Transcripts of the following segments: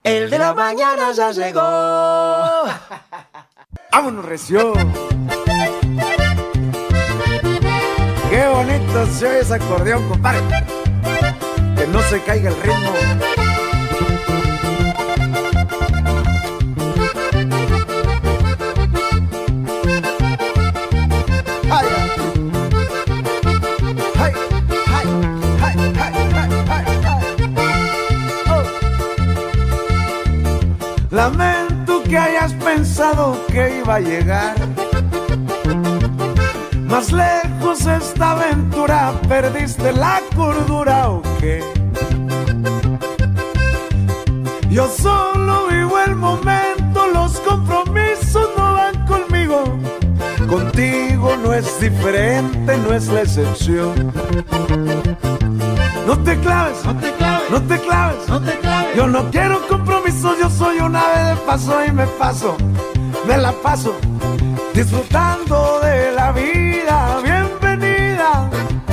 El de la mañana ya llegó. ¡Vámonos, recio! ¡Qué bonito se oye ese acordeón, compadre! Que no se caiga el ritmo. ¡Ay! ¡Ay! ¡Ay! ¡Ay! ¡Ay! ¡Ay! ¡Oh! Lamento que hayas pensado que iba a llegar más lejos esta aventura. ¿Perdiste la cordura o qué? Yo solo vivo el momento, los compromisos no van conmigo. Contigo no es diferente, no es la excepción. No te claves, no te claves, no te claves, no te claves. Yo no quiero compromisos, yo soy un ave de paso y me la paso disfrutando de la vida. Bienvenida.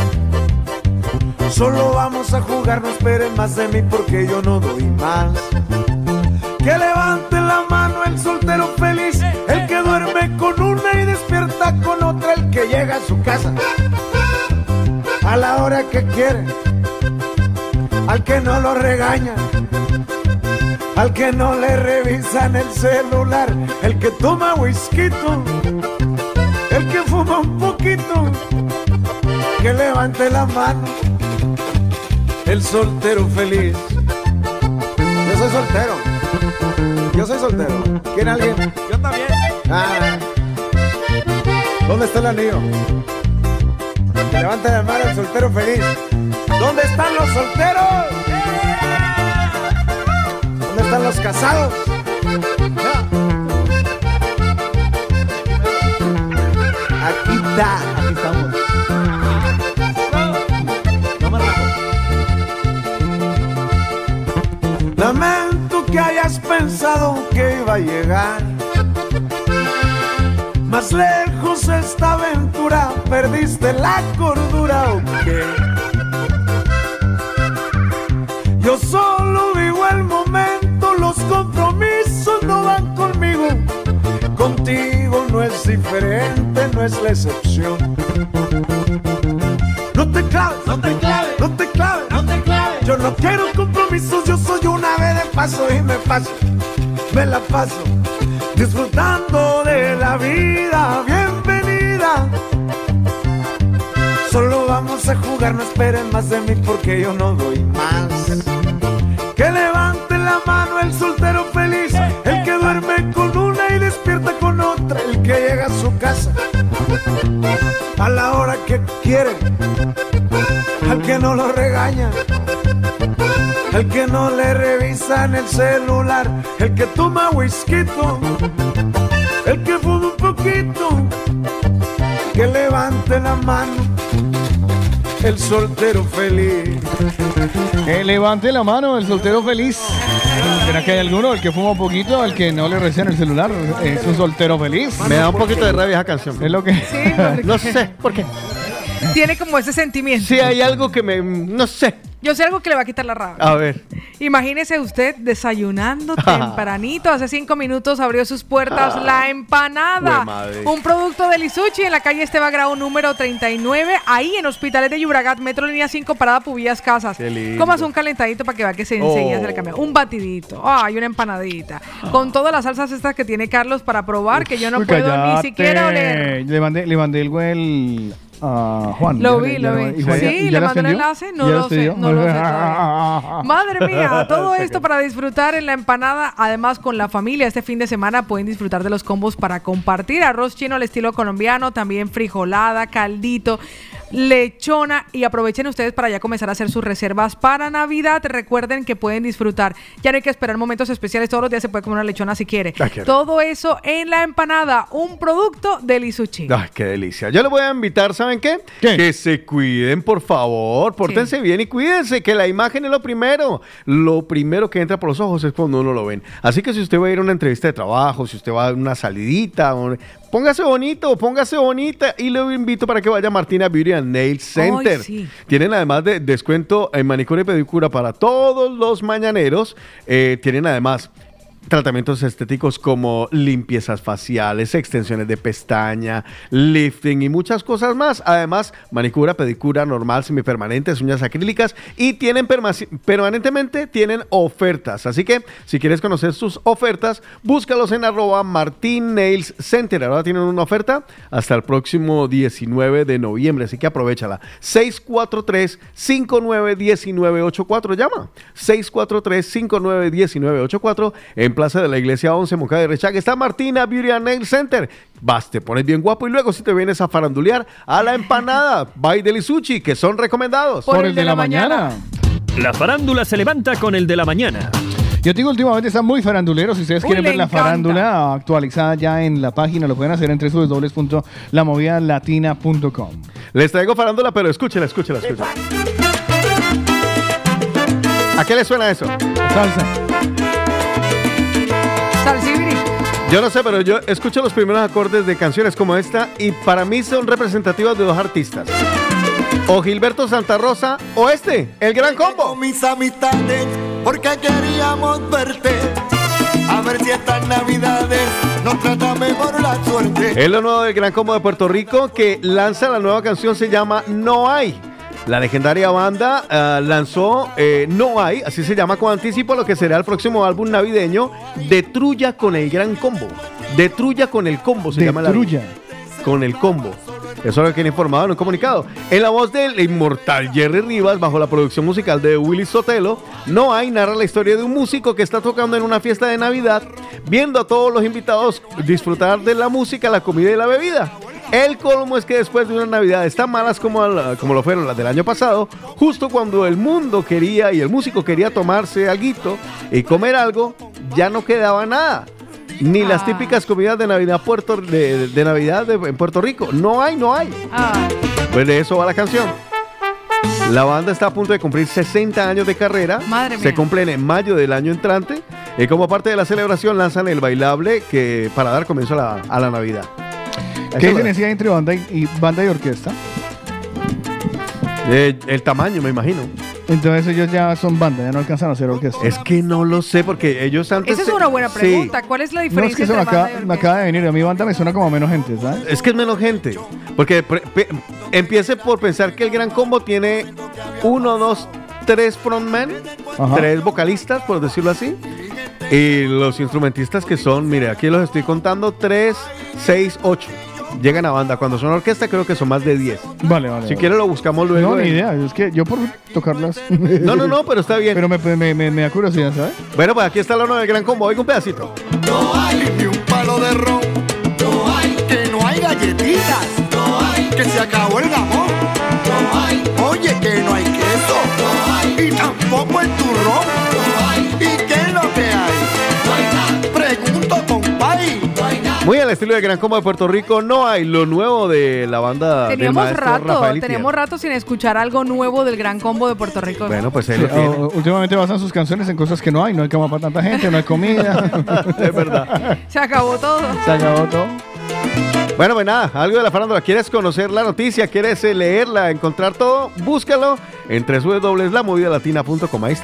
Solo vamos a jugar, no esperen más de mí porque yo no doy más. Que levante la mano el soltero feliz, el que duerme con una y despierta con otra, el que llega a su casa a la hora que quiere, al que no lo regaña, al que no le revisan el celular, el que toma whisky, el que fuma un poquito, que levante la mano el soltero feliz. Yo soy soltero. Yo soy soltero. ¿Quiere alguien? Yo también. Ah. ¿Dónde está el anillo? Que levante la mano el soltero feliz. ¿Dónde están los solteros? ¿Dónde están los casados? Aquí está. Aquí estamos. No me rajo. Lamento que hayas pensado que iba a llegar más lejos esta aventura. ¿Perdiste la cordura o qué? Yo solo vivo el momento, los compromisos no van conmigo. Contigo no es diferente, no es la excepción. No te claves, no te claves, no te claves, no te claves. Yo no quiero compromisos, yo soy un ave de paso y me la paso disfrutando de la vida. Bienvenida. Solo vamos a jugar, no esperen más de mí porque yo no doy más. Que levante la mano el soltero feliz, el que duerme con una y despierta con otra, el que llega a su casa a la hora que quiere, al que no lo regaña, el que no le revisan el celular, el que toma whisky, el que fuma un poquito, que levante la mano el soltero feliz. Que levante la mano el soltero feliz. ¿Será que hay alguno? El que fuma un poquito, el que no le reciben el celular, es un soltero feliz. Me da un poquito de rabia esa canción. Es lo que... Sí, No sé por qué. tiene como ese sentimiento. Sí, hay algo que me... No sé. Yo sé algo que le va a quitar la rabia. A ver. Imagínese usted desayunando tempranito. Hace 5 minutos abrió sus puertas la empanada. Un producto de Lisuchi en la calle Esteban Grau número 39. Ahí en Hospitales de Llobregat, Metro Línea 5, Parada Pubillas Casas. Comas un calentadito para que vea que enseguida se le cambia. Un batidito. Ay, una empanadita. Con todas las salsas estas que tiene Carlos para probar, que yo no puedo ni siquiera oler. Le mandé el Juan. Lo vi. Juan, Sí, le mandó el enlace. No lo sé todavía. Madre mía, todo esto para disfrutar en la empanada. Además, con la familia, este fin de semana pueden disfrutar de los combos para compartir. Arroz chino al estilo colombiano, también frijolada, caldito, lechona. Y aprovechen ustedes para ya comenzar a hacer sus reservas para Navidad. Recuerden que pueden disfrutar. Ya no hay que esperar momentos especiales. Todos los días se puede comer una lechona si quiere. Todo eso en la empanada. Un producto de Lisuchi. Ay, qué delicia. Yo les voy a invitar, ¿saben qué? Que se cuiden, por favor. Pórtense bien y cuídense, que la imagen es lo primero. Lo primero que entra por los ojos es cuando uno lo ven. Así que si usted va a ir a una entrevista de trabajo, si usted va a una salidita, póngase bonito, póngase bonita. Y le invito para que vaya a Martina Beauty and Nail Center. Ay, sí. Tienen además de descuento en manicura y pedicura para todos los mañaneros. Tienen además tratamientos estéticos como limpiezas faciales, extensiones de pestaña, lifting y muchas cosas más. Además, manicura, pedicura normal, semipermanentes, uñas acrílicas y tienen permanentemente tienen ofertas. Así que si quieres conocer sus ofertas, búscalos en @MartinNailsCenter. Ahora tienen una oferta hasta el próximo 19 de noviembre, así que aprovechala. 643-591984. Llama 643-591984 en Plaza de la Iglesia 11, Moncada de Rechaga. Está Martina Beauty and Nail Center. Vas, te pones bien guapo y luego si te vienes a farandulear a la empanada by Delisuchi, que son recomendados. Por el de la mañana. La farándula se levanta con el de la mañana. Yo digo, últimamente están muy faranduleros. Si ustedes quieren ver la farándula actualizada ya en la página, lo pueden hacer en www.lamovidalatina.com. Les traigo farándula, pero escúchela. ¿A qué le suena eso? Salsa. Salsibiri. Yo no sé, pero yo escucho los primeros acordes de canciones como esta y para mí son representativas de dos artistas. O Gilberto Santa Rosa o el Gran Combo. Con mis amistades, porque queríamos verte. A ver si estas navidades nos trata mejor la suerte. Es lo nuevo del Gran Combo de Puerto Rico, que lanza la nueva canción, se llama No Hay. La legendaria banda lanzó No Hay, así se llama, con anticipo lo que será el próximo álbum navideño de Trulla con el Gran Combo. De Trulla con el Combo se llama la Trulla con el Combo. Eso es lo que han informado en un comunicado. En la voz del inmortal Jerry Rivas, bajo la producción musical de Willy Sotelo, No Hay narra la historia de un músico que está tocando en una fiesta de Navidad, viendo a todos los invitados disfrutar de la música, la comida y la bebida. El colmo es que después de unas navidades tan malas como lo fueron las del año pasado, justo cuando el mundo quería y el músico quería tomarse alguito y comer algo, ya no quedaba nada. Ni las típicas comidas de Navidad de Navidad en Puerto Rico. No hay. Pues de eso va la canción. La banda está a punto de cumplir 60 años de carrera. Madre mía. Se cumplen en mayo del año entrante. Y como parte de la celebración lanzan el bailable para dar comienzo a la Navidad. ¿Qué diferencia hay entre banda y orquesta? El tamaño, me imagino. Entonces ellos ya son banda, ya no alcanzan a hacer orquesta. Es que no lo sé, porque ellos antes... Esa es una buena pregunta. Sí. ¿Cuál es la diferencia entre banda y orquesta? Me acaba de venir. A mi banda me suena como menos gente, ¿sabes? Es que es menos gente. Porque empiece por pensar que el Gran Combo tiene 1, 2, 3 frontmen, 3 vocalistas, por decirlo así. Y los instrumentistas que son, mire, aquí los estoy contando, 3, 6, 8. Llegan a banda. Cuando son orquesta creo que son más de 10. Vale. Si quiere lo buscamos luego. No, ni idea. Es que yo por tocarlas... No, pero está bien. Pero me da curiosidad, ¿sabes? Bueno, pues aquí está lo nuevo del Gran Combo. Oiga un pedacito. No hay ni un palo de ron. No hay. Que no hay galletitas. No hay. Que se acabó el jamón. No hay. Oye, que no hay queso. No hay. Y tampoco el turrón. No hay. ¿Y qué es lo que hay? No hay nada. Pregunto, compay. No hay nada. Muy al estilo del Gran Combo de Puerto Rico, No Hay, lo nuevo de la banda del maestro Rafael Itier. Teníamos rato sin escuchar algo nuevo del Gran Combo de Puerto Rico. Bueno, pues él lo tiene. Últimamente basan sus canciones en cosas que no hay cama para tanta gente, no hay comida. Es verdad. Se acabó todo. Bueno, pues nada, algo de la farándula. ¿Quieres conocer la noticia? ¿Quieres leerla, encontrar todo? Búscalo en www.lamovidalatina.com. Ahí está.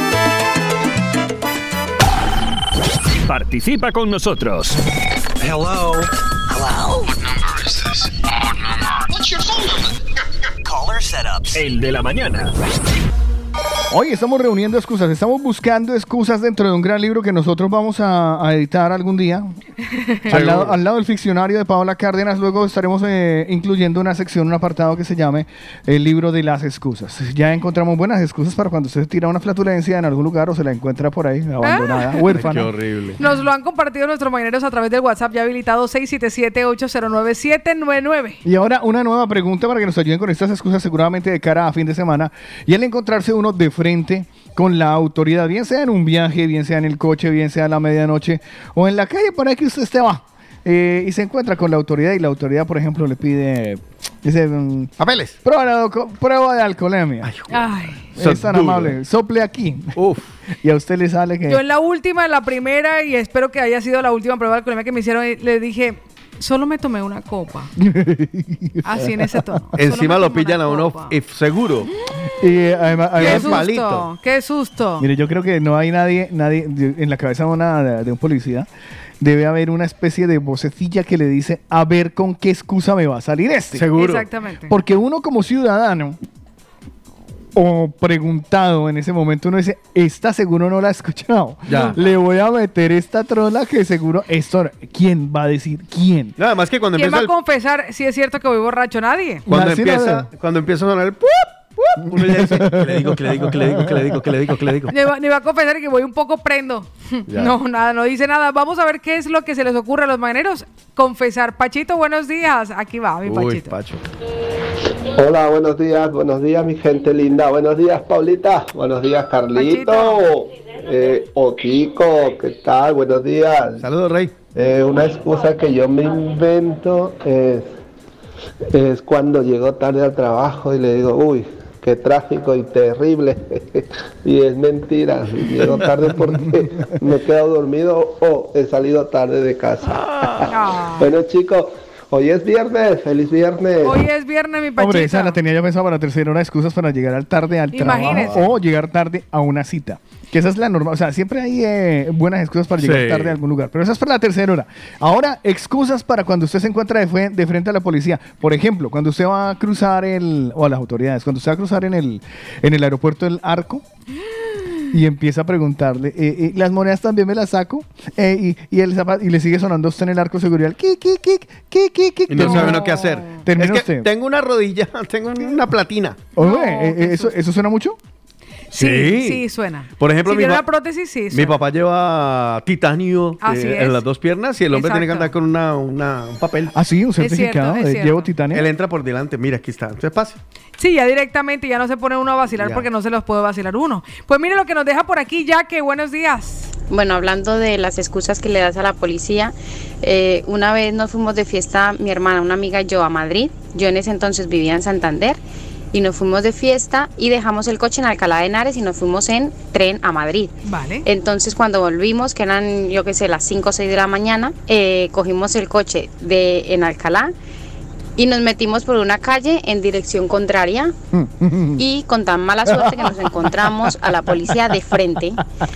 Participa con nosotros. Hello. What number is this? What's your phone number? Caller setups. El de la mañana. Hoy estamos reuniendo excusas, estamos buscando excusas dentro de un gran libro que nosotros vamos a editar algún día. al lado del ficcionario de Paola Cárdenas. Luego estaremos incluyendo una sección, un apartado que se llame el libro de las excusas. Ya encontramos buenas excusas para cuando usted tira una flatulencia en algún lugar o se la encuentra por ahí abandonada, huérfana. Qué horrible. Nos lo han compartido nuestros mañaneros a través del WhatsApp ya habilitado 677-809-799. Y ahora una nueva pregunta para que nos ayuden con estas excusas seguramente de cara a fin de semana, y el encontrarse uno de frente con la autoridad, bien sea en un viaje, bien sea en el coche, bien sea a la medianoche o en la calle por ahí que usted esté va y se encuentra con la autoridad y la autoridad, por ejemplo, le pide papeles, prueba de alcoholemia. Ay. Es tan amable, sople aquí. Uf. Y a usted le sale que... Yo en la primera, y espero que haya sido la última prueba de alcoholemia que me hicieron, le dije, Solo me tomé una copa. Así en ese tono. Encima lo pillan a uno seguro. Y además, qué susto. Mire, yo creo que no hay nadie en la cabeza de un policía. Debe haber una especie de vocecilla que le dice, a ver con qué excusa me va a salir este. Seguro. Exactamente. Porque uno como ciudadano o preguntado en ese momento, uno dice, esta seguro no la ha escuchado. Ya. Le voy a meter esta trola que seguro, esto, ¿quién va a decir? ¿Quién? Nada más que cuando ¿Quién empieza va a confesar si es cierto que voy borracho? Nadie. cuando empieza a sonar el ¡pup! Uno ya dice, ¿qué le digo? Ni va a confesar que voy un poco prendo. Ya. No, nada, no dice nada. Vamos a ver qué es lo que se les ocurre a los mañaneros. Confesar. Pachito, buenos días. Aquí va, mi Pachito. Pacho. Hola, buenos días mi gente linda, buenos días Paulita, buenos días Carlito, Otico, ¿qué tal? Buenos días. Saludos, Rey. Una excusa que yo me invento es cuando llego tarde al trabajo y le digo, uy, qué tráfico y terrible, y es mentira, llego tarde porque me he quedado dormido o he salido tarde de casa. Bueno chicos, hoy es viernes, feliz viernes. Hoy es viernes, mi Pachito. Hombre, esa la tenía yo pensado para la tercera hora, excusas para llegar tarde al trabajo o llegar tarde a una cita. Que esa es la norma, o sea, siempre hay buenas excusas para llegar tarde a algún lugar, pero esa es para la tercera hora. Ahora, excusas para cuando usted se encuentra de frente a la policía. Por ejemplo, cuando usted va a cruzar o a las autoridades, cuando usted va a cruzar en el aeropuerto del Arco y empieza a preguntarle, ¿las monedas también me las saco? Y le sigue sonando a usted en el arco de seguridad, y no sabe uno qué hacer. Termina es que usted. tengo una rodilla, tengo una platina. Oye, ¿eso suena mucho? Sí, suena. Por ejemplo, si tiene una prótesis, sí suena. Mi papá lleva titanio en las dos piernas y el hombre tiene que andar con un papel. Ah, sí, un certificado. Llevo titanio. Él entra por delante, mira, aquí está. Entonces pase. Sí, ya directamente ya no se pone uno a vacilar porque no se los puede vacilar uno. Pues mire lo que nos deja por aquí, Jaque. Buenos días. Bueno, hablando de las excusas que le das a la policía, una vez nos fuimos de fiesta, mi hermana, una amiga y yo, a Madrid. Yo en ese entonces vivía en Santander. Y nos fuimos de fiesta y dejamos el coche en Alcalá de Henares y nos fuimos en tren a Madrid. Vale. Entonces cuando volvimos, que eran yo qué sé, las 5 o 6 de la mañana, cogimos el coche en Alcalá y nos metimos por una calle en dirección contraria y con tan mala suerte que nos encontramos a la policía de frente.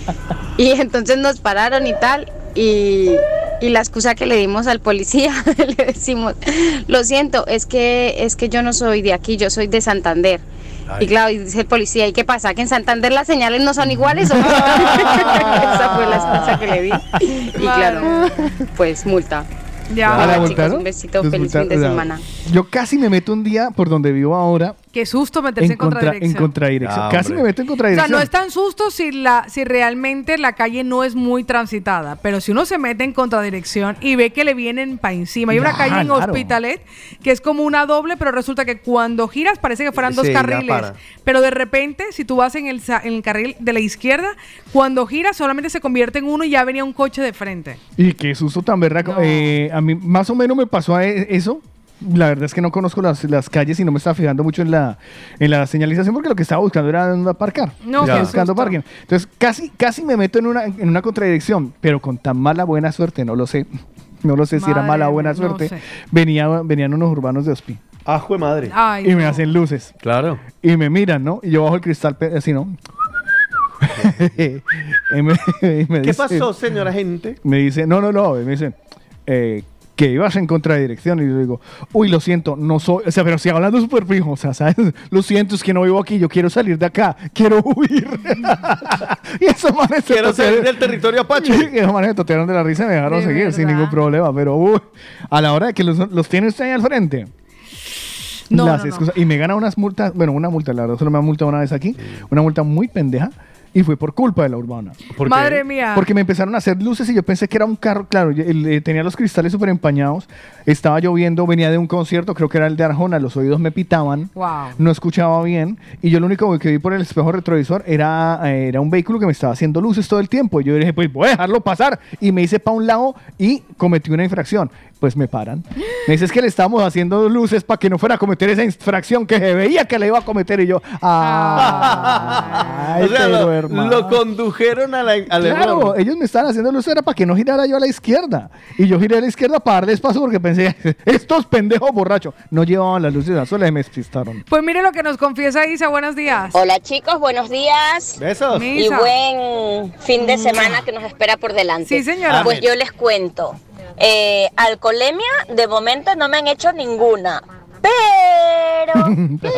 Y entonces nos pararon y tal y la excusa que le dimos al policía, le decimos, lo siento, es que yo no soy de aquí, yo soy de Santander. Ay. Y claro, y dice el policía, ¿y qué pasa? ¿Que en Santander las señales no son iguales? ¿O no? Esa fue la excusa que le di. Y claro, pues multa. Ya. Bueno, chicos, un besito, feliz fin de semana. Yo casi me meto un día por donde vivo ahora. Qué susto meterse en contradirección. En contradirección. Casi me meto en contradirección. O sea, no es tan susto si realmente la calle no es muy transitada, pero si uno se mete en contradirección y ve que le vienen para encima. Hay una calle en Hospitalet que es como una doble, pero resulta que cuando giras parece que fueran dos carriles. Pero de repente, si tú vas en el carril de la izquierda, cuando giras solamente se convierte en uno y ya venía un coche de frente. Y qué susto tan berraco. No. A mí más o menos me pasó eso. La verdad es que no conozco las calles y no me estaba fijando mucho en la señalización porque lo que estaba buscando era dónde aparcar. Buscando parking. Entonces casi me meto en una contradirección, pero con tan mala buena suerte, no lo sé. No lo sé si era mala o buena suerte. No sé. Venían unos urbanos de Hospi. ¡Ah, jue madre! Ay, y me hacen luces. Claro. Y me miran, ¿no? Y yo bajo el cristal así, ¿no? y me ¿Qué dice, pasó, señora gente? Me dice, no. Y me dice, que ibas en contradirección. Y yo digo, uy, lo siento, no soy, o sea, pero si hablando súper fijo, o sea, ¿sabes? Lo siento, es que no vivo aquí, yo quiero salir de acá, quiero huir. Y esos manes quiero salir del territorio apache. Y esos manes se totearon de la risa y me dejaron seguir sin ningún problema. Pero a la hora de que los tiene usted ahí al frente. No. Y me gana unas multas, bueno, una multa, la verdad, solo me ha multado una vez aquí, una multa muy pendeja. Y fue por culpa de la urbana. Madre mía. Porque me empezaron a hacer luces y yo pensé que era un carro. Claro, tenía los cristales súper empañados. Estaba lloviendo, venía de un concierto, creo que era el de Arjona. Los oídos me pitaban. Wow. No escuchaba bien. Y yo lo único que vi por el espejo retrovisor era un vehículo que me estaba haciendo luces todo el tiempo. Y yo dije, pues voy a dejarlo pasar. Y me hice para un lado y cometí una infracción. pues me paran. Me dice, es que le estamos haciendo luces para que no fuera a cometer esa infracción que se veía que le iba a cometer. Y yo, o sea, lo condujeron al claro, error. ellos me estaban haciendo luces, era para que no girara yo a la izquierda. Y yo giré a la izquierda para darles paso porque pensé, estos pendejos borrachos no llevaban las luces azules y me despistaron. Pues mire lo que nos confiesa Isa, buenos días. Hola chicos, buenos días. Besos. Y buen fin de semana que nos espera por delante. Sí, señora. Pues yo les cuento. Alcoholemia, de momento no me han hecho ninguna. Pero,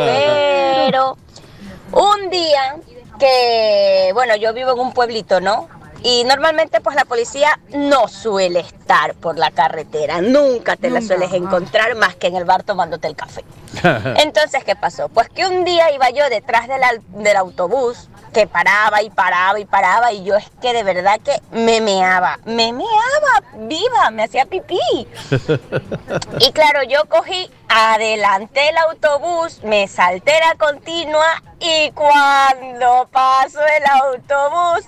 un día que, bueno, yo vivo en un pueblito, ¿no? Y normalmente pues la policía no suele estar por la carretera, nunca te la sueles encontrar más que en el bar tomándote el café. Entonces, ¿qué pasó? Pues que un día iba yo detrás del autobús que paraba y paraba y paraba y yo es que de verdad que me meaba viva, me hacía pipí. Y claro, yo cogí, adelanté el autobús, me salté la continua y cuando pasó el autobús,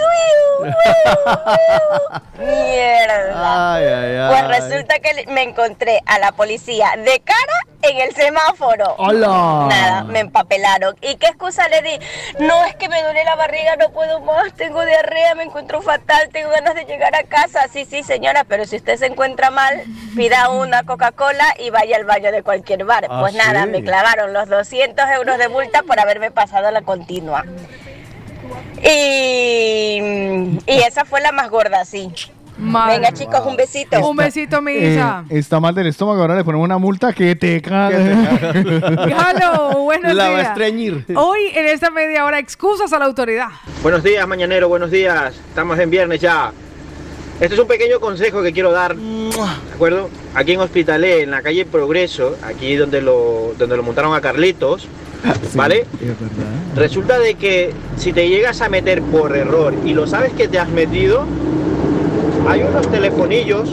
mierda. Pues resulta que me encontré a la policía de cara en el semáforo. ¡Hola! Nada, me empapelaron. ¿Y qué excusa le di? No, es que me duele la barriga, no puedo más, tengo diarrea, me encuentro fatal, tengo ganas de llegar a casa. Sí, señora, pero si usted se encuentra mal, pida una Coca-Cola y vaya al baño de cualquier bar. Pues nada, me clavaron los 200 euros de multa por haberme pasado la continua. Y esa fue la más gorda, sí. Venga, chicos, un besito. Un besito, mi Isa. Está mal del estómago, ahora le ponemos una multa que te cague. Galo, buenos La va a días. estreñir. Hoy, en esta media hora, excusas a la autoridad. Buenos días, mañanero, buenos días. Estamos en viernes ya. Este es un pequeño consejo que quiero dar, ¿de acuerdo? Aquí en Hospitalet, en la calle Progreso, aquí donde lo montaron a Carlitos, ¿vale? Sí, es verdad. Resulta de que si te llegas a meter por error y lo sabes que te has metido, hay unos telefonillos,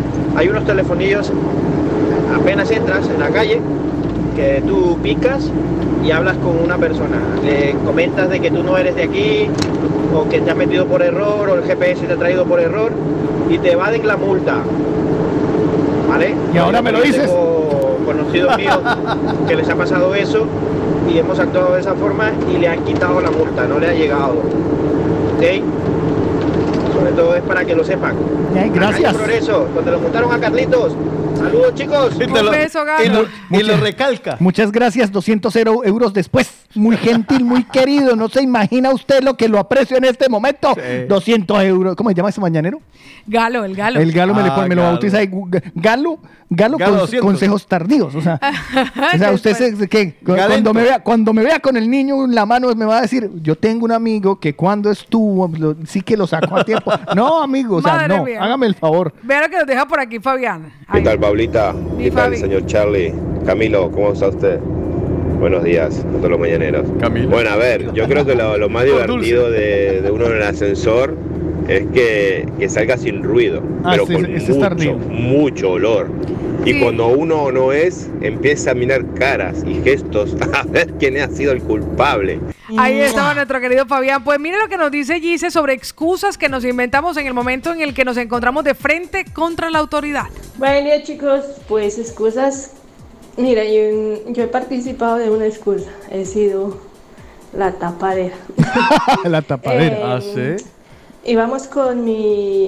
apenas entras en la calle, que tú picas y hablas con una persona. Le comentas de que tú no eres de aquí, o que te has metido por error, o el GPS te ha traído por error, y te evaden la multa. ¿Vale? Y ahora me lo dices. Tengo conocidos míos que les ha pasado eso y hemos actuado de esa forma y le han quitado la multa, no le ha llegado. ¿Ok? Sobre todo es para que lo sepan. Gracias. Progreso, donde lo montaron a Carlitos. Saludos, chicos. Un beso, Galo. Y lo recalca. Muchas gracias, 200 euros después. Muy gentil, muy querido. No se imagina usted lo que lo aprecio en este momento. Sí. 200 euros. ¿Cómo se llama ese mañanero? Galo, el Galo. El Galo me lo bautiza ahí. Galo consejos tardíos. O sea usted cuando me vea con el niño en la mano me va a decir, yo tengo un amigo que cuando estuvo, sí que lo sacó a tiempo. No, amigo, o sea, no, hágame el favor. Vea lo que nos deja por aquí Fabián. ¿Qué tal, Paulita? ¿Qué tal, señor Charlie? Camilo, ¿cómo está usted? Buenos días a todos los mañaneros. Camilo. Bueno, a ver, yo creo que lo más divertido de uno en el ascensor es que salga sin ruido, pero con mucho olor. Y cuando uno no empieza a mirar caras y gestos a ver quién ha sido el culpable. Ahí estaba nuestro querido Fabián. Pues mire lo que nos dice Gise sobre excusas que nos inventamos en el momento en el que nos encontramos de frente contra la autoridad. Buen día, chicos. Pues excusas. Mira, yo he participado de una excusa. He sido la tapadera. La tapadera. ¿Sí? Íbamos con con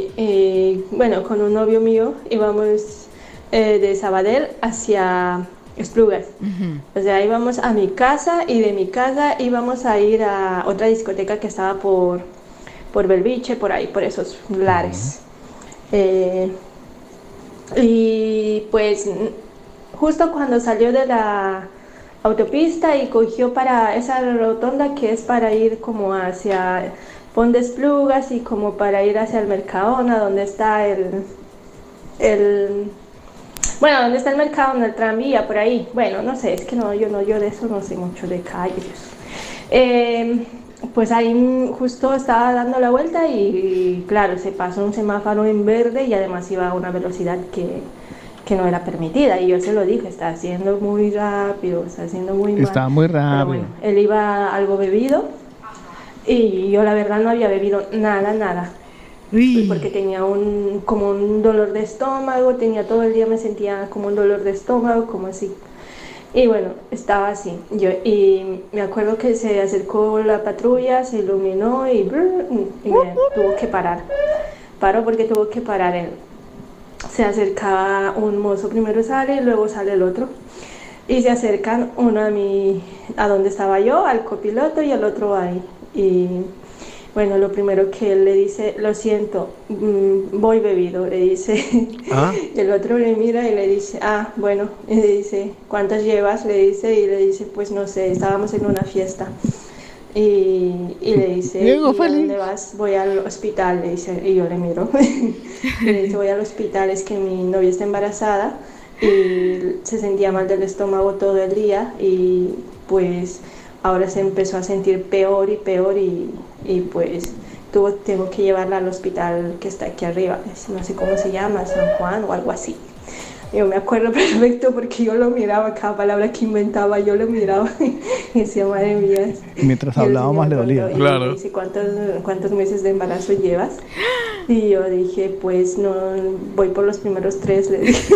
un novio mío, íbamos de Sabadell hacia Esplugas. O sea, íbamos a mi casa y de mi casa íbamos a ir a otra discoteca que estaba por Belviche, por ahí, por esos lares. Y pues justo cuando salió de la autopista y cogió para esa rotonda que es para ir como hacia Pont de Esplugas y como para ir hacia el Mercadona, donde está donde está el Mercadona, el tranvía, por ahí. Bueno, no sé, es que yo de eso no sé mucho de calles. Pues ahí justo estaba dando la vuelta y claro, se pasó un semáforo en verde y además iba a una velocidad que no era permitida. Y yo se lo dije, está haciendo muy rápido, está haciendo muy mal. Está muy rápido. Pero bueno, él iba algo bebido. Y yo la verdad no había bebido nada. porque tenía como un dolor de estómago, todo el día me sentía como un dolor de estómago, como así. Y bueno, estaba así. Y me acuerdo que se acercó la patrulla, se iluminó y tuvo que parar. Paró porque tuvo que parar él. Se acercaba un mozo, primero sale, luego sale el otro. Y se acercan uno a donde estaba yo, al copiloto, y el otro ahí. Y bueno, lo primero que él le dice, lo siento, voy bebido, le dice. ¿Ah? El otro le mira y le dice, bueno, y le dice, ¿cuántas llevas? Le dice, y le dice, pues no sé, estábamos en una fiesta. Y le dice, ¿y a dónde vas? Voy al hospital, le dice, y yo le miro. Y le dice, voy al hospital, es que mi novia está embarazada y se sentía mal del estómago todo el día y pues ahora se empezó a sentir peor y peor y pues tengo que llevarla al hospital que está aquí arriba, no sé cómo se llama, San Juan o algo así. Yo me acuerdo perfecto porque yo lo miraba, cada palabra que inventaba yo lo miraba y decía, madre mía. Mientras hablaba más le dolía. Claro. Y me dice, ¿cuántos meses de embarazo llevas? Y yo dije, pues no, voy por los primeros 3, le dije.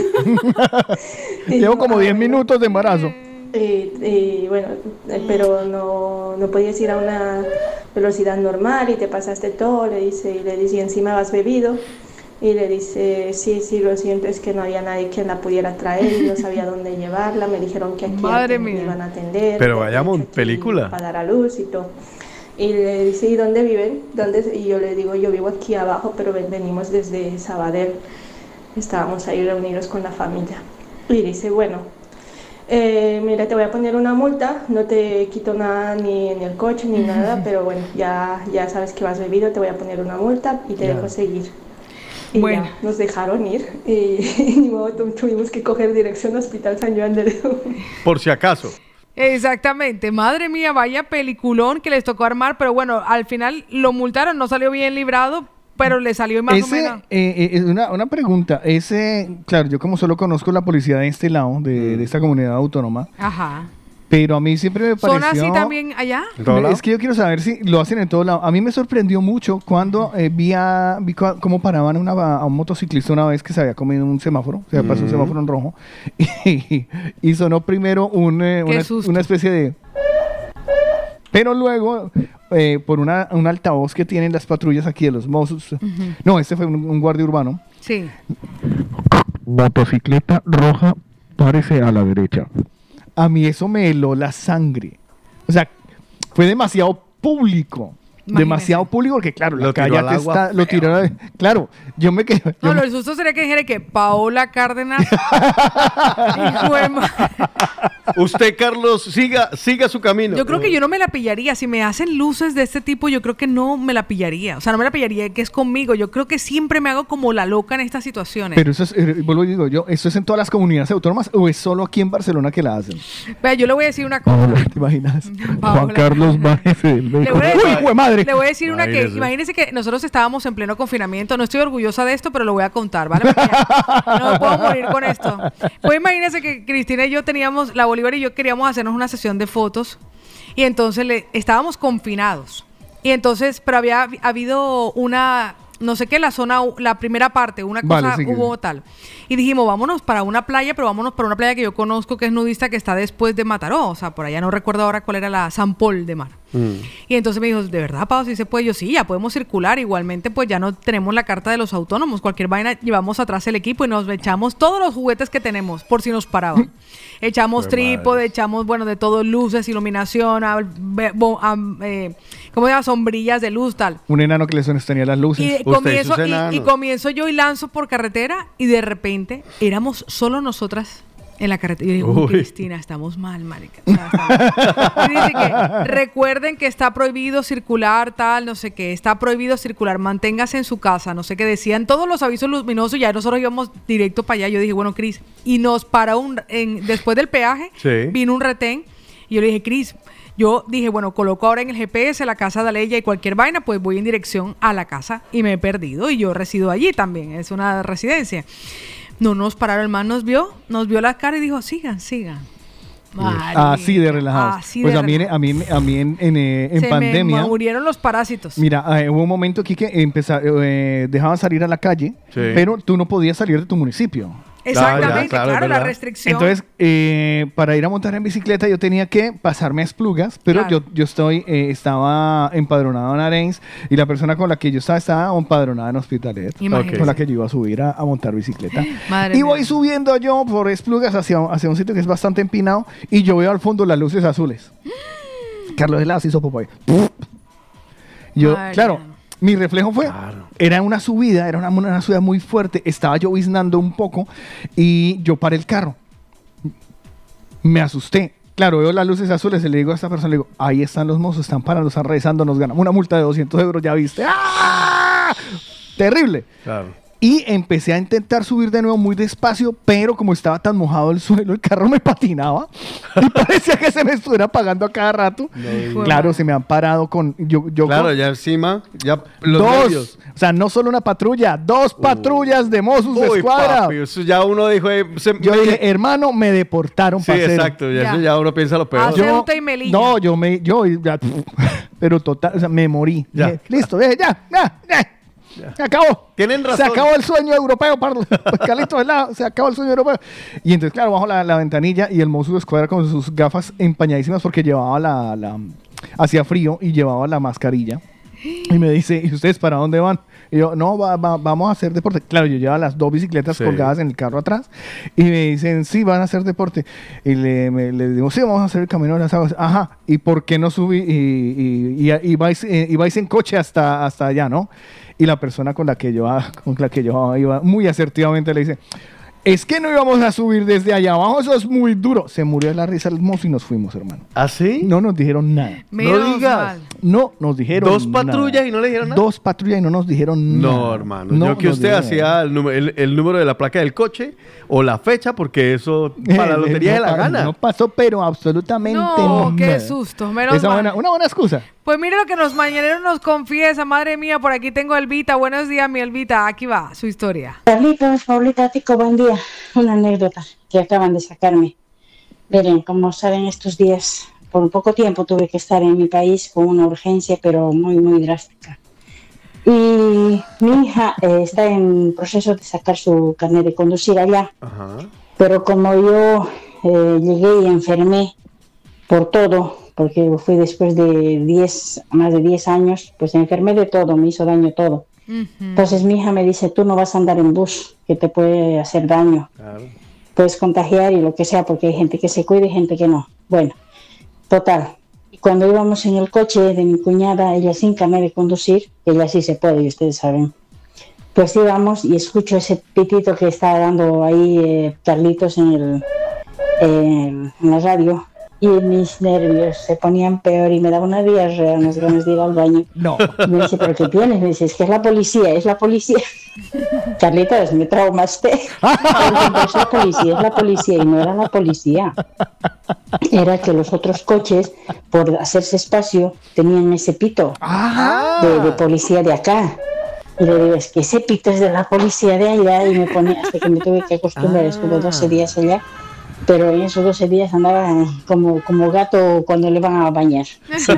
Llevo como 10 minutos de embarazo. Y bueno, pero no podías ir a una velocidad normal y te pasaste todo, le dice, y encima vas bebido. Y le dice, sí, lo siento, es que no había nadie quien la pudiera traer, no sabía dónde llevarla, me dijeron que aquí me iban a atender. Pero vayamos, película. Para dar a luz y todo. Y le dice, ¿y dónde viven? Y yo le digo, yo vivo aquí abajo, pero venimos desde Sabadell. Estábamos ahí reunidos con la familia. Y dice, bueno, mira, te voy a poner una multa, no te quito nada ni en el coche ni nada, pero bueno, ya sabes que vas bebido, te voy a poner una multa y te dejo seguir. Y bueno, ya nos dejaron ir y ni modo, tuvimos que coger dirección Hospital San Joan de Dios. Por si acaso. Exactamente, madre mía, vaya peliculón que les tocó armar, pero bueno, al final lo multaron, no salió bien librado, pero le salió más o menos. Una pregunta, claro, yo como solo conozco la policía de este lado, de esta comunidad autónoma. Ajá. Pero a mí siempre me pareció... ¿Son así también allá? Es que yo quiero saber si lo hacen en todo lado. A mí me sorprendió mucho cuando vi cómo paraban a un motociclista una vez que se había comido un semáforo, se había pasado un semáforo en rojo, y sonó primero una especie de... Pero luego, por un altavoz que tienen las patrullas aquí de los Mossos, no, este fue un guardia urbano. Sí. Motocicleta roja, párese a la derecha. A mí eso me heló la sangre. O sea, fue demasiado público. Imagínese. Demasiado público porque, claro, la calle lo tiró. Claro, yo me quedé... No, el susto sería que dijera que Paola Cárdenas... Usted, Carlos, siga su camino. Yo creo que yo no me la pillaría. Si me hacen luces de este tipo, yo creo que no me la pillaría. O sea, no me la pillaría que es conmigo. Yo creo que siempre me hago como la loca en estas situaciones. Pero eso es, vuelvo y digo yo, ¿eso es en todas las comunidades autónomas o es solo aquí en Barcelona que la hacen? Vea, yo le voy a decir una cosa. Paola, ¿te imaginas? Juan Carlos bájese del vehículo. ¡Uy, madre! Le voy a decir una que, imagínense que nosotros estábamos en pleno confinamiento. No estoy orgullosa de esto, pero lo voy a contar, ¿vale? No puedo morir con esto. Pues imagínense que Cristina y yo teníamos, la Bolívar y yo queríamos hacernos una sesión de fotos y entonces estábamos confinados. Y entonces, pero había habido una... no sé qué, la primera parte, una cosa hubo tal. Y dijimos, vámonos para una playa, pero vámonos para una playa que yo conozco que es nudista, que está después de Mataró. O sea, por allá no recuerdo ahora cuál era la San Paul de Mar. Y entonces me dijo, ¿de verdad, Pau, si se puede? Yo, sí, ya podemos circular. Igualmente, pues ya no tenemos la carta de los autónomos. Cualquier vaina, llevamos atrás el equipo y nos echamos todos los juguetes que tenemos, por si nos paraban. Echamos trípode, echamos, bueno, de todo, luces, iluminación, ¿cómo se llama? Sombrillas de luz, tal. Un enano que le sostenía las luces. Y comienzo yo y lanzo por carretera y de repente éramos solo nosotras en la carretera. Y digo, Cristina, estamos mal, marica. Y dice que recuerden que está prohibido circular, tal, no sé qué. Está prohibido circular, manténgase en su casa, no sé qué. Decían todos los avisos luminosos, ya nosotros íbamos directo para allá. Yo dije, bueno, Cris, y nos paró después del peaje, vino un retén. Y yo le dije, Cris, yo dije, bueno, coloco ahora en el GPS la casa de Aleya y cualquier vaina, pues voy en dirección a la casa y me he perdido y yo resido allí también, es una residencia. No nos pararon, el man nos vio la cara y dijo, sigan. Así de relajados. Pues a mí en pandemia... Me murieron los parásitos. Mira, hubo un momento aquí que dejaban salir a la calle, pero tú no podías salir de tu municipio. Exactamente, claro, la restricción. Entonces, para ir a montar en bicicleta yo tenía que pasarme a Esplugas, pero yo estaba empadronado en Arenys y la persona con la que yo estaba empadronada en Hospitalet, con la que yo iba a subir a montar bicicleta. Y voy subiendo yo por Esplugas hacia un sitio que es bastante empinado y yo veo al fondo las luces azules. Carlos de las hizo popó. Yo, claro, mi reflejo fue, era una subida, era una subida muy fuerte, estaba lloviznando un poco y yo paré el carro. Me asusté. Claro, veo las luces azules y le digo a esta persona, le digo, ahí están los mozos, están parando, están revisando, nos ganamos una multa de 200 euros, ya viste. ¡Ah! Terrible. Claro. Y empecé a intentar subir de nuevo muy despacio, pero como estaba tan mojado el suelo, el carro me patinaba y parecía que se me estuviera apagando a cada rato. Claro, se me han parado con... Claro, ya encima, ya los medios. O sea, no solo una patrulla, 2 patrullas de Mossos de Escuadra. Papi, eso ya uno dijo... yo dije, hermano, me deportaron. Sí, exacto, ya uno piensa lo peor. Pero total, o sea, me morí. Dije, listo, ya. Se acabó. Tienen razón. Se acabó el sueño europeo, Pardo. Carlitos del lado, se acabó el sueño europeo. Y entonces, claro, bajo la ventanilla y el mozo de escuadra con sus gafas empañadísimas porque llevaba hacía frío y llevaba la mascarilla. Y me dice, ¿y ustedes para dónde van? Y yo, no, vamos a hacer deporte. Claro, yo llevaba las 2 bicicletas colgadas en el carro atrás. Y me dicen, sí, van a hacer deporte. Y le digo, sí, vamos a hacer el camino de las aguas. Ajá, ¿y por qué no subí? Y vais en coche hasta allá, ¿no? Y la persona con la que yo iba muy asertivamente le dice, es que no íbamos a subir desde allá abajo, eso es muy duro. Se murió de la risa el mozo y nos fuimos, hermano. ¿Ah, sí? No nos dijeron nada. No digas. No nos dijeron nada. 2 patrullas y no le dijeron nada. 2 patrullas y no nos dijeron nada. No, hermano. Yo que usted hacía el número de la placa del coche o la fecha, porque eso para la lotería de la gana. No pasó, pero absolutamente no. No, qué susto. Una buena excusa. Pues mire lo que los mañaneros nos confiesa. Madre mía, por aquí tengo a Elvita. Buenos días, mi Elvita. Aquí va su historia. Carlitos, Paulita, Tico, buen día. Una anécdota que acaban de sacarme. Miren, como saben, estos días, por un poco tiempo tuve que estar en mi país con una urgencia, pero muy, muy drástica. Y mi hija está en proceso de sacar su carnet de conducir allá. Ajá. Pero como yo llegué y enfermé por todo, porque fui después de más de 10 años, pues enfermé de todo, me hizo daño todo. Entonces mi hija me dice, tú no vas a andar en bus, que te puede hacer daño. Claro. Puedes contagiar y lo que sea, porque hay gente que se cuida y gente que no. Bueno, total. Y cuando íbamos en el coche de mi cuñada, ella sin carnet de conducir, ella sí se puede, y ustedes saben. Pues íbamos y escucho ese pitito que está dando ahí Carlitos en la radio. Y mis nervios se ponían peor y me daba una diarrea, unas ganas de ir al baño. No. Y me dice, ¿pero qué tienes? Me dice, es que es la policía. Carlitos, me traumaste. Es la policía. Y no era la policía. Era que los otros coches, por hacerse espacio, tenían ese pito de policía de acá. Y le digo, es que ese pito es de la policía de allá. Y me pone, hasta que me tuve que acostumbrar, estuve 12 días allá. Pero en esos 12 días andaba como gato cuando le van a bañar. Sí.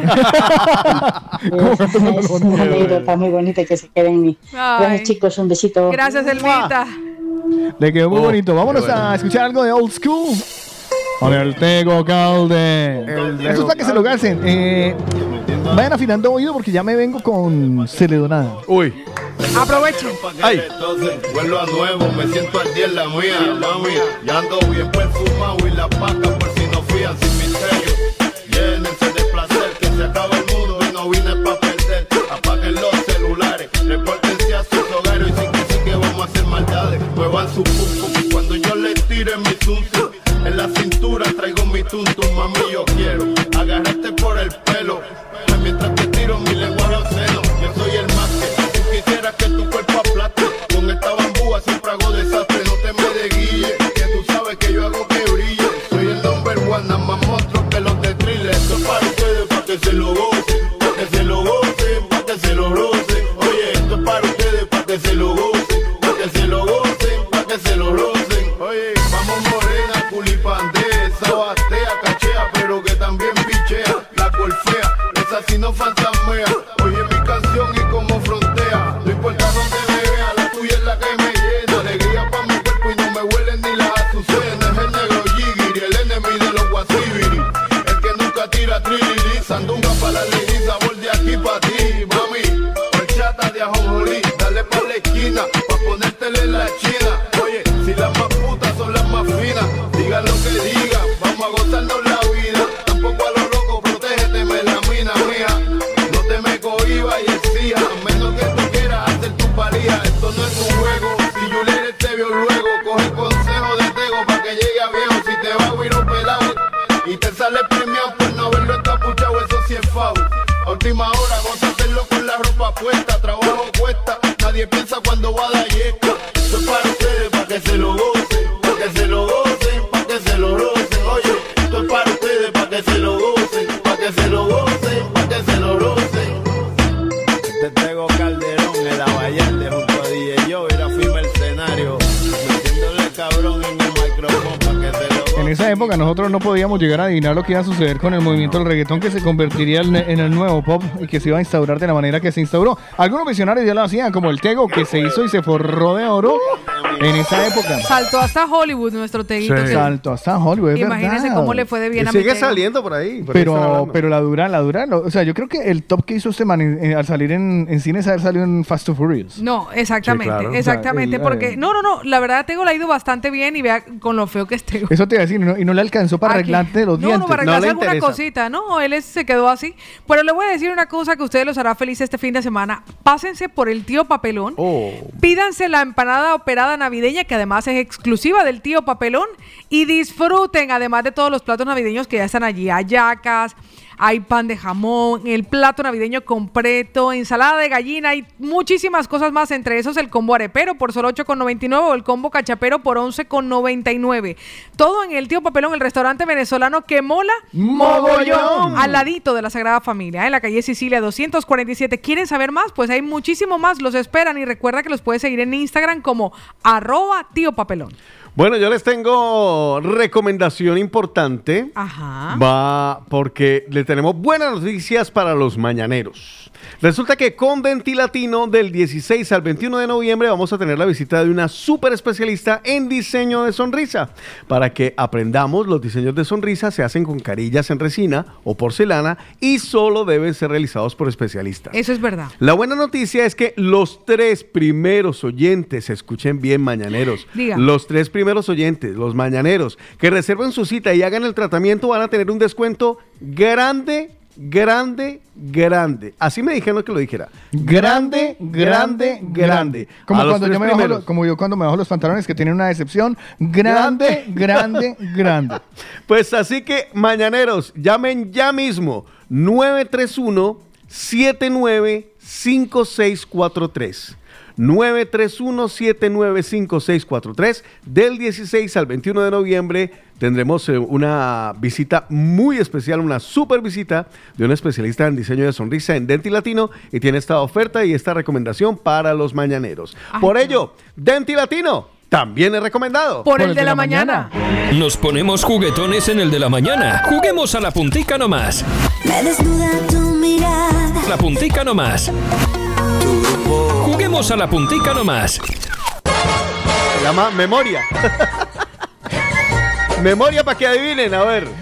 Es una anécdota muy bonita que se queda en mí. Gracias, chicos, un besito. Gracias, Elvita. Le quedó muy bonito. Vámonos a escuchar algo de Old School con el Tego Calde. Eso es para que se lo gasten. Vayan afinando oído porque ya me vengo con Celedonada. Uy. Aprovechen. Ay. Vuelvo a nuevo, me siento al día en la mía, mami. Ya ando bien perfumado y la paca por si no fían sin misterio. Llénense de placer, que se acaba el mundo y no vine pa' perder. Apaguen los celulares, repórtense a sus hogares y sí que vamos a hacer maldades. Muevan su pum y cuando yo les tire mi zum en la cintura traigo mi tuntum, mami, yo quiero agarrarte por el pelo mientras te tiro mi lenguaje obsceno. Yo soy el más que tú quisieras que tu cuerpo aplaste. Con esta bambúa siempre hago desastre, no te me desguille, que tú sabes que yo hago que brille. Soy el number one, nada más monstruo que los de ponértele la china. Oye, si las más putas son las más finas, digan lo que digan, vamos a gozarnos la vida. Tampoco a lo loco, protégete, melamina mía. No te me cohibas y exijas, a menos que tú quieras hacer tu valía. Esto no es un juego, si Juliet te vio luego, coge el consejo de Tego pa' que llegue a viejo. Si te va a huir un pelado y te sale premiado por no haberlo encapuchado, eso sí es foul. A última hora, gózatelo con la ropa puesta, trabajo cuesta, nadie piensa cuando va a dar yesca. Esto es para ustedes, pa' que se lo gocen, pa' que se lo gocen, pa' que se lo rocen. Oye, esto es para ustedes, pa' que se lo gocen, pa' que se lo gocen, pa' que se lo rocen. Este Tego Calderón, el Abayalde, junto a DJ Joe, era fui mercenario, metiéndole cabrón en el micrófono pa' que se lo gocen. En esa época nosotros no podíamos llegar a adivinar lo que iba a suceder con el movimiento del reggaetón, que se convertiría en el nuevo pop y que se iba a instaurar de la manera que se instauró. Algunos visionarios ya lo hacían, como el Tego, que se hizo y se forró de oro en esa época. Saltó hasta Hollywood nuestro Teguito. Sí. Saltó hasta Hollywood, Imagínense cómo le fue de bien a mi Sigue Tego. saliendo por ahí. Pero la dura, o sea, yo creo que el top que hizo este man al salir en cines, haber salido en Fast and Furious. No, exactamente, Sí, claro. exactamente, O sea, porque no, la verdad a Tego le ha ido bastante bien y vea con lo feo que es Tego. Eso te iba a decir, y no le alcanzó para arreglarte los dientes. No, para arreglarse alguna cosita, no, él se quedó así. Pero le voy a decir una cosa que a ustedes los hará feliz este fin de semana. Pásense por el Tío Papelón, pídanse la empanada operada navideña, que además es exclusiva del Tío Papelón, y disfruten, además de todos los platos navideños que ya están allí, hallacas, hay pan de jamón, el plato navideño completo, ensalada de gallina y muchísimas cosas más, entre esos el combo arepero por solo $8.99 o el combo cachapero por $11.99. Todo en el Tío Papelón, el restaurante venezolano que mola mogollón, al ladito de la Sagrada Familia, en la calle Sicilia 247. ¿Quieren saber más? Pues hay muchísimo más, los esperan, y recuerda que los puedes seguir en Instagram como @tíopapelón. Bueno, yo les tengo recomendación importante. Ajá. Va porque le tenemos buenas noticias para los mañaneros. Resulta que con Dentilatino del 16 al 21 de noviembre vamos a tener la visita de una súper especialista en diseño de sonrisa. Para que aprendamos, los diseños de sonrisa se hacen con carillas en resina o porcelana y solo deben ser realizados por especialistas. Eso es verdad. La buena noticia es que los 3 primeros oyentes, escuchen bien, mañaneros, Diga. los 3 primeros oyentes, los mañaneros, que reserven su cita y hagan el tratamiento van a tener un descuento grande. Así me dijeron que lo dijera. Grande. Como yo cuando me bajo los pantalones, que tienen una decepción. Grande. Pues así que, mañaneros, llamen ya mismo 931-795643. 931-795643. Del 16 al 21 de noviembre tendremos una visita muy especial, una super visita de un especialista en diseño de sonrisa en Dentilatino, y tiene esta oferta y esta recomendación para los mañaneros. Por ello, Dentilatino también es recomendado. Por el de la mañana. Nos ponemos juguetones en el de la mañana. Juguemos a la puntica nomás. Me desnuda tu mirada. La puntica nomás. Juguemos a la puntica nomás. Se llama memoria. Memoria para que adivinen, a ver.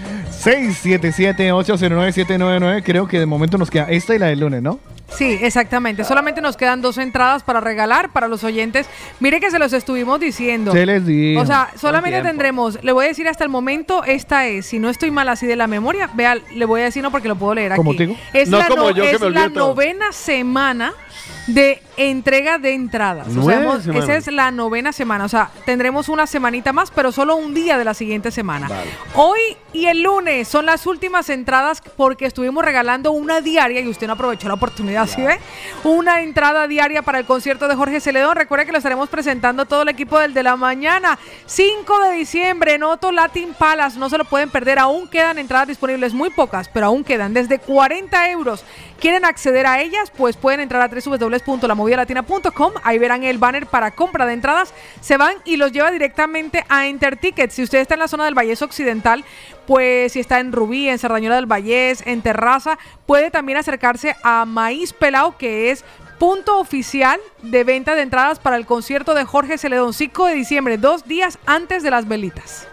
677-809-799. Creo que de momento nos queda esta y la del lunes, ¿no? Sí, exactamente. Solamente nos quedan 2 entradas para regalar para los oyentes. Mire que se los estuvimos diciendo. Se les dijo. O sea, solamente tendremos, le voy a decir hasta el momento, esta es, si no estoy mal así de la memoria, vea, le voy a decir no porque lo puedo leer aquí. ¿Cómo te digo? Es No la, como yo, que me olvido la todo. 9ª semana de entrega de entradas. O sea, 9 semanas. esa es la 9ª semana. O sea, tendremos una semanita más, pero solo un día de la siguiente semana. Hoy y el lunes son las últimas entradas porque estuvimos regalando una diaria y usted no aprovechó la oportunidad, ¿sí ve? Una entrada diaria para el concierto de Jorge Celedón. Recuerda que lo estaremos presentando todo el equipo del de la mañana. 5 de diciembre en Otto Latin Palace. No se lo pueden perder. Aún quedan entradas disponibles, muy pocas, pero aún quedan desde 40 euros. ¿Quieren acceder a ellas? Pues pueden entrar a www.lamovidalatina.com. Ahí verán el banner para compra de entradas. Se van y los lleva directamente a Intertickets. Si usted está en la zona del Vallés Occidental, pues si está en Rubí, en Cerdañola del Vallés, en Terraza, puede también acercarse a Maíz Pelao, que es punto oficial de venta de entradas para el concierto de Jorge Celedón, 5 de diciembre, 2 días antes de las velitas.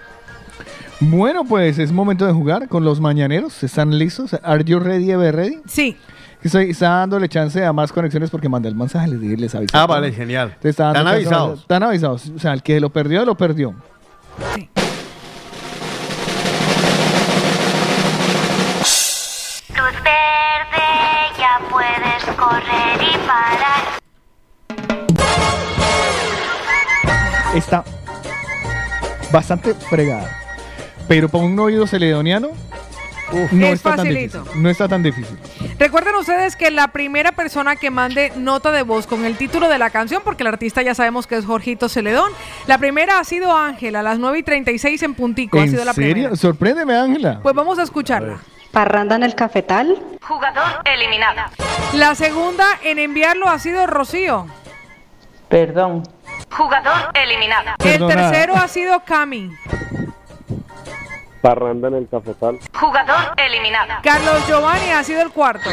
Bueno, pues es momento de jugar con los mañaneros. ¿Están listos? ¿Are you ready, ever ready? Sí. Está dándole chance a más conexiones porque mandé el mensaje, les avisé. Ah, vale, genial. Están avisados. Están avisados. O sea, el que lo perdió, lo perdió. Sí. Luz verde, ya puedes correr y parar. Está bastante fregada. Pero para un oído celedoniano, no está tan difícil. No está tan difícil. Recuerden ustedes que la primera persona que mande nota de voz con el título de la canción, porque el artista ya sabemos que es Jorgito Celedón, la primera ha sido Ángela, a las 9:36 en puntico. Ha sido la serio? primera. Sorpréndeme, Ángela. Pues vamos a escucharla. Parranda en el cafetal. Jugador eliminada. La segunda en enviarlo ha sido Rocío. Perdón. Jugador eliminada. El tercero ha sido Cami. Parranda en el cafetal. Jugador eliminada. Carlos Giovanni ha sido el cuarto.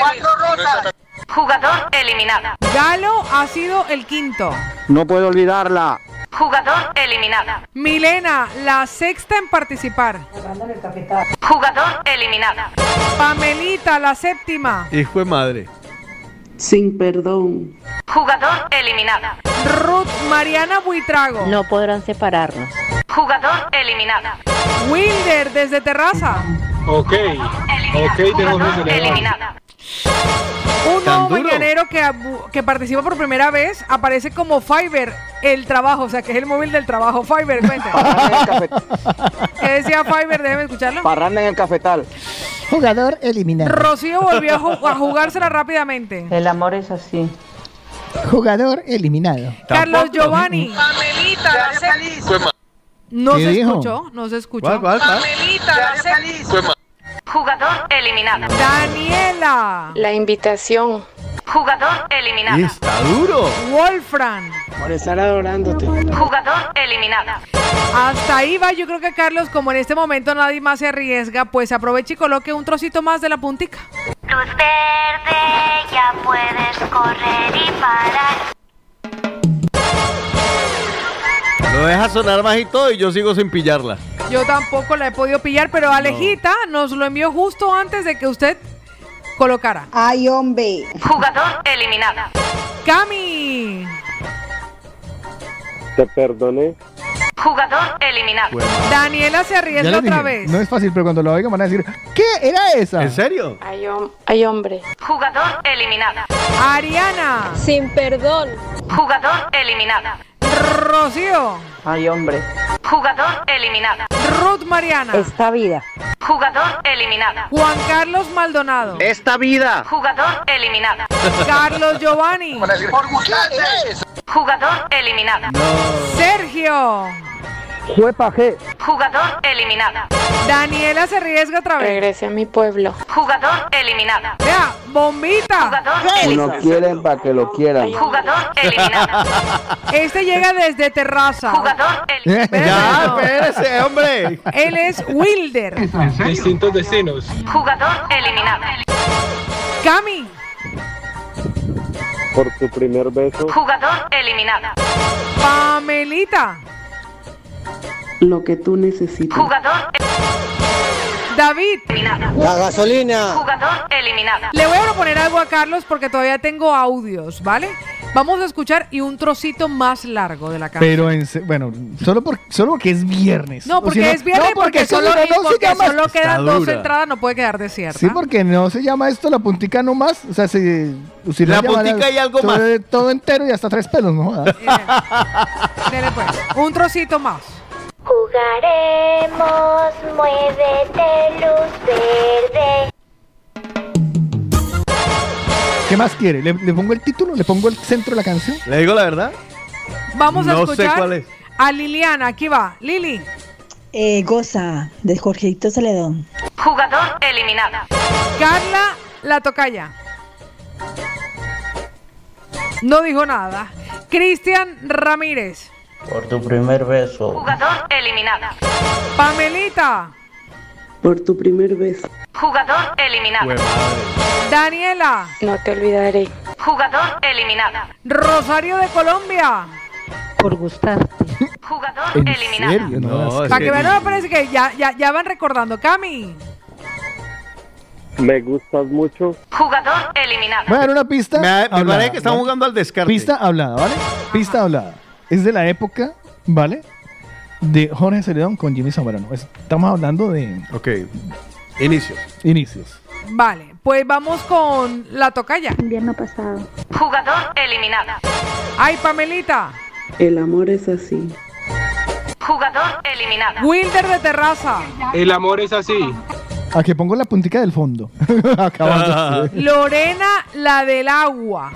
Jugador eliminada. Galo ha sido el quinto. No puedo olvidarla. Jugador eliminada. Milena, la sexta en participar. Jugador eliminada. Pamelita, la séptima. Hijo de madre. Sin perdón. Jugador eliminada. Ruth Mariana Buitrago. No podrán separarnos. Jugador eliminada. Wilder, desde Terraza. Ok, tenemos que Eliminada. Un nuevo mañanero que participa por primera vez aparece como Fiverr, el trabajo, o sea que es el móvil del trabajo. Fiverr, cuente. ¿Qué decía Fiverr? Déjeme escucharlo. Parranda en el cafetal. Jugador eliminado. Rocío volvió a jugársela rápidamente. El amor es así. Jugador eliminado. Carlos Giovanni. Pamelita, la séptima. No ¿Qué se dijo? escuchó, no se escuchó. ¿Cuál? Pamelita, la séptima. Jugador eliminada. Daniela. La invitación. Jugador eliminada. Está duro. Wolfram. Por estar adorándote. Jugador eliminada. Hasta ahí va, yo creo que Carlos, como en este momento nadie más se arriesga, pues aproveche y coloque un trocito más de la puntica. Luz verde, ya puedes correr y parar. Lo deja sonar más y todo y yo sigo sin pillarla. Yo tampoco la he podido pillar, pero Alejita nos lo envió justo antes de que usted colocara. Ay, hombre. Jugador eliminada. Cami. Te perdoné. Jugador eliminado. Bueno. Daniela se Ya arriesga les otra dije, vez. no es fácil, pero cuando lo oigan van a decir, ¿qué era esa? ¿En serio? Hay hombre. Jugador eliminada. Ariana. Sin perdón. Jugador eliminada. Rocío. Hay hombre. Jugador eliminada. Ruth Mariana. Esta vida. Jugador eliminada. Juan Carlos Maldonado. Esta vida. Jugador eliminada. Carlos Giovanni. Jugador eliminada. Sergio. Juepa G. Jugador eliminada. Daniela se arriesga otra vez. Regrese a mi pueblo. Jugador eliminada. Vea, bombita. Jugador Si no eliminada. quieren, para que lo quieran. Jugador eliminada. Este llega desde Terraza. Jugador eliminada. Ya, espérese, hombre. Él es Wilder. Distintos destinos. Jugador eliminada. Cami. Por tu primer beso. Jugador eliminada. Pamelita. Lo que tú necesitas. Jugador David. eliminada. La gasolina. Jugador eliminada. Le voy a proponer algo a Carlos porque todavía tengo audios, ¿vale? Vamos a escuchar y un trocito más largo de la canción. Pero, bueno, solo porque es viernes. No, porque O si es viernes, no, porque solo, no se porque llama- solo quedan Está dos dura. entradas, no puede quedar desierta. Sí, porque no se llama esto la puntica nomás. O sea, si La no llama puntica y algo todo, más. Todo entero y hasta 3 pelos, ¿no? jodas. Dele pues, un trocito más. Jugaremos, muévete, luz verde. ¿Qué más quiere? ¿Le pongo el título? ¿Le pongo el centro de la canción? ¿Le digo la verdad? Vamos a No escuchar sé cuál es. a Liliana. Aquí va, Lili. Goza, de Jorgito Celedón. Jugador eliminada. Carla La Tocaya. No dijo nada. Cristian Ramírez. Por tu primer beso. Jugador eliminada. Pamelita. Por tu primer beso. Jugador eliminada. Daniela. No te olvidaré. Jugador eliminada. Rosario de Colombia. Por gustarte. Jugador ¿En eliminada. serio? No, No, es Para que que- vean, no me parece que ya van recordando. Cami. Me gustas mucho. Jugador eliminado. Voy a dar una pista. Me parece que están jugando al descarte. Pista hablada, ¿vale? Pista hablada. Es de la época, ¿vale? De Jorge Celedón con Jimmy Zambrano. Estamos hablando de... Ok. Inicios. Vale, pues vamos con la tocaya. Invierno pasado. Jugador eliminado. Ay, Pamelita. El amor es así. Jugador eliminado. Wilder de Terraza. El amor es así. A que pongo la puntica del fondo. Acabando. Lorena, la del agua.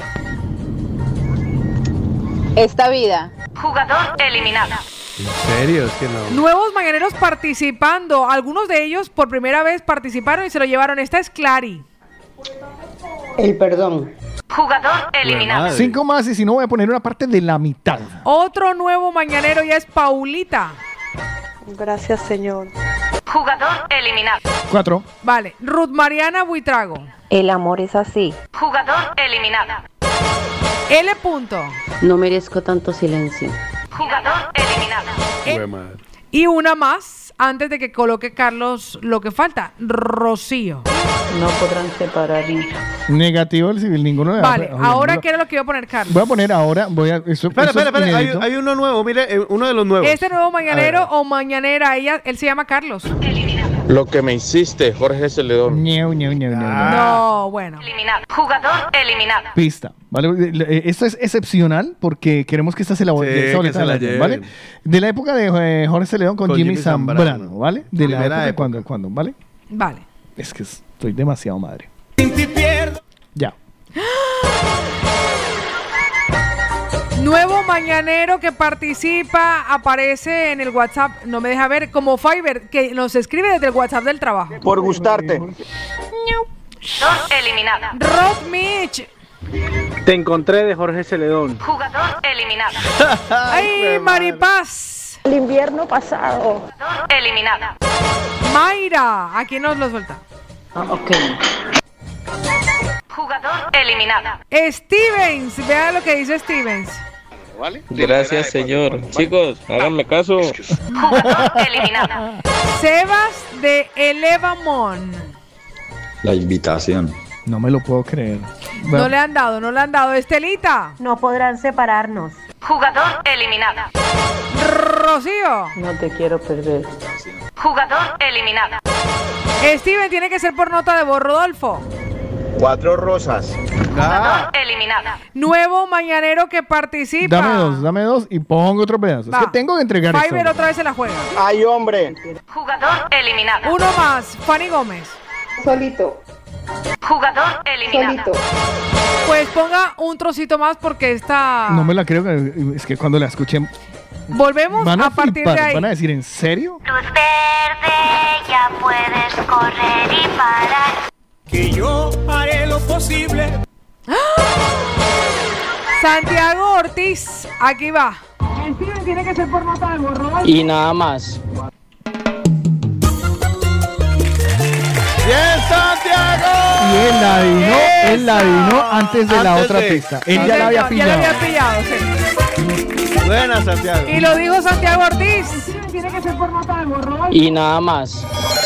Esta vida. Jugador eliminado. ¿En serio? Es que no. Nuevos mañaneros participando. Algunos de ellos por primera vez participaron y se lo llevaron. Esta es Clary. El perdón. Jugador eliminado. 5 más y si no voy a poner una parte de la mitad. Otro nuevo mañanero ya es Paulita. Gracias, Señor. Jugador eliminado. 4. Vale, Ruth Mariana Buitrago. El amor es así. Jugador eliminado. L. Punto. No merezco tanto silencio. Jugador eliminado. Y una más, antes de que coloque Carlos lo que falta. Rocío. No podrán separarnos. Negativo el civil, ninguno de Vale, ahora ¿qué era lo que iba a poner Carlos? Voy a poner ahora, Espera, hay uno nuevo, mire, uno de los nuevos. Este nuevo mañanero o mañanera, él se llama Carlos. Lo que me hiciste, Jorge Celedón. No, bueno. Eliminado. Jugador eliminado. Pista, ¿vale? Esto es excepcional porque queremos que esta se la lleven, ¿vale? De la época de Jorge Celedón con Jimmy Zambrano, ¿vale? De la época de cuando, ¿vale? Vale. Es que estoy demasiado madre. Ya. Nuevo mañanero que participa, aparece en el WhatsApp, no me deja ver, como Fiverr, que nos escribe desde el WhatsApp del trabajo. Por gustarte. Eliminado. Rock Mitch. Te encontré de Jorge Celedón. Jugador eliminado. Ay, Maripaz. El invierno pasado. Eliminado. Mayra, ¿a quién nos lo suelta? Ok. Jugador eliminado. Stevens, vea lo que dice Stevens. ¿Vale? Gracias, señor. Chicos, háganme caso. Jugador eliminado. Sebas de Elevamon. La invitación. No me lo puedo creer. No le han dado. Estelita. No podrán separarnos. Jugador eliminado. Rocío. No te quiero perder. Jugador eliminado. Steven, tiene que ser por nota de voz, Rodolfo. 4 rosas. Jugador eliminado. Nuevo mañanero que participa. Dame dos y pongo otro pedazo. Es que tengo que entregar esto. Fiverr otra vez se la juega. ¡Ay, hombre! Jugador eliminado. Uno más, Fanny Gómez. Solito. Jugador eliminado. Pues ponga un trocito más porque esta... No me la creo, es que cuando la escuché... Volvemos van a partir flipar, de ahí. Van a decir, ¿en serio? Luz verde, ya puedes correr y parar. Que yo haré lo posible. Santiago Ortiz, aquí va. Steven tiene que ser por nota de borrón. Y nada más. ¡Bien, Santiago! Y él la adivinó antes de la otra pista. Él ya la había pillado. Ya la había pillado, sí. Buena, Santiago. Y lo dijo Santiago Ortiz. Tiene que ser por nota de borrón. Y nada más.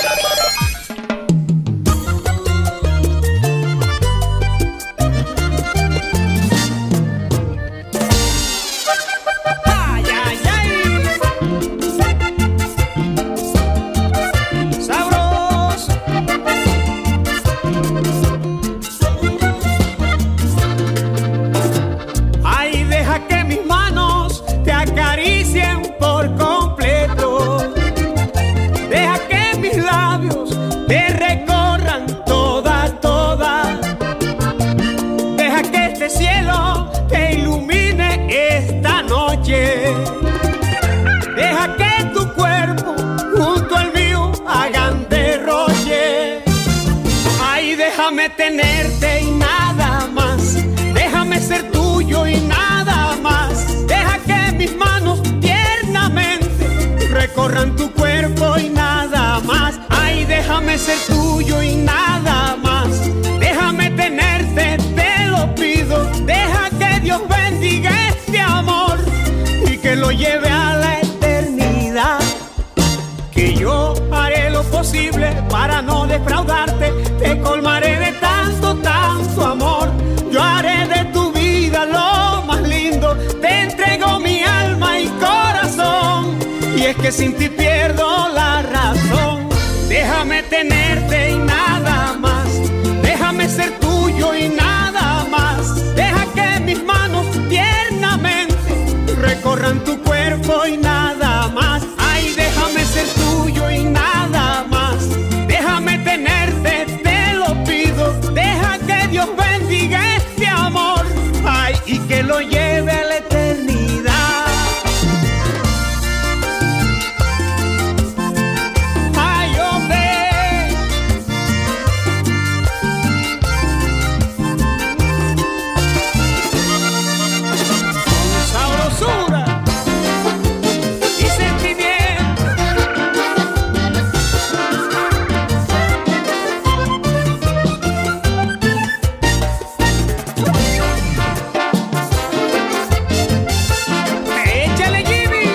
Déjame tenerte y nada más. Déjame ser tuyo y nada más. Deja que mis manos tiernamente recorran tu cuerpo y nada más. Ay, déjame ser tuyo y nada más. Déjame tenerte, te lo pido. Deja que Dios bendiga este amor y que lo lleve a la eternidad. Que yo haré lo posible posible para no defraudarte. Te colmaré de tanto, tanto amor. Yo haré de tu vida lo más lindo. Te entrego mi alma y corazón. Y es que sin ti pierdo la razón. Déjame tenerte y nada más. Déjame ser tuyo y nada más. Deja que mis manos tiernamente recorran tu cuerpo y nada más. Ay, déjame ser tuyo y nada más. Déjame tenerte, te lo pido. Deja que Dios bendiga este amor. Ay, y que lo lleve a la eternidad. Ay, hombre. Con sabrosura y sentimiento. Échale, Jimmy.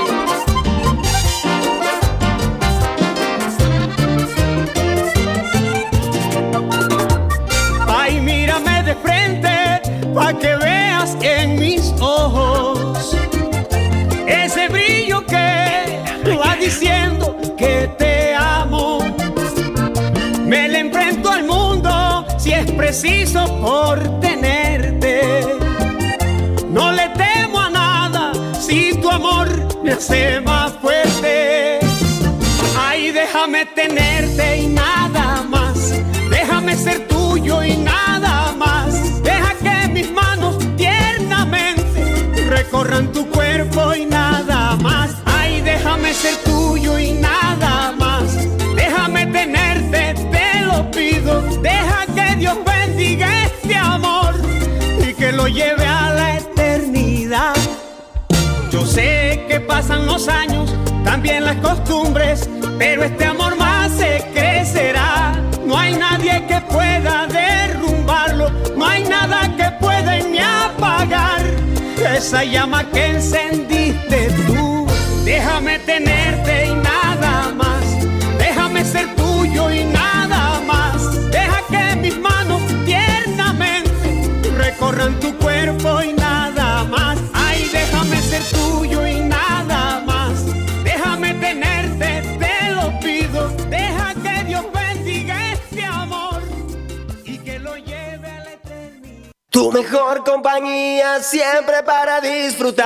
Ay, mírame de frente pa' que veas en mis ojos ese brillo que va diciendo que te amo. Me le enfrento al mundo si es preciso por tenerte. No le temo a nada si tu amor me hace más fuerte. Ay, déjame tenerte y nada más. Déjame ser tuyo y nada más. Deja que mis manos tiernamente recorran tu cuerpo y nada más. Ay, déjame ser tuyo y nada más. Déjame tenerte, te lo pido. Deja que Dios bendiga este amor y que lo lleve a la eternidad. Yo sé que pasan los años, también las costumbres, pero este amor más se crecerá. No hay nadie que pueda derrumbarlo, no hay nada que pueda ni apagar esa llama que encendiste tú. Déjame tenerte y nada más. Déjame ser tuyo y nada más. Deja que mis manos tiernamente recorran tu cuerpo y nada más. Ay, déjame ser tuyo y nada más. Déjame tenerte, te lo pido. Deja que Dios bendiga este amor y que lo lleve a la eternidad. Tu mejor compañía siempre para disfrutar.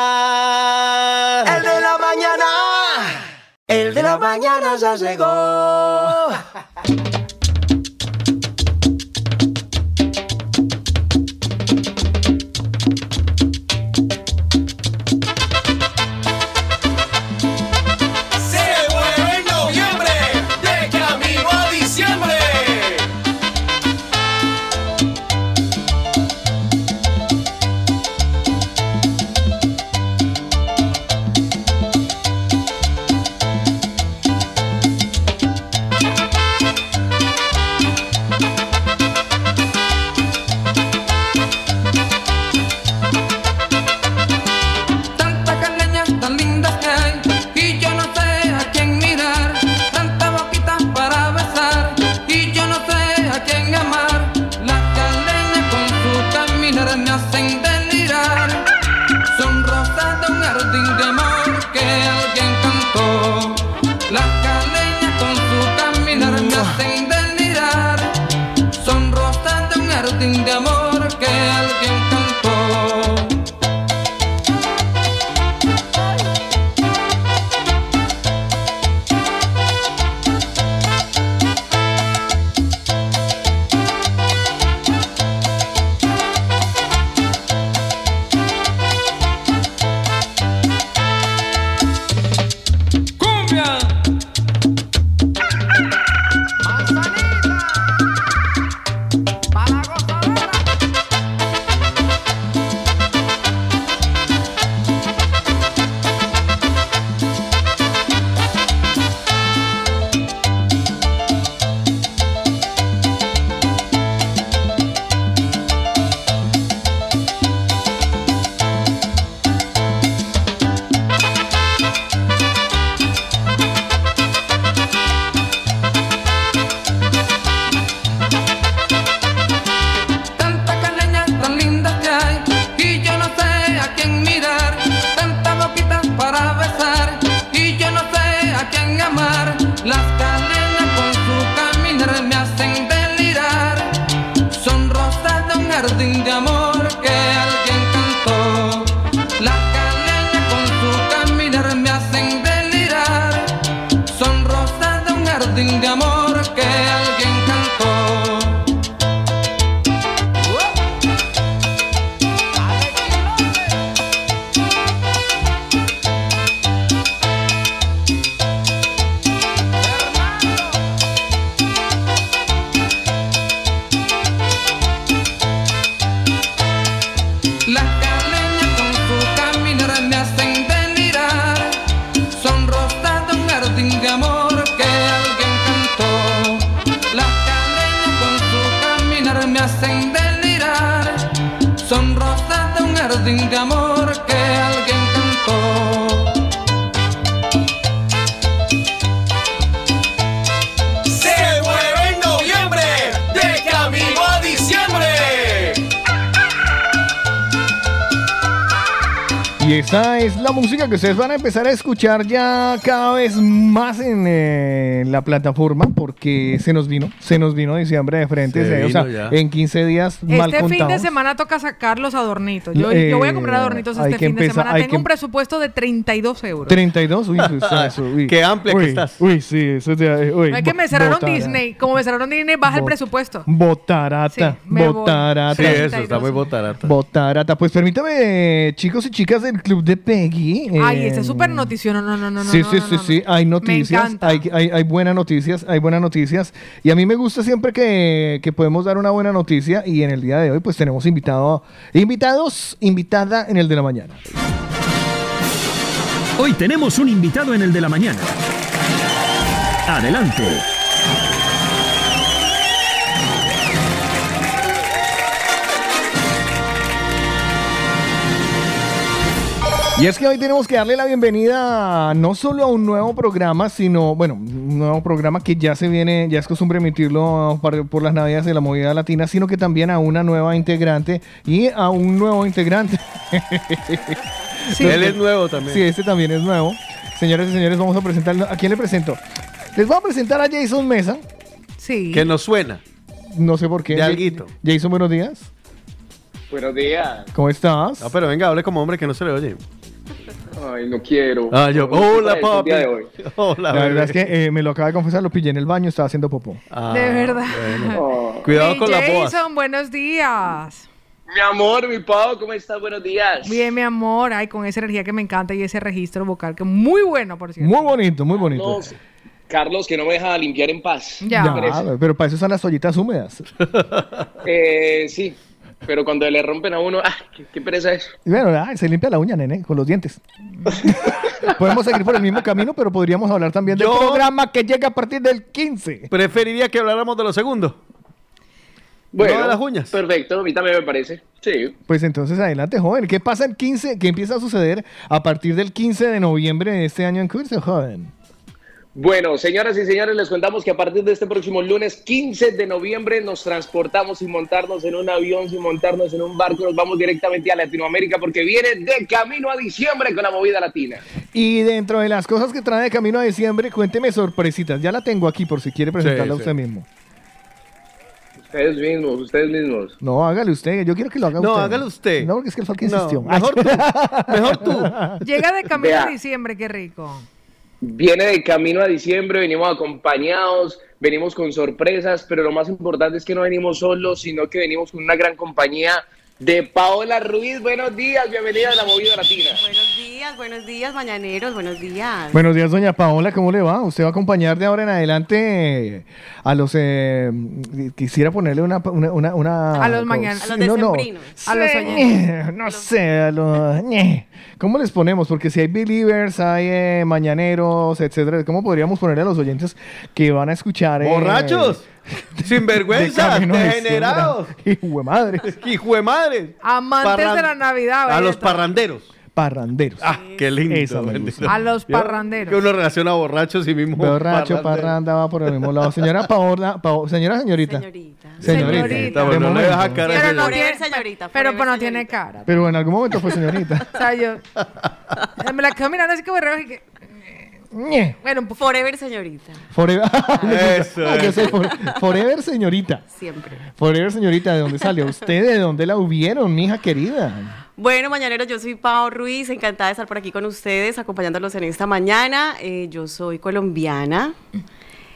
El de la mañana. El de la mañana ya llegó. Se vuelve noviembre, de camino a diciembre. jardín de amor que alguien cantó. Son rosas de un jardín de amor que alguien cantó. Se mueve en noviembre, de camino a diciembre. Y esa es la música que ustedes van a empezar a escuchar ya cada vez más en la plataforma, porque se nos vino diciembre de frente, o sea, en 15 días mal Este fin de contados. semana toca sacar los adornitos. Yo voy a comprar adornitos este fin de semana. Tengo un presupuesto de 32 euros. 32, uy, eso, uy. Qué amplia que estás. Uy, sí, eso es de, uy, No es que me cerraron Disney. Como me cerraron Disney, baja el presupuesto. Botarata, Sí, me botarata. Sí, eso está muy botarata. Botarata. Pues permítame, chicos y chicas del club de Peggy. Ay, esta es súper noticia. No. Sí, hay noticias, hay buenas noticias, y a mí me gusta siempre que podemos dar una buena noticia, y en el día de hoy pues tenemos invitada en el de la mañana. Hoy tenemos un invitado en el de la mañana. Adelante. Y es que hoy tenemos que darle la bienvenida no solo a un nuevo programa, sino, bueno, un nuevo programa que ya se viene, ya es costumbre emitirlo por las navidades de la movida latina, sino que también a una nueva integrante y a un nuevo integrante. Sí. Él es nuevo también. Sí, este también es nuevo. Señoras y señores, vamos a presentarlo. ¿A quién le presento? Les voy a presentar a Jason Mesa. Sí. Que nos suena. No sé por qué. De alguito. Jason, buenos días. Buenos días. ¿Cómo estás? No, pero venga, hable como hombre que no se le oye. Ay, no quiero. Hola, papi. Hola, la verdad es que me lo acaba de confesar, lo pillé en el baño, estaba haciendo popó. De verdad. Bueno. Cuidado con la boas. Jason, buenos días. Mi amor, mi Pau, ¿cómo estás? Buenos días. Bien, mi amor. Ay, con esa energía que me encanta y ese registro vocal que muy bueno, por cierto. Muy bonito, muy bonito. Carlos, que no me deja limpiar en paz. Ya, pero para eso son las ollitas húmedas. Sí. Pero cuando le rompen a uno, qué pereza es. Y bueno, se limpia la uña, nene, con los dientes. Podemos seguir por el mismo camino, pero podríamos hablar también del programa que llega a partir del 15. Preferiría que habláramos de lo segundo. Bueno, no de las uñas. Perfecto, a mí también me parece. Sí. Pues entonces adelante, joven. ¿Qué pasa el 15? ¿Qué empieza a suceder a partir del 15 de noviembre de este año en curso, joven? Bueno, señoras y señores, les contamos que a partir de este próximo lunes 15 de noviembre nos transportamos sin montarnos en un avión, sin montarnos en un barco, nos vamos directamente a Latinoamérica porque viene de camino a diciembre con la movida latina. Y dentro de las cosas que trae de camino a diciembre, cuénteme sorpresitas. Ya la tengo aquí por si quiere presentarla usted mismo. Ustedes mismos. No, hágale usted. Yo quiero que lo haga usted. No, hágale usted. No, porque es que el Falque insistió. Mejor tú. Llega de camino a diciembre, qué rico. Viene de camino a diciembre, venimos acompañados, venimos con sorpresas, pero lo más importante es que no venimos solos, sino que venimos con una gran compañía de Paola Ruiz. Buenos días, bienvenida a la movida latina. Buenos días, mañaneros, buenos días. Buenos días, doña Paola, ¿cómo le va? Usted va a acompañar de ahora en adelante a los... quisiera ponerle una a los mañaneros. A los decembrinos. A los oyentes. No sé, a los... ¿Cómo les ponemos? Porque si hay believers, hay mañaneros, etcétera, ¿cómo podríamos ponerle a los oyentes que van a escuchar? ¡Borrachos! ¡Sinvergüenza! ¡Degenerados! ¡Hijo de madre! ¡Hijo de madre! Amantes de la Navidad. A los parranderos. Parranderos. ¡Qué lindo! A los parranderos. Que uno relaciona borrachos y mismo. Borracho, parranda, va por el mismo lado. Señora Paola, señorita. Señorita. Bueno, no le deja cara pero señorita. no tiene, señorita. Pero no tiene cara. Pero en algún momento fue señorita. O sea, yo me la quedo mirando así como reo y que... Bueno, forever señorita. Forever. Eso. Yo soy forever señorita. Siempre. Forever señorita, ¿de dónde salió usted? ¿De dónde la hubieron, mija querida? Bueno, mañaneros, yo soy Pao Ruiz, encantada de estar por aquí con ustedes, acompañándolos en esta mañana. Yo soy colombiana.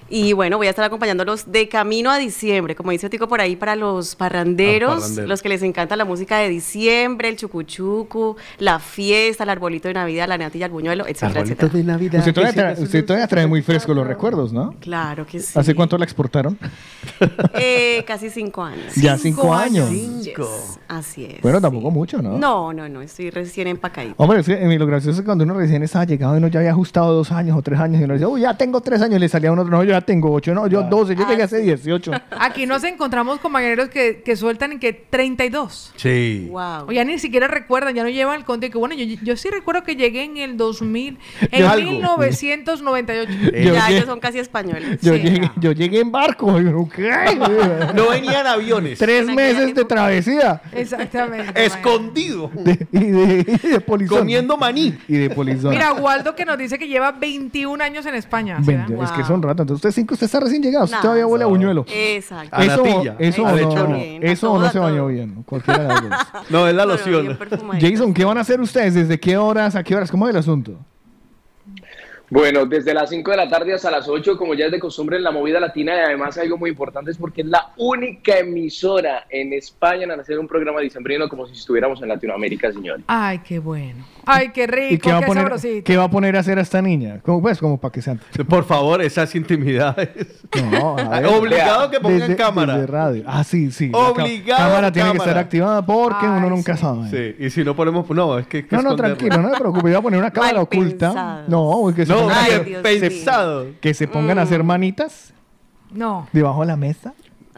Y bueno, voy a estar acompañándolos de camino a diciembre, como dice Tico por ahí, para los parranderos, los que les encanta la música de diciembre, el chucuchucu, la fiesta, el arbolito de Navidad, la natilla, el buñuelo, etcétera, etcétera. De Navidad. Usted todavía trae muy frescos los recuerdos, ¿no? Claro que sí. ¿Hace cuánto la exportaron? Casi 5 años. Ya 5 años. Yes, así es. Bueno, tampoco mucho, ¿no? No, estoy recién empacadita. Hombre, es que lo gracioso es que cuando uno recién estaba llegado y uno ya había ajustado 2 años o 3 años y uno decía, uy, ya tengo 3 años, y le salía uno, no, yo ya tengo 8, no, yo 12, yo llegué hace 18. Aquí nos encontramos con mañaneros que sueltan en que 32. Sí. Wow. O ya ni siquiera recuerdan, ya no llevan el conte. Que bueno, yo sí recuerdo que llegué en el 2000, en 1998. Ya, ellos son casi españoles. Yo llegué en barco. ¿Qué? No venían aviones. 3 meses de travesía. Exactamente. Escondido. Y de polizón. Comiendo maní. Y de polizón. Mira, Waldo que nos dice que lleva 21 años en España. Es que son ratos. Entonces usted está recién llegado. Usted todavía huele a buñuelo. Exacto. Eso no se bañó bien. Cualquiera de las dos. No, es la loción. Jason, ¿qué van a hacer ustedes? ¿Desde qué horas a qué horas? ¿Cómo es el asunto? Bueno, desde las 5 de la tarde hasta las 8, como ya es de costumbre en la movida latina, y además algo muy importante es porque es la única emisora en España en hacer un programa dicembrino como si estuviéramos en Latinoamérica, señor. Ay, qué bueno. Ay, qué rico, ¿Y qué va a poner, sabrosito. ¿qué va a poner a hacer a esta niña? Como para que sean... Por favor, esas intimidades. No, obligado que pongan cámara. Desde radio. Sí. Obligado. La cámara tiene que estar activada porque uno nunca sabe. Sí, y si no ponemos... No, es que no, tranquilo, no me preocupe. Yo voy a poner una cámara oculta. Pensado. No, que pensado. Que se pongan a hacer manitas. No. Debajo de la mesa.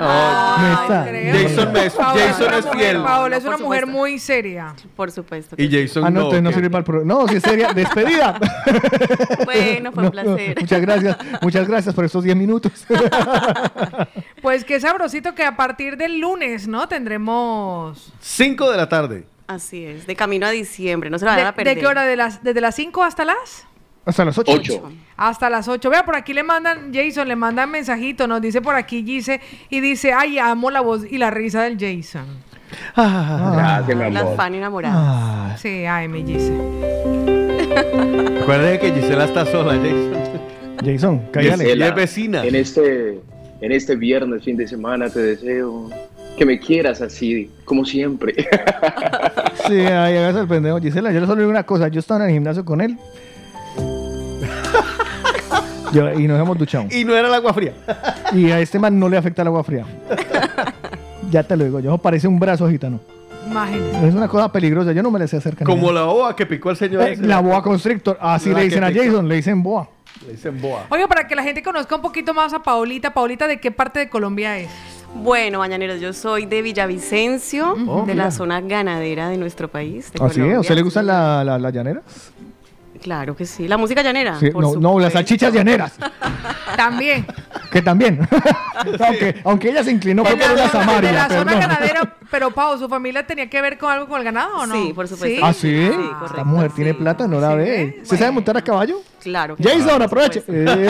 Jason es fiel. Paola es una mujer muy seria. Por supuesto. Y Jason no sirve para el programa. No, si es seria. Despedida. Bueno, fue un placer. Muchas gracias por estos 10 minutos. Pues qué sabrosito que a partir del lunes, ¿no? Tendremos 5 de la tarde. Así es, de camino a diciembre, no se lo vayan a perder. ¿De qué hora? ¿Desde las 5 hasta las? Hasta las 8. Hasta las 8. Vea, por aquí le mandan mensajito, nos dice por aquí Gise, y dice, ay, amo la voz y la risa del Jason. Gracias, mi amor. Las fan enamoradas. Sí, ay, mi Gise. Recuerden que Gisela está sola, Jason, cállale. Gisela, y es vecina. En este viernes, fin de semana, te deseo que me quieras así, como siempre. Sí, ahí hagas el pendejo. Gisela, yo le solo digo una cosa, yo estaba en el gimnasio con él. Y nos hemos duchado. Y no era el agua fría. Y a este man no le afecta el agua fría. Ya te lo digo, yo parece un brazo gitano. Imagínate. Es una cosa peligrosa, yo no me le sé acercar. Como la boa que picó el señor. La boa constrictor, así le dicen a Jason, le dicen boa. Le dicen boa. Oye, para que la gente conozca un poquito más a Paolita. Paolita, ¿de qué parte de Colombia es? Bueno, mañaneros, yo soy de Villavicencio, de la zona ganadera de nuestro país. ¿Ah, sí? ¿A usted le gustan las llaneras? Claro que sí. ¿La música llanera? Sí, no, las salchichas llaneras. También. Que también. aunque ella se inclinó por una Samaria. De la zona ganadera, pero Pau, ¿su familia tenía que ver con algo con el ganado o no? Sí, por supuesto. ¿Sí? ¿Ah, sí? Correcto, esta mujer tiene plata, no la ve. ¿Se sabe montar a caballo? Claro. Jason, aproveche.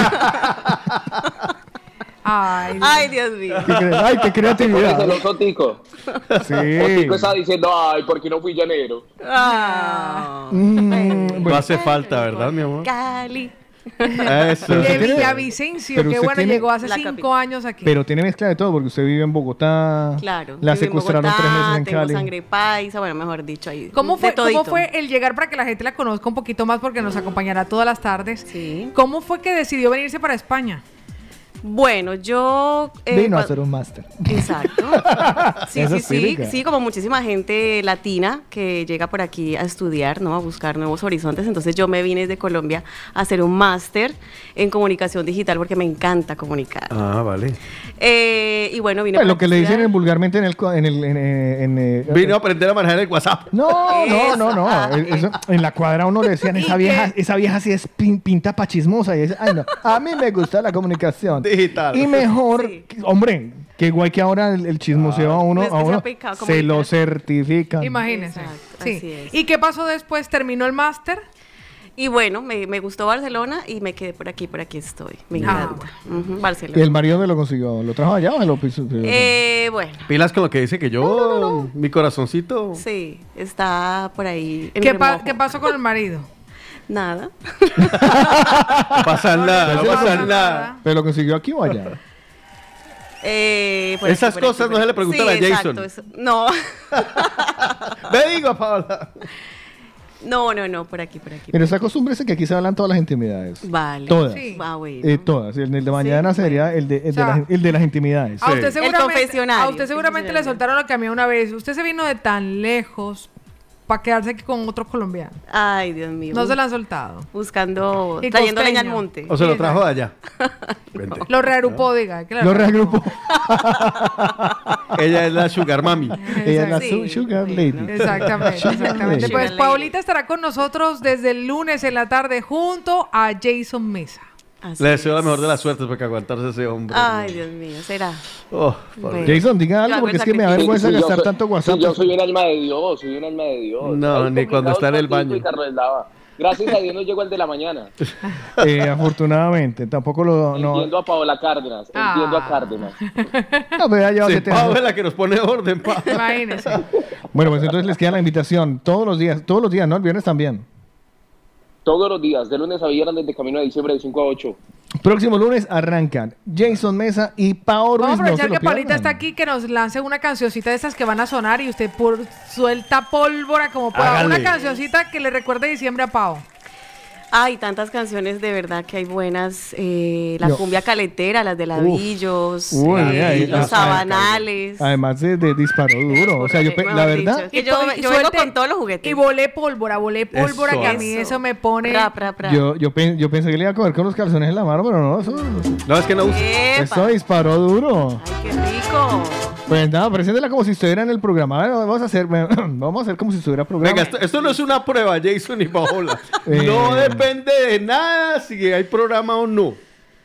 Ay, Dios mío. Ay, qué creatividad. Por eso los Otico. Sí. Otico está diciendo, ay, ¿por qué no fui llanero? No hace falta, ¿verdad, mi amor? Cali. Eso. De Villavicencio, que bueno, llegó hace 5 años aquí. Pero tiene mezcla de todo, porque usted vive en Bogotá. Claro. La secuestraron Bogotá, 3 meses en tengo Cali. sangre paisa, bueno, mejor dicho ahí. ¿Cómo fue el llegar para que la gente la conozca un poquito más, porque nos acompañará todas las tardes? Sí. ¿Cómo fue que decidió venirse para España? Bueno, yo... Vino a hacer un máster. Exacto. Sí, como muchísima gente latina que llega por aquí a estudiar, ¿no? A buscar nuevos horizontes. Entonces yo me vine desde Colombia a hacer un máster en comunicación digital porque me encanta comunicar. Ah, vale. Y bueno, vine lo que le dicen vulgarmente vino a aprender a manejar el WhatsApp. No. Eso, en la cuadra uno le decían, esa vieja sí es pinta pa' chismosa. Y dice, ay no, a mí me gusta la comunicación digital. Y mejor, hombre, qué guay que ahora el chismoseo a uno se lo certifica. Imagínense. Exacto, sí. así es. ¿Y qué pasó después? ¿Terminó el máster? Y bueno, me gustó Barcelona y me quedé por aquí estoy. Me encanta. Barcelona. ¿Y el marido me lo consiguió? ¿Lo trajo allá o me lo piso? Bueno. Pilas con lo que dice que yo, mi corazoncito. Sí, está por ahí. ¿Qué pasó con el marido? Nada. No pasa nada, no pasa nada. ¿Pero lo consiguió aquí o allá? Esas cosas no se le preguntan a Jason. Exacto, no. Me digo, Paola. No, por aquí. Pero esa costumbre es que aquí se hablan todas las intimidades. Vale. Todas. Sí. Bueno. Todas. El de mañana sería el de las intimidades. A usted seguramente, el confesionario. a usted seguramente le soltaron lo que a mí una vez. Usted se vino de tan lejos para quedarse aquí con otro colombiano. Ay, Dios mío. No se la han soltado. Trayendo leña al monte. O se lo trajo de allá. Lo reagrupó, diga. Lo reagrupó. Ella es la sugar mami. Ella es la sugar lady. Exactamente. Pues Paolita estará con nosotros desde el lunes en la tarde junto a Jason Mesa. Le deseo la mejor de las suertes porque aguantarse ese hombre. Ay, Dios mío, será. Jason, diga algo porque es que me da vergüenza gastar tanto WhatsApp. Yo soy un alma de Dios, No, ni cuando está en el baño. Gracias a Dios no llegó el de la mañana. Afortunadamente, tampoco lo... Entiendo a Paola Cárdenas, entiendo a Cárdenas. Paola es la que nos pone orden, Imagínese. Bueno, pues entonces les queda la invitación todos los días, ¿no? El viernes también. Todos los días, de lunes a viernes, desde Camino de Diciembre, de 5 a 8. Próximo lunes arrancan Jason Mesa y Pao Ruiz. Vamos a aprovechar que Paulita está aquí, que nos lance una cancioncita de esas que van a sonar y usted suelta pólvora como pueda. Hágale. Una cancioncita que le recuerde diciembre a Pao. Hay tantas canciones de verdad que hay buenas. La cumbia caletera, las de Lavillos, los sabanales. Además de disparó duro. O sea, la verdad. Yo vengo con todos los juguetes. Y volé pólvora, que a mí eso me pone... Yo pensé que le iba a coger con los calzones en la mano, pero no. No, es que no uso. Eso disparó duro. Ay, qué rico. Pues nada, preséntela como si estuviera en el programa. Vamos a hacer como si estuviera programa. Venga, esto no es una prueba, Jason y Paola. No depende de nada si hay programa o no.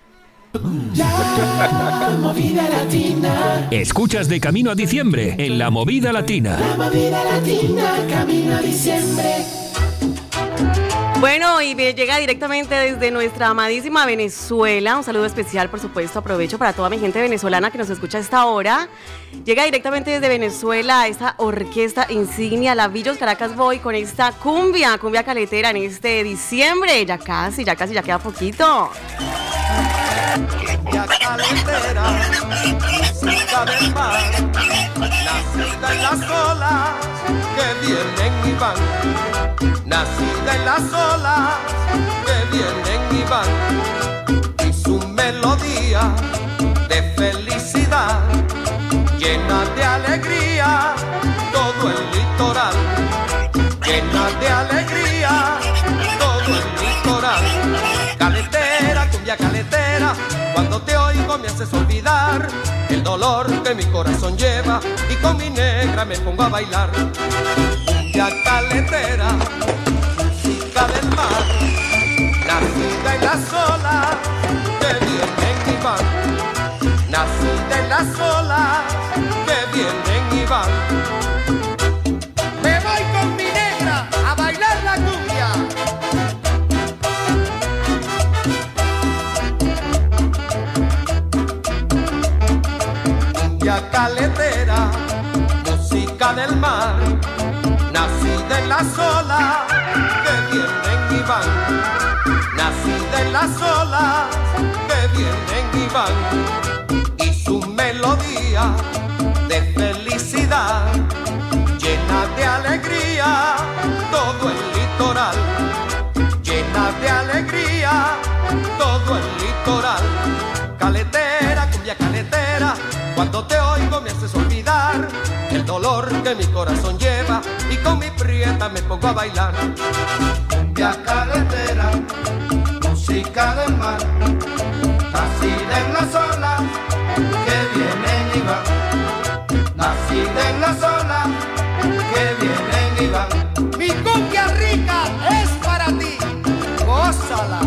La movida latina. Escuchas de camino a diciembre en la movida latina. La movida latina, camino a diciembre. Bueno, y llega directamente desde nuestra amadísima Venezuela. Un saludo especial, por supuesto, aprovecho para toda mi gente venezolana que nos escucha a esta hora. Llega directamente desde Venezuela esta orquesta insignia Lavillos Caracas Boy con esta cumbia caletera en este diciembre. Ya casi, ya queda poquito. Cumbia caletera, música del mar, nacida en las olas que vienen y van, nacida en las olas que vienen y van, y su melodía de felicidad llena de alegría todo el litoral, llena de alegría todo el litoral. Caletera, cumbia caletera, cuando te oigo me haces olvidar el dolor que mi corazón lleva y con mi negra me pongo a bailar. Cumbia caletera, música del mar, nacida en las olas que vienen y van, nacida en las olas que vienen y van. Me voy con mi negra a bailar la cumbia. Cumbia caletera, música del mar, nacida en las olas que vienen y van, nacida en las olas que vienen y van, y su melodía de felicidad llena de alegría todo el litoral, llena de alegría todo el litoral. Caletera, cumbia caletera, cuando te oigo me haces olvidar el dolor que mi corazón lleva y con mi prieta me pongo a bailar. Cumbia caletera, música del mar, nacida en las olas que vienen y van, nacida en las olas que vienen y van. Mi cumbia rica es para ti, gózala.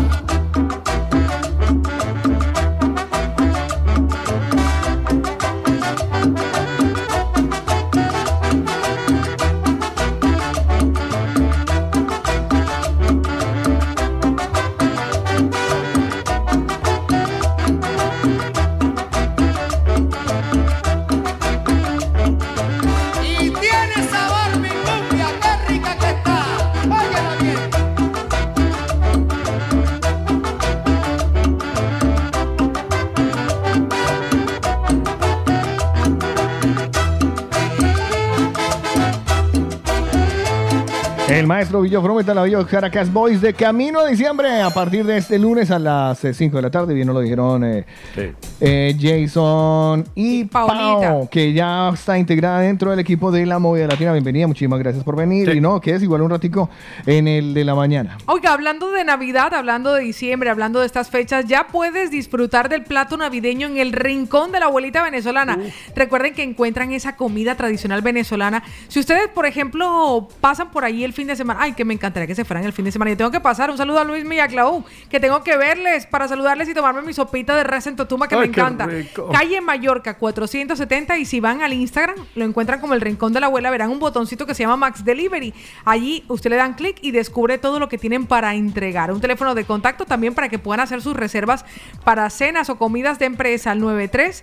maestro Villofro Metalavillo, Caracas Boys, de camino a diciembre, a partir de este lunes a las 5 de la tarde, bien nos lo dijeron Jason y Pau, que ya está integrada dentro del equipo de la Movida Latina. Bienvenida, muchísimas gracias por venir. Sí. Y no, que es igual un ratico en el de la mañana. Oiga, hablando de Navidad, hablando de diciembre, hablando de estas fechas, ya puedes disfrutar del plato navideño en el rincón de la abuelita venezolana. Recuerden que encuentran esa comida tradicional venezolana. Si ustedes, por ejemplo, pasan por ahí el fin de semana, ay, que me encantaría que se fueran el fin de semana. Yo tengo que pasar, un saludo a Luis Millaclaú, que tengo que verles para saludarles y tomarme mi sopita de res en Totuma, que me encanta. Calle Mallorca 470, y si van al Instagram, lo encuentran como el rincón de la abuela, verán un botoncito que se llama Max Delivery. Allí usted le dan clic y descubre todo lo que tienen para entregar. Un teléfono de contacto también para que puedan hacer sus reservas para cenas o comidas de empresa al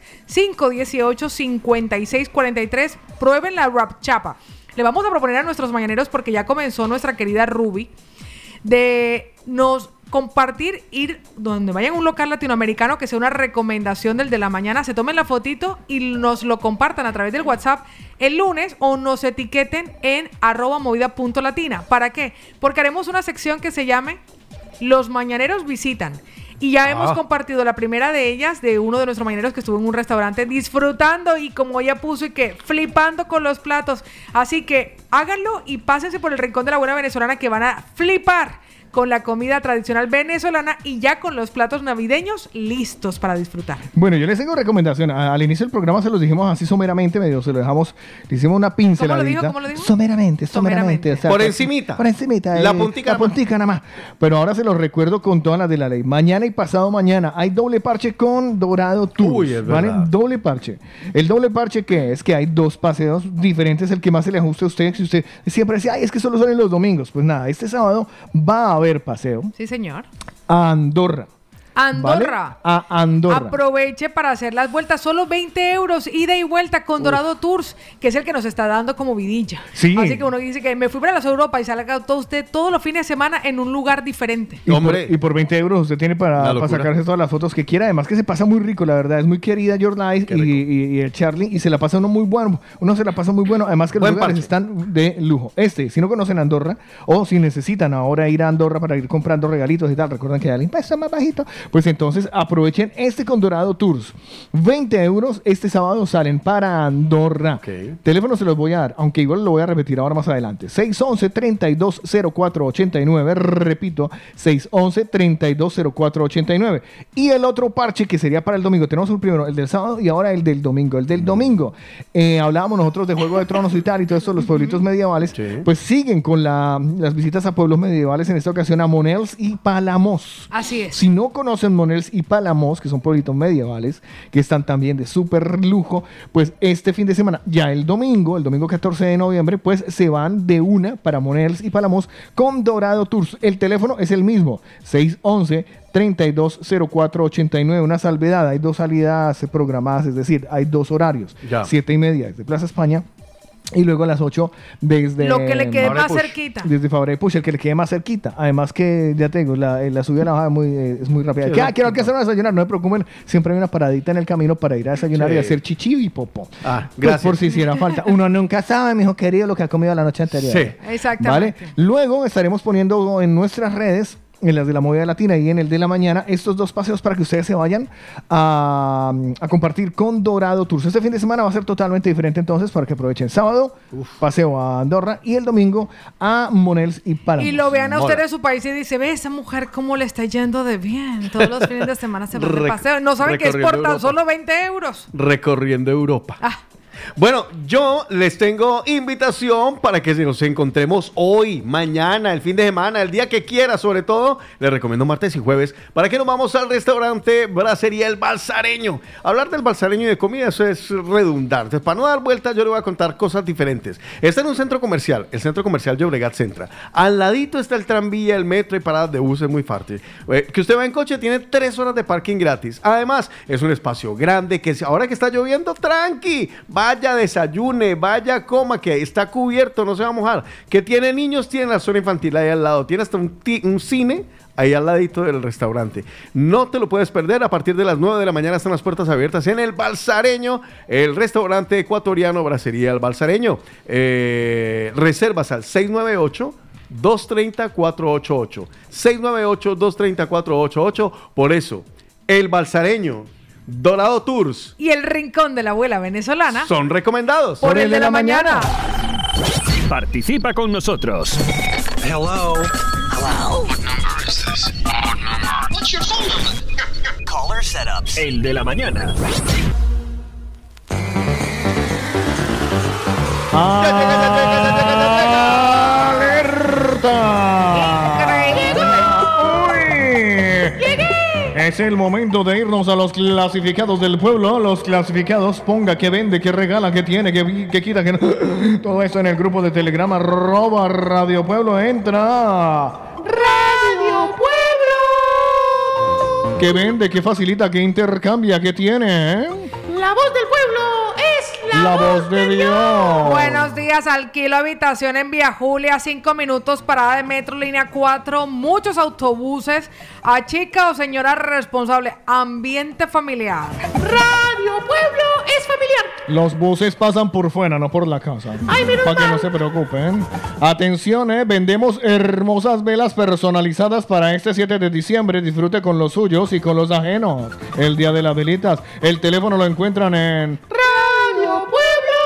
93-518-5643. Prueben la Rap Chapa. Le vamos a proponer a nuestros mañaneros, porque ya comenzó nuestra querida Ruby, de nos compartir, ir donde vayan a un local latinoamericano que sea una recomendación del de la mañana, se tomen la fotito y nos lo compartan a través del WhatsApp el lunes, o nos etiqueten en @movida.latina. ¿Para qué? Porque haremos una sección que se llame Los Mañaneros Visitan. Y ya hemos compartido la primera de ellas, de uno de nuestros mañaneros que estuvo en un restaurante disfrutando y, como ella puso, y que flipando con los platos. Así que háganlo y pásense por el rincón de la buena venezolana, que van a flipar con la comida tradicional venezolana y ya con los platos navideños listos para disfrutar. Bueno, yo les tengo recomendación. Al inicio del programa se los dijimos así someramente, medio se lo dejamos, le hicimos una pinceladita. ¿Cómo lo dijo? Someramente. O sea, por encimita. Por encimita. La puntica nada más. Pero ahora se los recuerdo con todas las de la ley. Mañana y pasado mañana hay doble parche con Dorado Tours. Uy, es ¿vale? verdad. Doble parche. El doble parche, ¿qué es? Que hay dos paseos diferentes, el que más se le ajuste a usted. Si usted siempre decía, ay, es que solo son en los domingos. Pues nada, este sábado va a haber paseo. Sí, señor. A Andorra. Andorra. ¿Vale? A Andorra. Aproveche para hacer las vueltas. Solo 20 euros, ida y vuelta con Dorado Tours, que es el que nos está dando como vidilla. Sí. Así que uno dice que me fui para las Europa y salga todo usted todos los fines de semana en un lugar diferente. Y por 20 euros usted tiene para sacarse todas las fotos que quiera. Además que se pasa muy rico, la verdad. Es muy querida Jornais y el Charlie, y se la pasa uno muy bueno. Uno se la pasa muy bueno. Además que los lugares están de lujo. Si no conocen Andorra, o si necesitan ahora ir a Andorra para ir comprando regalitos y tal, recuerden que el impuesto es más bajito, pues entonces aprovechen con Dorado Tours. 20 euros este sábado salen para Andorra. Teléfono se los voy a dar, aunque igual lo voy a repetir ahora más adelante. 611-320489. Repito, 611-320489. Y el otro parche que sería para el domingo. Tenemos el primero, el del sábado, y ahora el del domingo. El del domingo, hablábamos nosotros de Juego de Tronos y tal, y todo esto, los pueblitos medievales, pues siguen con las visitas a pueblos medievales, en esta ocasión a Monels y Palamos. Así es. Si no conocen Monels y Palamos, que son pueblitos medievales, que están también de súper lujo, pues este fin de semana, ya el domingo 14 de noviembre, pues se van de una para Monels y Palamos con Dorado Tours. El teléfono es el mismo, 611-320489. Una salvedad, hay dos salidas programadas, es decir, hay dos horarios, 7:30 desde Plaza España, y luego a las 8 desde... Lo que le quede más cerquita. Desde Fabra de Push, el que le quede más cerquita. Además que, ya te digo, la subida a la bajada es muy rápida. Quiero alcanzar a desayunar, no se preocupen. Siempre hay una paradita en el camino para ir a desayunar y hacer chichi y popó. Gracias. Pues por si hiciera falta. Uno nunca sabe, mi hijo querido, lo que ha comido la noche anterior. Sí. Exactamente. ¿Vale? Luego estaremos poniendo en nuestras redes, en las de la Movida Latina y en el de la mañana, estos dos paseos para que ustedes se vayan a compartir con Dorado Tours. Este fin de semana va a ser totalmente diferente, entonces, para que aprovechen. Sábado, paseo a Andorra, y el domingo a Monels y Palamos. Y lo vean a ustedes de su país y dice, ve esa mujer cómo le está yendo de bien. Todos los fines de semana se van de paseo. No saben que es por tan solo 20 euros. Recorriendo Europa. Bueno, yo les tengo invitación para que nos encontremos hoy, mañana, el fin de semana, el día que quiera, sobre todo. Les recomiendo martes y jueves para que nos vamos al restaurante Bracería El Balsareño. Hablar del balsareño y de comida, eso es redundar. Entonces, para no dar vueltas, yo le voy a contar cosas diferentes. Está en un centro comercial, el centro comercial Llobregat Centra. Al ladito está el tranvía, el metro y paradas de buses muy fácil. Que usted va en coche, tiene 3 horas de parking gratis. Además, es un espacio grande que ahora que está lloviendo, tranqui, vaya, desayune, vaya, coma, que está cubierto, no se va a mojar. Que tiene niños, tiene la zona infantil ahí al lado, tiene hasta un cine ahí al ladito del restaurante. No te lo puedes perder. A partir de las 9 de la mañana están las puertas abiertas en El Balsareño, el restaurante ecuatoriano Bracería El Balsareño. Reservas al 698 698-230-488. 698-230-488. Por eso, El Balsareño, Dorado Tours y El Rincón de la Abuela Venezolana son recomendados por el de la mañana. Participa con nosotros. Hello. Hello. What number is this? What number? What's your phone number? Caller setups. El de la mañana. Es el momento de irnos a los clasificados del pueblo. Los clasificados, ponga, que vende, que regala, que tiene, que quita, que no. Todo esto en el grupo de Telegram @Radio Pueblo. Entra Radio Pueblo. Que vende, que facilita, que intercambia, que tiene. La voz del pueblo es la voz de Dios. Buenos días, alquilo habitación en Vía Julia, 5 minutos, parada de metro, línea 4, muchos autobuses, a chica o señora responsable, ambiente familiar. Radio Pueblo es familiar. Los buses pasan por fuera, no por la casa. Ay, menos para que mal. no se preocupen. Atención, vendemos hermosas velas personalizadas para este 7 de diciembre. Disfrute con los suyos y con los ajenos. El día de las velitas. El teléfono lo encuentran en Radio Pueblo.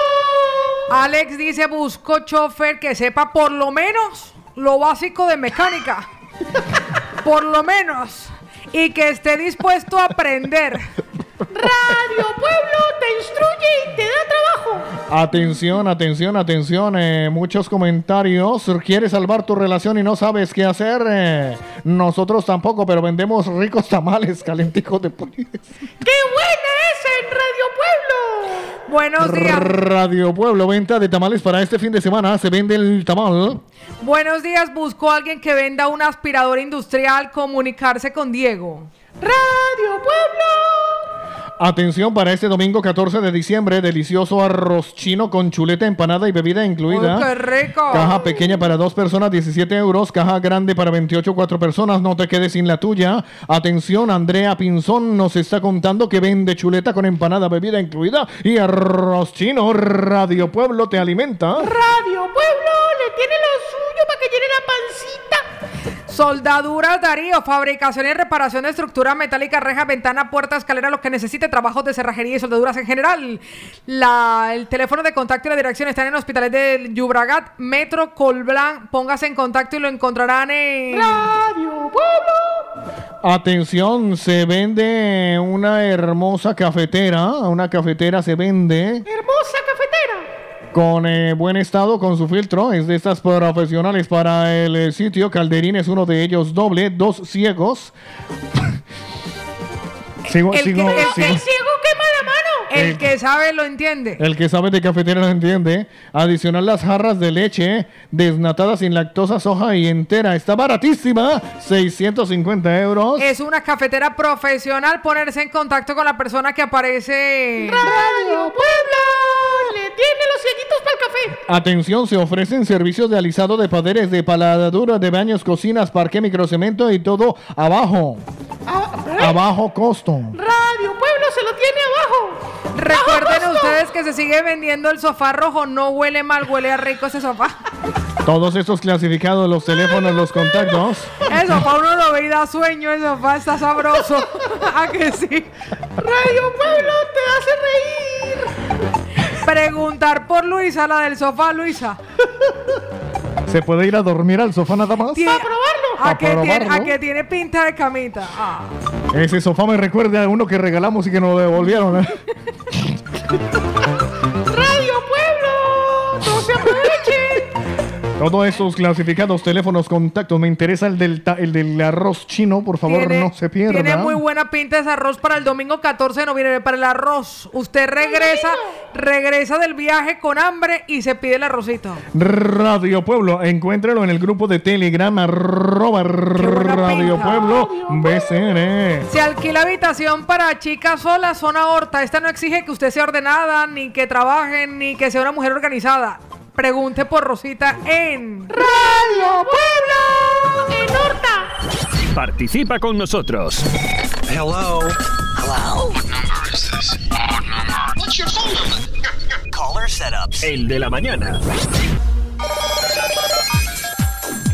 Alex dice, busco chofer que sepa por lo menos lo básico de mecánica. Por lo menos. Y que esté dispuesto a aprender. Radio Pueblo te instruye y te da trabajo. Atención. Muchos comentarios. ¿Quieres salvar tu relación y no sabes qué hacer? Nosotros tampoco, pero vendemos ricos tamales calenticos de pollo. ¡Qué buena es en Radio Pueblo! Buenos días. Radio Pueblo, venta de tamales para este fin de semana. Se vende el tamal. Buenos días, busco a alguien que venda un aspirador industrial. Comunicarse con Diego. Radio Pueblo. Atención para este domingo 14 de diciembre, delicioso arroz chino con chuleta, empanada y bebida incluida. ¡Uy, qué rico! Caja pequeña para 2 personas, 17 euros. Caja grande para 28, 4 personas. No te quedes sin la tuya. Atención, Andrea Pinzón nos está contando que vende chuleta con empanada, bebida incluida y arroz chino. Radio Pueblo te alimenta. Radio Pueblo le tiene lo suyo para que llene la pancita. Soldaduras Darío, fabricación y reparación de estructura metálica, reja, ventana, puerta, escalera, lo que necesite, trabajos de cerrajería y soldaduras en general. El teléfono de contacto y la dirección están en Hospitales de Llobregat, Metro Colblanc. Póngase en contacto y lo encontrarán en Radio Pueblo. Atención, se vende una hermosa cafetera. Una cafetera se vende. Hermosa cafetera. Con buen estado, con su filtro. Es de estas profesionales para el sitio. Calderín es uno de ellos, doble, 2 ciegos. El ciego quema la mano. El que sabe lo entiende. El que sabe de cafetera lo entiende. Adicional las jarras de leche desnatada sin lactosa, soja y entera. Está baratísima. 650 euros. Es una cafetera profesional. Ponerse en contacto con la persona que aparece. Radio Pueblo le tiene los cieguitos para el café. Atención, se ofrecen servicios de alisado de paredes, de paladadura, de baños, cocinas, parque, microcemento y todo abajo. A bajo costo. Radio Pueblo se lo tiene abajo. Recuerden ustedes que se sigue vendiendo el sofá rojo. No huele mal, huele a rico ese sofá. Todos estos clasificados, los teléfonos, los contactos. El sofá uno lo ve y da sueño. El sofá está sabroso. ¿A que sí? Radio Pueblo te hace reír. Preguntar por Luisa, la del sofá, Luisa. ¿Se puede ir a dormir al sofá nada más? ¿Para probarlo? ¿A que tiene pinta de camita? Ah. Ese sofá me recuerda a uno que regalamos y que nos lo devolvieron. Radio Pueblo, no se aprovechen. Todos esos clasificados, teléfonos, contactos. Me interesa el del arroz chino, por favor, no se pierda. Tiene muy buena pinta ese arroz para el domingo 14 de noviembre. Para el arroz, usted regresa del viaje con hambre y se pide el arrocito. Radio Pueblo, encuéntralo en el grupo de Telegram @Radio Pueblo BCN. Se alquila habitación para chicas solas, zona Horta. Esta no exige que usted sea ordenada, ni que trabaje, ni que sea una mujer organizada. Pregunte por Rosita en Radio Pueblo en Horta. Participa con nosotros. Hello. Hello. What number is this? What number? What's your phone number? Caller setups. El de la mañana.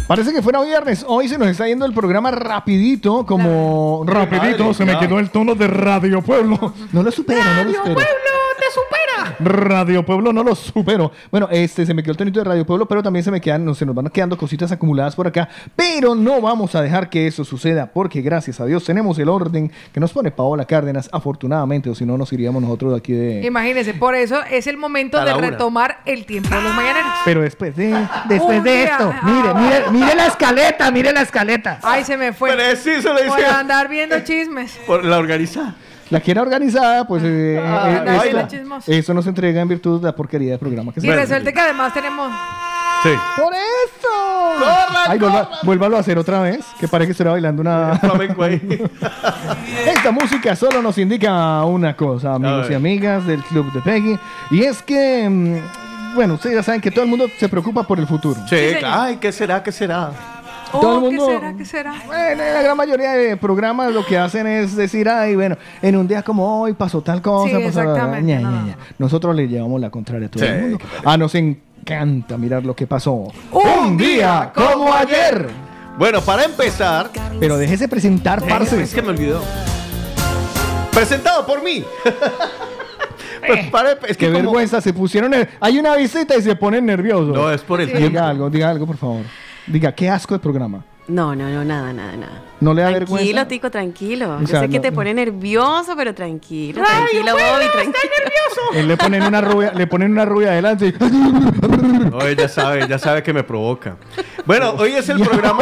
Parece que fuera viernes. Hoy se nos está yendo el programa rapidito, como... Rapidito, madre, se me quedó el tono de Radio Pueblo. No lo supero, no lo supero. ¡Te supera! Radio Pueblo no lo supero. Bueno, se me quedó el tonito de Radio Pueblo, pero también se nos van quedando cositas acumuladas por acá. Pero no vamos a dejar que eso suceda, porque gracias a Dios tenemos el orden que nos pone Paola Cárdenas, afortunadamente, o si no nos iríamos nosotros de aquí de... Imagínense, por eso es el momento de retomar el tiempo de los mañaneros. Pero después de esto, mire la escaleta. Ay, se me fue. Preciso le Por dice. andar viendo chismes. Por la organizada. La que era organizada, pues baila chismoso. eso nos entrega en virtud de la porquería de programa que Y resulta que además tenemos... Sí. ¡Por eso! Ay, vuélvalo a hacer otra vez, que parece que estuviera bailando una... flamenco ahí. Esta música solo nos indica una cosa, amigos y amigas del Club de Peggy, y es que, bueno, ustedes ya saben que todo el mundo se preocupa por el futuro. Sí, ay, ¿qué será? Todo el mundo, ¿Qué será? Bueno, la gran mayoría de programas lo que hacen es decir, ay, bueno, en un día como hoy pasó tal cosa. Sí, exactamente. Nosotros le llevamos la contraria a todo el mundo. Nos encanta mirar lo que pasó. Un día como ayer. Bueno, para empezar... Pero déjese presentar, parce. Es que me olvidó. Presentado por mí. Es que qué vergüenza, se pusieron... Hay una visita y se ponen nerviosos. No, es por el tiempo. Diga algo, por favor. Diga, qué asco de programa. No, nada. ¿No le da tranquilo, vergüenza? Tico, tranquilo. O sea, Yo sé que te pone nervioso, pero tranquilo, tranquilo, Bobby, tranquilo. Él le ponen una rubia adelante y... No, ella sabe que me provoca. Bueno, hoy es el programa...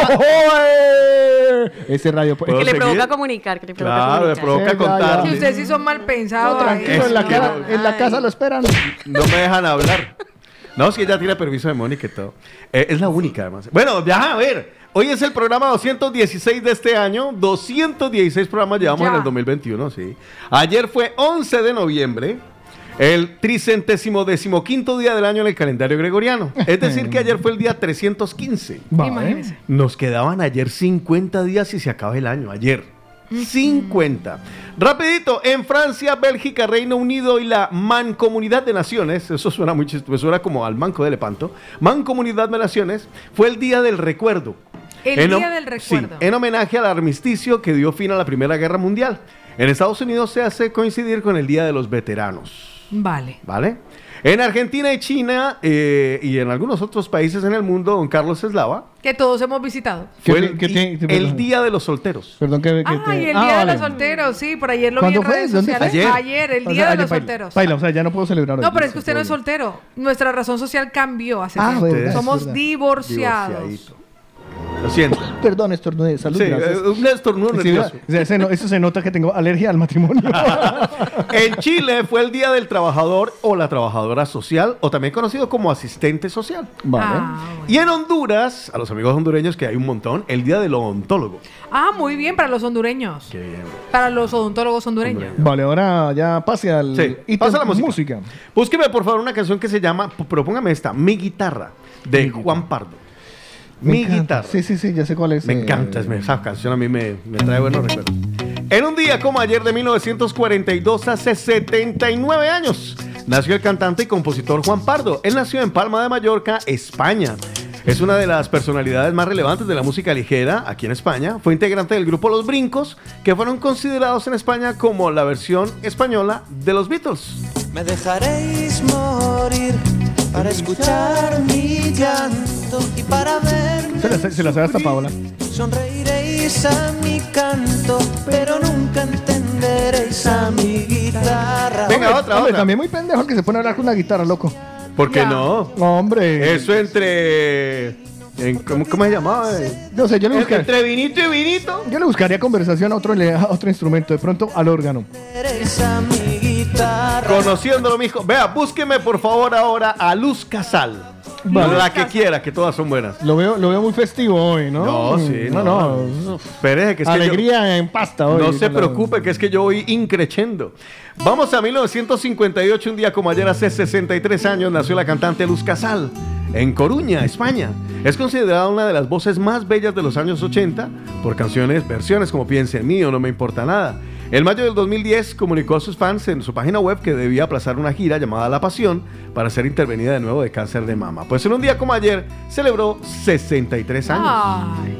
Ese radio... Que le provoca comunicar, le provoca contar. Si ustedes sí son mal pensados. Tranquilo, en la casa lo esperan. No me dejan hablar. No, si ella tiene permiso de Mónica y todo. Es la única, además. Bueno, ya, a ver. Hoy es el programa 216 de este año. 216 programas llevamos en el 2021, sí. Ayer fue 11 de noviembre. El 315º día del año en el calendario gregoriano. Es decir, que ayer fue el día 315. Imagínense. Nos quedaban ayer 50 días y se acaba el año. Ayer. 50. Rapidito, en Francia, Bélgica, Reino Unido y la Mancomunidad de Naciones, eso suena muy chistoso, suena como al Manco de Lepanto. Mancomunidad de Naciones fue el Día del Recuerdo. El Día del Recuerdo. Sí, en homenaje al armisticio que dio fin a la Primera Guerra Mundial. En Estados Unidos se hace coincidir con el Día de los Veteranos. Vale. En Argentina y China y en algunos otros países en el mundo, don Carlos Eslava, que todos hemos visitado. Fue el Día de los Solteros. Perdón y el Día de los Solteros, sí, por ayer lo vi en redes sociales. Ayer, el Día de los Solteros. O sea, ya no puedo celebrar hoy. No, pero es que usted no es soltero. Nuestra razón social cambió hace tiempo. Somos divorciados. Lo siento. Perdón, estornudé. Salud, gracias. Un estornudo nervioso. Eso se nota que tengo alergia al matrimonio. En Chile fue el Día del Trabajador o la Trabajadora Social, o también conocido como asistente social. Vale. Y en Honduras, a los amigos hondureños, que hay un montón, el Día del Odontólogo. Muy bien, para los hondureños. Qué bien. Para los odontólogos hondureños. Vale, ahora ya pase al... Sí, pasa la música. Búsqueme, por favor, una canción que se llama, propóngame esta, Mi Guitarra, de Juan Pardo. Mi guitarra. Sí, ya sé cuál es. Me encanta, esa canción a mí me trae buenos recuerdos. En un día como ayer de 1942, hace 79 años, nació el cantante y compositor Juan Pardo. Él nació en Palma de Mallorca, España. Es una de las personalidades más relevantes de la música ligera aquí en España. Fue integrante del grupo Los Brincos, que fueron considerados en España como la versión española de los Beatles. Me dejaréis morir para escuchar mi llanto y para verme. Se la sabe hasta Paola. Sonreiréis a mi canto, pero nunca entenderéis a mi guitarra. Venga, otra. También muy pendejo el que se pone a hablar con una guitarra, loco. ¿Por qué no? Hombre. Eso entre... ¿Cómo se llamaba? No sé, yo le buscaría... Entre vinito y vinito. Yo le buscaría conversación a otro instrumento, de pronto al órgano. Conociéndolo, mijo. Vea, búsqueme por favor ahora a Luz Casal. Vale. La que quiera, que todas son buenas. Lo veo muy festivo hoy, ¿no? No, sí, no. Espere, que es alegría que en pasta hoy. No se preocupe, que es que yo voy increchendo. Vamos a 1958, un día como ayer, hace 63 años, nació la cantante Luz Casal en Coruña, España. Es considerada una de las voces más bellas de los años 80 por versiones como Piensa en mí o No me importa nada. En mayo del 2010 comunicó a sus fans en su página web que debía aplazar una gira llamada La Pasión para ser intervenida de nuevo de cáncer de mama. Pues en un día como ayer celebró 63 años. Ay.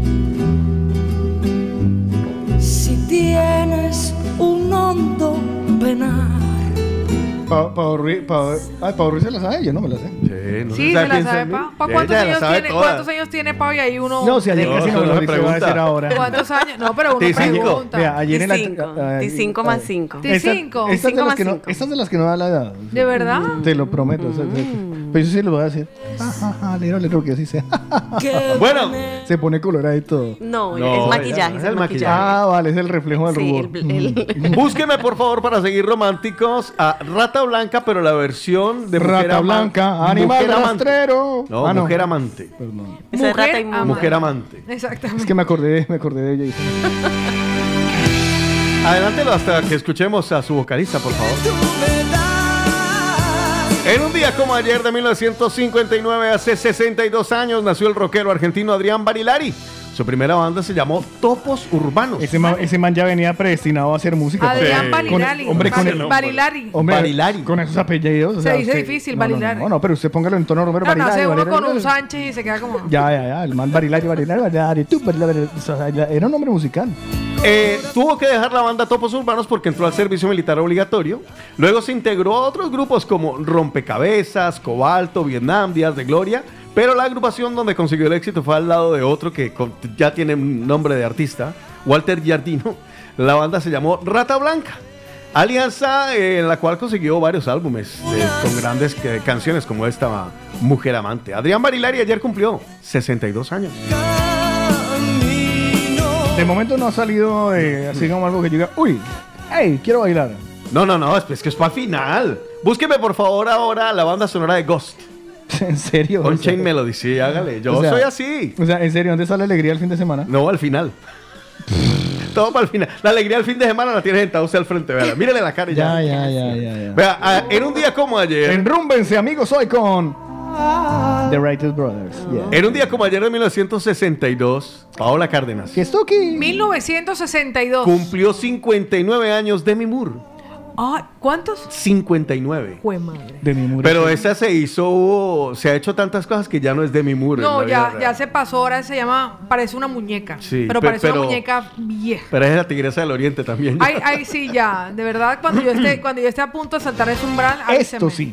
Si tienes un hondo penar. Pau Ruiz se la sabe, yo no me la sé. Sí, se la sabe, Pau. ¿Cuántos años tiene Pau? Y ahí uno... No, si ayer casi no lo pregunta ahora. ¿Cuántos años? No, pero uno pregunta. Mira, ayer en la... T5 más 5. T5. Estas de las que no da la edad. ¿De verdad? Te lo prometo. Pero yo sí lo voy a decir. Léelo porque así sea. Bueno. Se pone colorado y todo. No, es maquillaje. Es el maquillaje. Ah, vale, es el reflejo del rubor. Búsqueme, por favor, para seguir románticos, a Rata Blanca, pero la versión de Rata Blanca, animal rastrero. No, Mujer Amante. Perdón. Mujer Amante. Exactamente. Es que me acordé de ella. Adelántelo hasta que escuchemos a su vocalista, por favor. En un día como ayer de 1959, hace 62 años, nació el rockero argentino Adrián Barilari. Su primera banda se llamó Topos Urbanos. Ese man ya venía predestinado a hacer música. Adrián Barilari. Barilari. Con esos apellidos. Se dice difícil, Barilari. No, pero usted póngalo en tono romero. No, hace uno con un Sánchez y se queda como... Ya. El man Barilari. Era un nombre musical. Tuvo que dejar la banda Topos Urbanos porque entró al servicio militar obligatorio. Luego se integró a otros grupos como Rompecabezas, Cobalto, Vietnam, Días de Gloria. Pero la agrupación donde consiguió el éxito fue al lado de otro que ya tiene nombre de artista, Walter Giardino. La banda se llamó Rata Blanca. Alianza en la cual consiguió varios álbumes con grandes canciones como esta Mujer Amante. Adrián Barilari ayer cumplió 62 años. De momento no ha salido así como algo que diga, uy, hey, quiero bailar. No, es que es para el final. Búsqueme por favor ahora la banda sonora de Ghost. ¿En serio? Con Chain Melody, sí, hágale. Yo soy así. O sea, ¿en serio? ¿Dónde está la alegría el fin de semana? No, al final. Todo para el final. La alegría del fin de semana la tiene sentada usted al frente, véala. Mírele la cara y ya. Ya. Vea, en un día como ayer... Enrúmbense, amigos, hoy con... The Righteous Brothers. En un día como ayer de 1962, Paola Cárdenas. ¿Qué esto aquí? 1962. Cumplió 59 años Demi Moore. Ah, ¿cuántos? 59. Jue madre. Demi Moore. Pero esa se ha hecho tantas cosas que ya no es Demi Moore. No, ya se pasó, ahora se llama, parece una muñeca. Sí, pero parece una muñeca vieja. Pero es la Tigresa del Oriente también. Ay, sí, ya. De verdad, cuando yo esté a punto de saltar ese umbral, esto sí.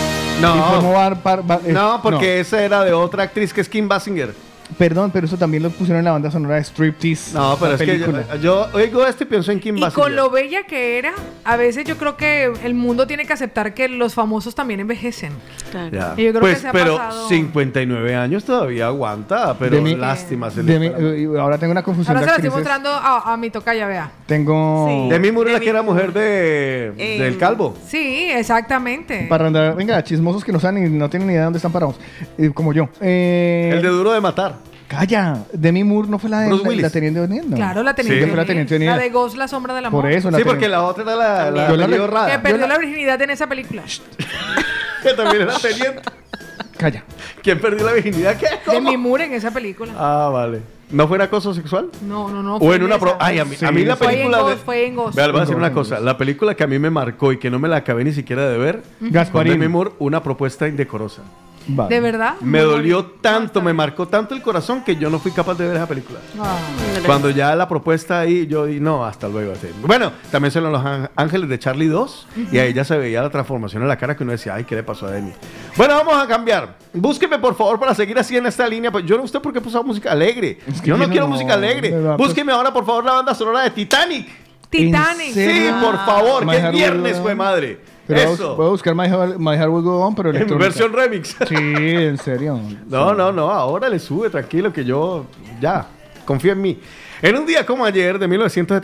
No, porque esa era de otra actriz que es Kim Basinger. Perdón, pero eso también lo pusieron en la banda sonora de Striptease. No, pero es película. Que yo oigo esto y pienso en Kim Basinger. Y con lo bella que era, a veces yo creo que el mundo tiene que aceptar que los famosos también envejecen. Claro. Ya. Y yo creo pues, que se ha pero pasado. 59 años todavía aguanta, pero lástima. Ahora tengo una confusión. Ahora se la estoy mostrando a mi tocaya, vea. Tengo... Sí. Demi Moore, la que era mujer del Calvo. Sí, exactamente. Para andar, venga, chismosos que no saben y no tienen ni idea de dónde están parados. Como yo. El de Duro de Matar. Calla, Demi Moore no fue la Teniente O'Neill, ¿no? Claro, la Teniente O'Neill. La de Ghost, la sombra del amor. Por eso. Sí, porque la otra era la que perdió la virginidad en esa película. Que también era Teniente. Calla. ¿Quién perdió la virginidad? ¿Qué? Demi Moore en esa película. Ah, vale. ¿No fue un acoso sexual? No. O en una... Ay, a mí la película... Fue en Ghost. Vea, le voy a decir una cosa. La película que a mí me marcó y que no me la acabé ni siquiera de ver... Gasparín. Con Demi Moore, una propuesta indecorosa. Vale. ¿De verdad? Me dolió tanto, me marcó tanto el corazón que yo no fui capaz de ver esa película. Cuando ya la propuesta ahí, yo dije, no, hasta luego. Bueno, también son Los Ángeles de Charlie 2 y ahí ya se veía la transformación en la cara que uno decía, ay, ¿qué le pasó a Demi? Bueno, vamos a cambiar. Búsqueme, por favor, para seguir así en esta línea. Yo no sé por qué puso música alegre. Es que yo no quiero música alegre. Búsqueme ahora, por favor, la banda sonora de Titanic. Titanic. Sí, por favor, que es viernes, fue madre. Pero eso. Voy a buscar My Heart Will Go On, pero en versión remix. Sí, en serio. No, ahora le sube, tranquilo, que yo ya, confío en mí. En un día como ayer, de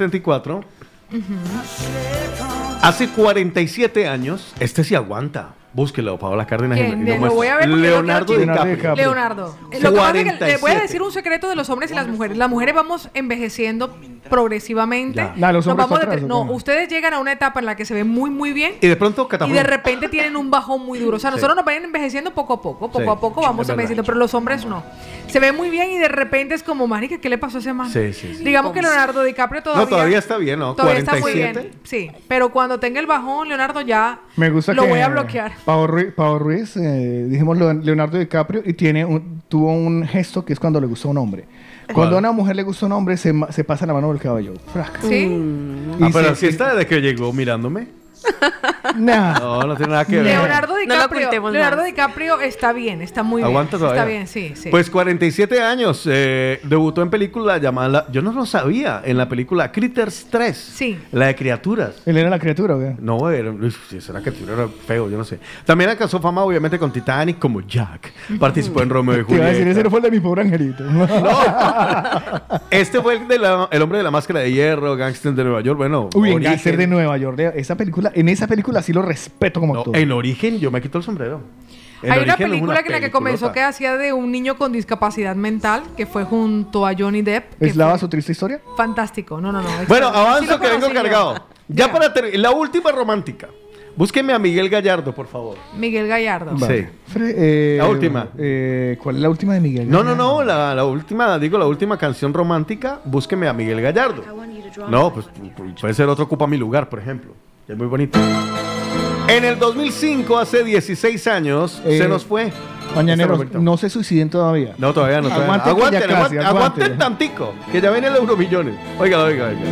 1974, hace 47 años, este sí aguanta. Búsquelo, Paola Cárdenas. Lo voy a ver. Leonardo DiCaprio. Leonardo. Lo que pasa es que le voy a decir un secreto de los hombres y las mujeres. Las mujeres vamos envejeciendo progresivamente. Los hombres ustedes llegan a una etapa en la que se ven muy, muy bien. Y de pronto y de repente tienen un bajón muy duro. O sea, nosotros nos van envejeciendo poco a poco. Poco a poco vamos envejeciendo. Pero los hombres no. Se ven muy bien y de repente es como, marica, ¿qué le pasó a ese man? Sí. Digamos que Leonardo DiCaprio todavía está bien, ¿no? Todavía 47. está muy bien. Sí, pero cuando tenga el bajón, Leonardo ya me gusta lo voy a bloquear. Pau Ruiz, dijimos Leonardo DiCaprio, y tuvo un gesto que es cuando le gusta a un hombre. Cuando a una mujer le gusta un hombre, se pasa la mano por el cabello. ¿Sí? Pero si está desde que llegó mirándome. No tiene nada que ver. Leonardo DiCaprio está bien, está muy bien. Aguanta todavía. Está bien, sí. Pues 47 años, debutó en película llamada, yo no lo sabía, en la película Critters 3. Sí. La de criaturas. ¿Él era la criatura o qué? No, esa criatura era feo, yo no sé. También alcanzó fama, obviamente, con Titanic, como Jack. Participó en Romeo y Julieta. Te iba a decir, ese no fue el de Mi Pobre Angelito. No. Este fue el hombre de la máscara de hierro, Gangster de Nueva York. Bueno, Gangster de Nueva York. En esa película sí lo respeto como actor. En Origen yo me quito el sombrero. Hay una película en la que comenzó que hacía de un niño con discapacidad mental, que fue junto a Johnny Depp. ¿Es su triste historia? Fantástico. No. Bueno, avanzo que vengo cargado. Ya para terminar, la última romántica. Búsqueme a Miguel Gallardo, por favor. Miguel Gallardo. Sí. La última. ¿Cuál es la última de Miguel? No. La última canción romántica. Búsqueme a Miguel Gallardo. No, pues puede ser otro Ocupa mi lugar, por ejemplo. Es muy bonito. En el 2005, hace 16 años, se nos fue. Mañaneros, no se suiciden todavía. No, todavía no. Aguanten tantico, que ya viene el Euromillones. Oiga.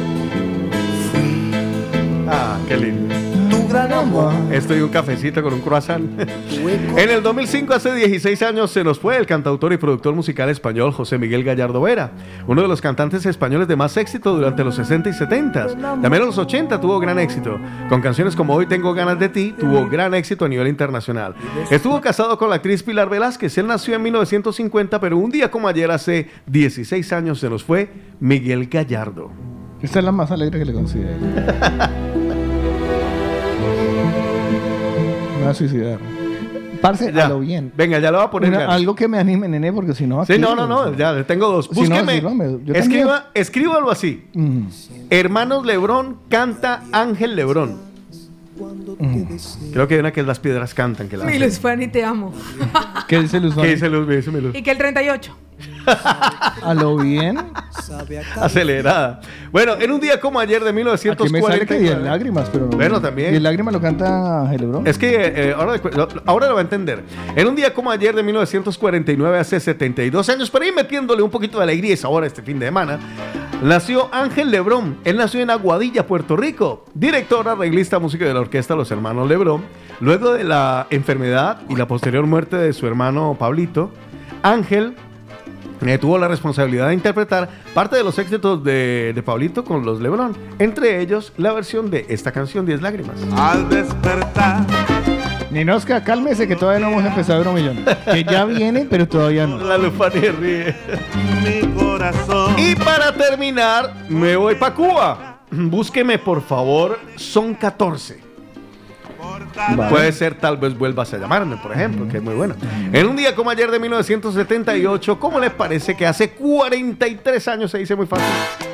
Ah, qué lindo. Estoy un cafecito con un croissant. En el 2005, hace 16 años, se nos fue el cantautor y productor musical español José Miguel Gallardo Vera, uno de los cantantes españoles de más éxito durante los 60 y 70. También en los 80 tuvo gran éxito. Con canciones como Hoy tengo ganas de ti, tuvo gran éxito a nivel internacional. Estuvo casado con la actriz Pilar Velázquez. Él nació en 1950, pero un día como ayer, hace 16 años, se nos fue Miguel Gallardo. Esta es la más alegre que le considero. Me va a suicidar. Parce, a lo bien. Venga, ya lo voy a poner. Algo que me anime, nene, porque si no... Sí, no, ya tengo dos. Búsqueme. Escríbalo así. Hermanos Lebrón canta Ángel Lebrón. Creo que hay una que es Las Piedras Cantan. Que Mi Luz Fanny, te amo. ¿Qué dice Luz Fanny? Y que el 38. A lo bien. Acelerada. Bueno, en un día como ayer de 1940. Aquí me sale que 10 lágrimas, pero no. Bueno, también. 10 lágrimas lo canta Ángel Lebrón. Es que ahora lo va a entender. En un día como ayer de 1949, hace 72 años, para ir metiéndole un poquito de alegría y sabor a este fin de semana, nació Ángel Lebrón. Él nació en Aguadilla, Puerto Rico. Director, arreglista, músico de la orquesta Los Hermanos Lebrón. Luego de la enfermedad y la posterior muerte de su hermano Pablito, Ángel tuvo la responsabilidad de interpretar parte de los éxitos de Pablito con los Lebrón, entre ellos la versión de esta canción 10 lágrimas. Al despertar. Ninosca, cálmese que todavía no hemos empezado Euromillón. Que ya viene, pero todavía no. La Lufani ríe. Mi corazón. Y para terminar, me voy para Cuba. Búsqueme, por favor, Son 14. Vale. Puede ser Tal vez vuelvas a llamarme, por ejemplo, que es muy bueno. En un día como ayer de 1978, ¿cómo les parece que hace 43 años, se dice muy fácil,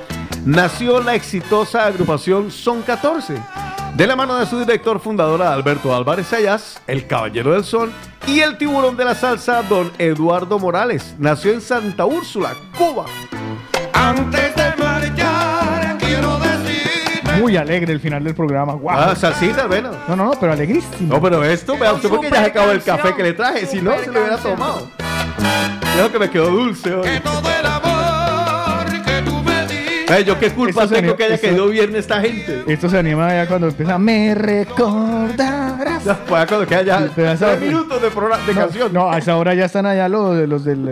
nació la exitosa agrupación Son 14? De la mano de su director fundador Alberto Álvarez Ayaz, el Caballero del Son y el tiburón de la salsa, don Eduardo Morales. Nació en Santa Úrsula, Cuba. Antes de marchar, quiero decir. Muy alegre el final del programa. Wow. Salsita, bueno. No, pero alegrísimo. No, pero esto, vea usted, porque ya se acabó el café que le traje. Si no, se lo hubiera tomado. Creo que me quedó dulce hoy. Que todo el amor que tú me diste. Yo qué culpa tengo que haya caído bien esta gente. Esto se anima ya cuando empieza. Me recordarás. Ya, pues cuando queda ya 3 minutos de canción. No, a esa hora ya están allá los de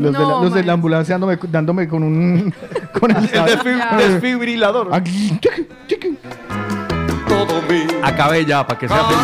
la ambulancia dándome con un... Con el desfibrilador. Todo mi acabé ya, para que sea feliz.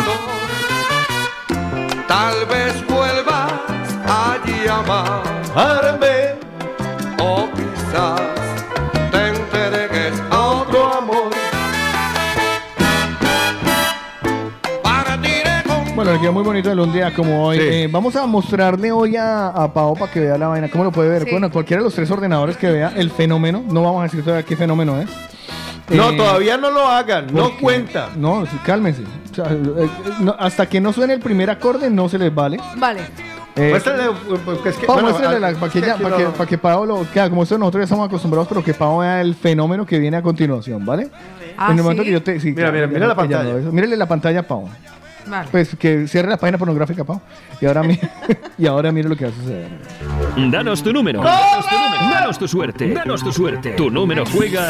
Tal vez vuelvas a llamarme, o quizás te entregues a otro amor. Partiré con Bueno, le quedó muy bonito un día como hoy. Sí. Vamos a mostrarle hoy a Pao para que vea la vaina. ¿Cómo lo puede ver? Sí. Bueno, cualquiera de los 3 ordenadores que vea el fenómeno. No vamos a decir todavía qué fenómeno es. No, todavía no lo hagan, no porque- cuenta. No, sí, cálmense. O sea, hasta que no suene el primer acorde no se les vale. Vale. Muéstrale, porque es que, Pao, bueno, muéstrale es que aquí lo- para que Pao lo... Claro, como esto nosotros ya estamos acostumbrados, pero que Pao vea el fenómeno que viene a continuación, ¿vale? Ah, en el momento ¿sí? que yo te... Sí, Mira, claro, mira la que ya pantalla. lo ves. Mírele la pantalla a Pao. Vale. Pues que cierre la página pornográfica, Pao. Y ahora, y ahora mire lo que va a suceder. Danos tu número. Danos tu número. Danos tu suerte. Danos tu suerte. Tu número juega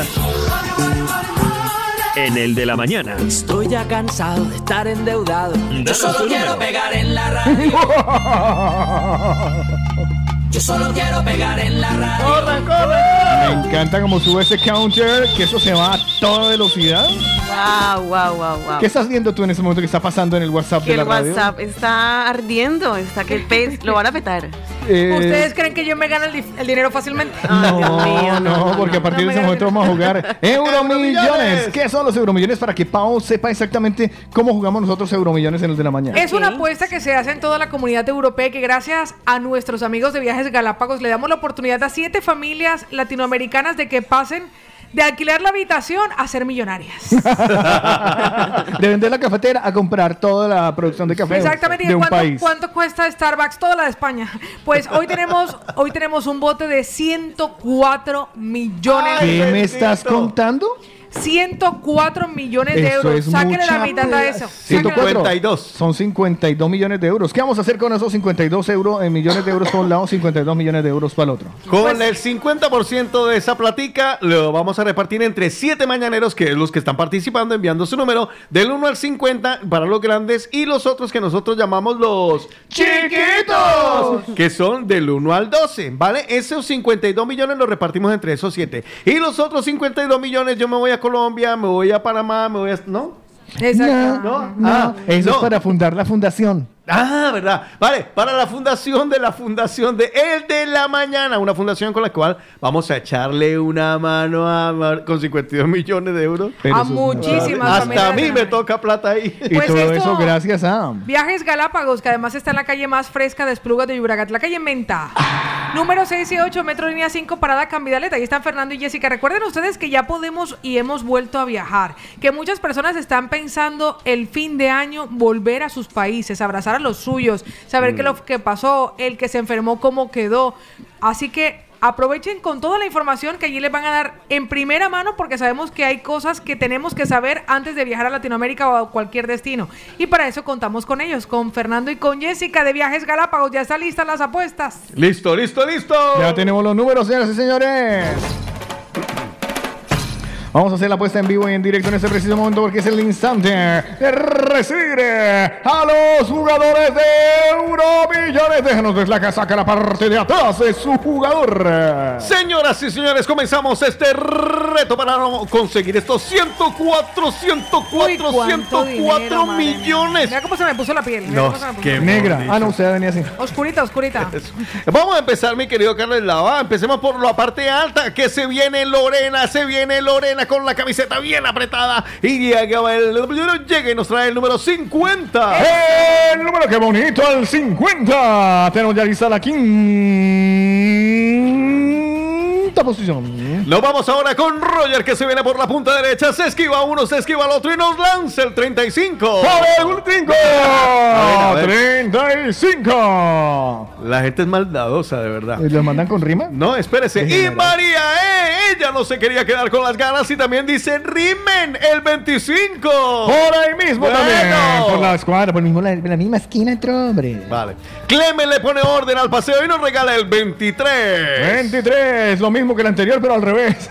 en el de la mañana. Estoy ya cansado de estar endeudado. Yo Danos solo tu quiero número. pegar en la radio. Yo solo quiero pegar en la radio. Me encanta como sube ese counter, que eso se va a toda velocidad. Wow. ¿Qué estás viendo tú en ese momento que está pasando en el WhatsApp Que de la el radio? WhatsApp está ardiendo, está que lo van a petar. ¿Ustedes creen que yo me gano el dinero fácilmente? No, porque a partir de ese momento vamos a jugar Euromillones. ¿Qué son los Euromillones? Para que Pao sepa exactamente cómo jugamos nosotros Euromillones en el de la mañana. Es una apuesta que se hace en toda la comunidad europea y que gracias a nuestros amigos de Viajes Galápagos le damos la oportunidad a 7 familias latinoamericanas de que pasen de alquilar la habitación a ser millonarias. De vender la cafetera a comprar toda la producción de café Exactamente. ¿Y de un país. cuánto cuesta Starbucks? Toda la de España. Pues hoy tenemos un bote de 104 millones. ¿Qué me estás contando? 104 millones de Eso euros. es Sáquenle mucha la mitad a eso. 142. Son 52 millones de euros. ¿Qué vamos a hacer con esos 52 millones de euros por un lado, 52 millones de euros para el otro? Con el 50% de esa platica lo vamos a repartir entre 7 mañaneros, que es los que están participando, enviando su número del 1 al 50 para los grandes, y los otros que nosotros llamamos los chiquitos, que son del 1 al 12, ¿vale? Esos 52 millones los repartimos entre esos 7. Y los otros 52 millones yo me voy a Colombia, me voy a Panamá, me voy a... ¿No? Exacto. Eso es para fundar la fundación. Ah, ¿verdad? Vale, para la fundación de El de la Mañana, una fundación con la cual vamos a echarle una mano con 52 millones de euros. A muchísimas Hasta familias a mí de me toca plata ahí. Y Pues todo esto- eso gracias a... Viajes Galápagos, que además está en la calle más fresca de Esplugas de Llobregat, la calle Menta. Número 6 y 8, Metro Línea 5, Parada Cambidaleta. Ahí están Fernando y Jessica. Recuerden ustedes que ya podemos y hemos vuelto a viajar. Que muchas personas están pensando el fin de año volver a sus países, abrazar a los suyos, saber qué es lo que pasó, el que se enfermó, cómo quedó. Así que aprovechen con toda la información que allí les van a dar en primera mano, porque sabemos que hay cosas que tenemos que saber antes de viajar a Latinoamérica o a cualquier destino. Y para eso contamos con ellos, con Fernando y con Jessica de Viajes Galápagos. Ya están listas las apuestas. Listo. Ya tenemos los números, señoras y señores. Vamos a hacer la apuesta en vivo y en directo en este preciso momento porque es el instante de recibir a los jugadores de Euromillones. Déjanos ver la casaca, la parte de atrás de su jugador. Señoras y señores, comenzamos este reto para conseguir estos 104 millones. Mira cómo se me puso la piel. Mira No, cómo se me puso. qué Negra. bonito. Ah, no, usted venía así. Oscurita. Vamos a empezar, mi querido Carlos Lava. Empecemos por la parte alta, que se viene Lorena con la camiseta bien apretada. Y llega y nos trae el número 50. El número, qué bonito, el 50. Tenemos ya lista la quinta posición. Nos vamos ahora con Roger, que se viene por la punta derecha. Se esquiva uno, se esquiva el otro y nos lanza el 35. ¡Por el 5! A ver. 35. La gente es maldadosa, de verdad. ¿Los mandan con rima? No, espérese. Y Déjenme ver. María, ella no se quería quedar con las ganas y también dice rimen el 25. Por ahí mismo Bueno. también. Por la escuadra, por el mismo, la misma esquina, otro hombre. Vale. Clemen le pone orden al paseo y nos regala el 23. 23, lo mismo que el anterior, pero al revés.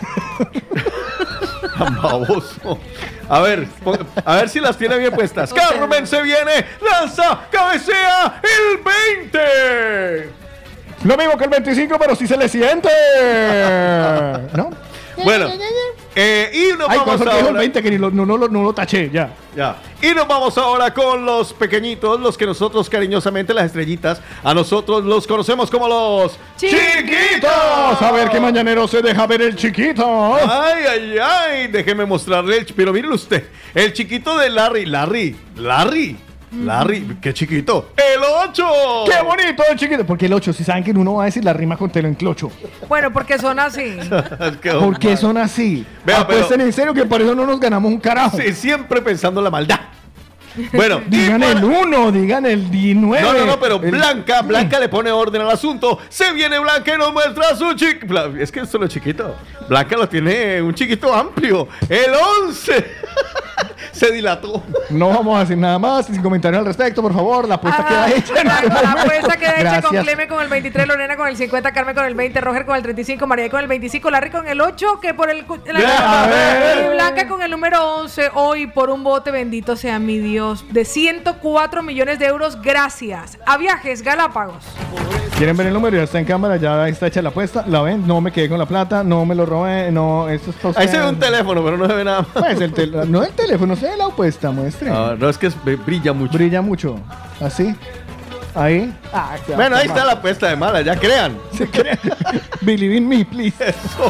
Baboso. A ver si las tiene bien puestas. Carmen se viene, lanza, cabecea el 20. Lo mismo que el 25, pero sí se le siente. ¿No? Bueno, y nos Ay, vamos ¿cuál fue el que dijo el ahora. 20? Que ni no lo taché, ya. Ya. Y nos vamos ahora con los pequeñitos, los que nosotros cariñosamente, las estrellitas, a nosotros los conocemos como los ¡Chiquitos! A ver qué mañanero se deja ver el chiquito. Ay, déjeme mostrarle pero mírelo usted, el chiquito de Larry. Larry, qué chiquito. ¡El 8! ¡Qué bonito el chiquito! Porque el 8, si saben que uno va a decir la rima con telo en clocho. Bueno, porque son así. ¿Por qué son así? Vea, Apuesten en serio que por eso no nos ganamos un carajo. Sí, siempre pensando en la maldad. Bueno, digan el 1, digan el 19. No, pero Blanca le pone orden al asunto. Se viene Blanca y nos muestra su chiquito. Es que esto no es chiquito. Blanca lo tiene un chiquito amplio. El 11. Se dilató. No vamos a decir nada más, sin comentarios al respecto, por favor. La apuesta queda hecha. La apuesta queda hecha con Clemen con el 23, Lorena con el 50, Carmen con el 20, Roger con el 35, María con el 25, Larry con el 8, que por el y Blanca con el número 11. Hoy por un bote, bendito sea mi Dios, de 104 millones de euros gracias a Viajes Galápagos. ¿Quieren ver el número? Ya está en cámara, ya está hecha la apuesta. ¿La ven? No me quedé con la plata, no me lo robé, no, esto es Ahí se ve un teléfono, pero no se ve nada más. Pues no el teléfono, se ve la apuesta, muestre. No, es que brilla mucho. Brilla mucho. ¿Así? Ahí. Bueno, ahí está la apuesta de mala, ya crean. Se crean. Believe in me, please. Eso.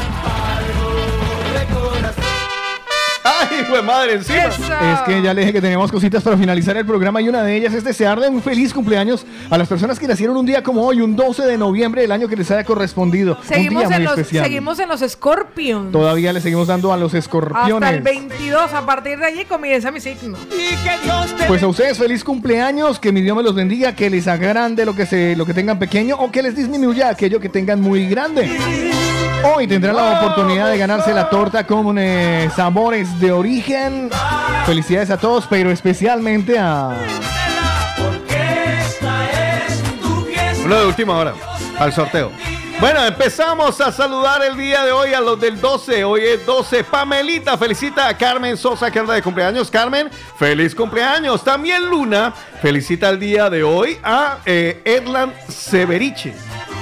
¡Ay, hijo de madre, encima! Es que ya le dije que teníamos cositas para finalizar el programa y una de ellas es desearle un feliz cumpleaños a las personas que nacieron un día como hoy, un 12 de noviembre del año que les haya correspondido. Seguimos, un día muy especial. Seguimos en los Scorpions. Todavía le seguimos dando a los escorpiones. Hasta el 22, a partir de allí comienza mi signo. Pues a ustedes feliz cumpleaños, que mi Dios me los bendiga, que les agrande lo que tengan pequeño o que les disminuya aquello que tengan muy grande. Hoy tendrán la oportunidad de ganarse la torta con sabores de origen. Felicidades a todos, pero especialmente a... Uno de última hora, al sorteo. Bueno, empezamos a saludar el día de hoy a los del 12. Hoy es 12. Pamelita felicita a Carmen Sosa, que anda de cumpleaños. Carmen, feliz cumpleaños. También Luna felicita el día de hoy a Erlan Severiche.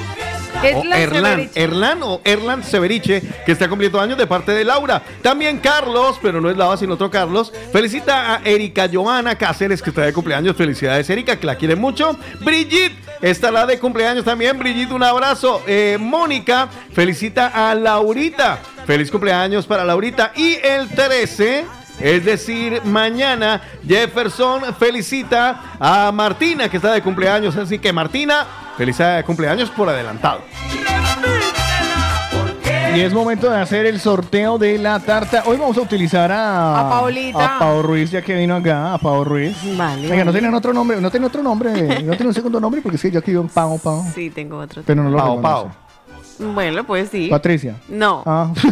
Erlan Severiche, que está cumpliendo años de parte de Laura. También Carlos, pero no es Laura, sino otro Carlos, felicita a Erika Joana Cáceres, que está de cumpleaños. Felicidades, Erika, que la quiere mucho. Brigitte estará de cumpleaños también. Brigitte, un abrazo. Mónica felicita a Laurita. Feliz cumpleaños para Laurita. Y el 13... es decir, mañana Jefferson felicita a Martina, que está de cumpleaños. Así que Martina, feliz cumpleaños por adelantado. Y es momento de hacer el sorteo de la tarta. Hoy vamos a utilizar a Paulita. A Pau Ruiz, ya que vino acá, a Pau Ruiz. Vale. Venga, no tienen otro nombre, no tiene un segundo nombre, porque sí, yo aquí veo Pau. Sí, tengo otro. Pero no lo reconozco. Pau. Bueno, pues sí. Patricia. No.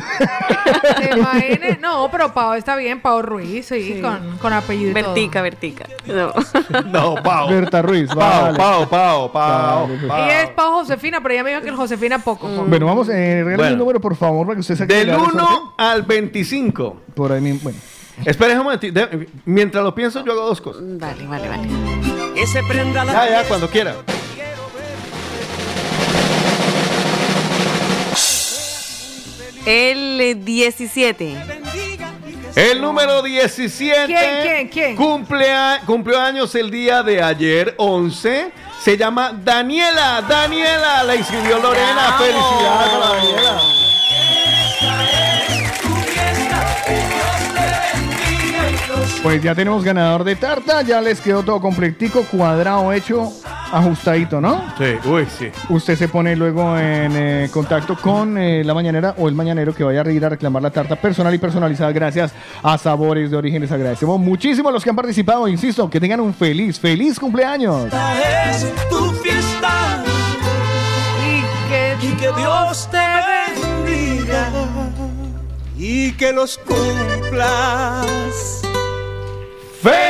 No, pero Pau está bien, Pau Ruiz, sí. Con apellido. Vertica. No. No, Pau. Berta Ruiz. Pau. Y es Pau Josefina, pero ella me dijo que el Josefina poco. Bueno, vamos, regálame un número, por favor, para que usted saque. Del 1 al 25. Por ahí mismo, bueno. Espera un momentito. Mientras lo pienso, yo hago dos cosas. Vale. Que se prenda la Ya, cuando quiera. El 17. El número 17. ¿Quién? Cumplió años el día de ayer, 11. Se llama Daniela. La inscribió Lorena. ¡Bravo! Felicidades a la Daniela. Pues ya tenemos ganador de tarta, ya les quedó todo completico, cuadrado, hecho, ajustadito, ¿no? Sí. Usted se pone luego en contacto con la mañanera o el mañanero que vaya a ir a reclamar la tarta personal y personalizada gracias a Sabores de Origen. Les agradecemos muchísimo a los que han participado, insisto, que tengan un feliz cumpleaños. Esta es tu fiesta y que Dios te bendiga y que los cumplas. ¡Feliz!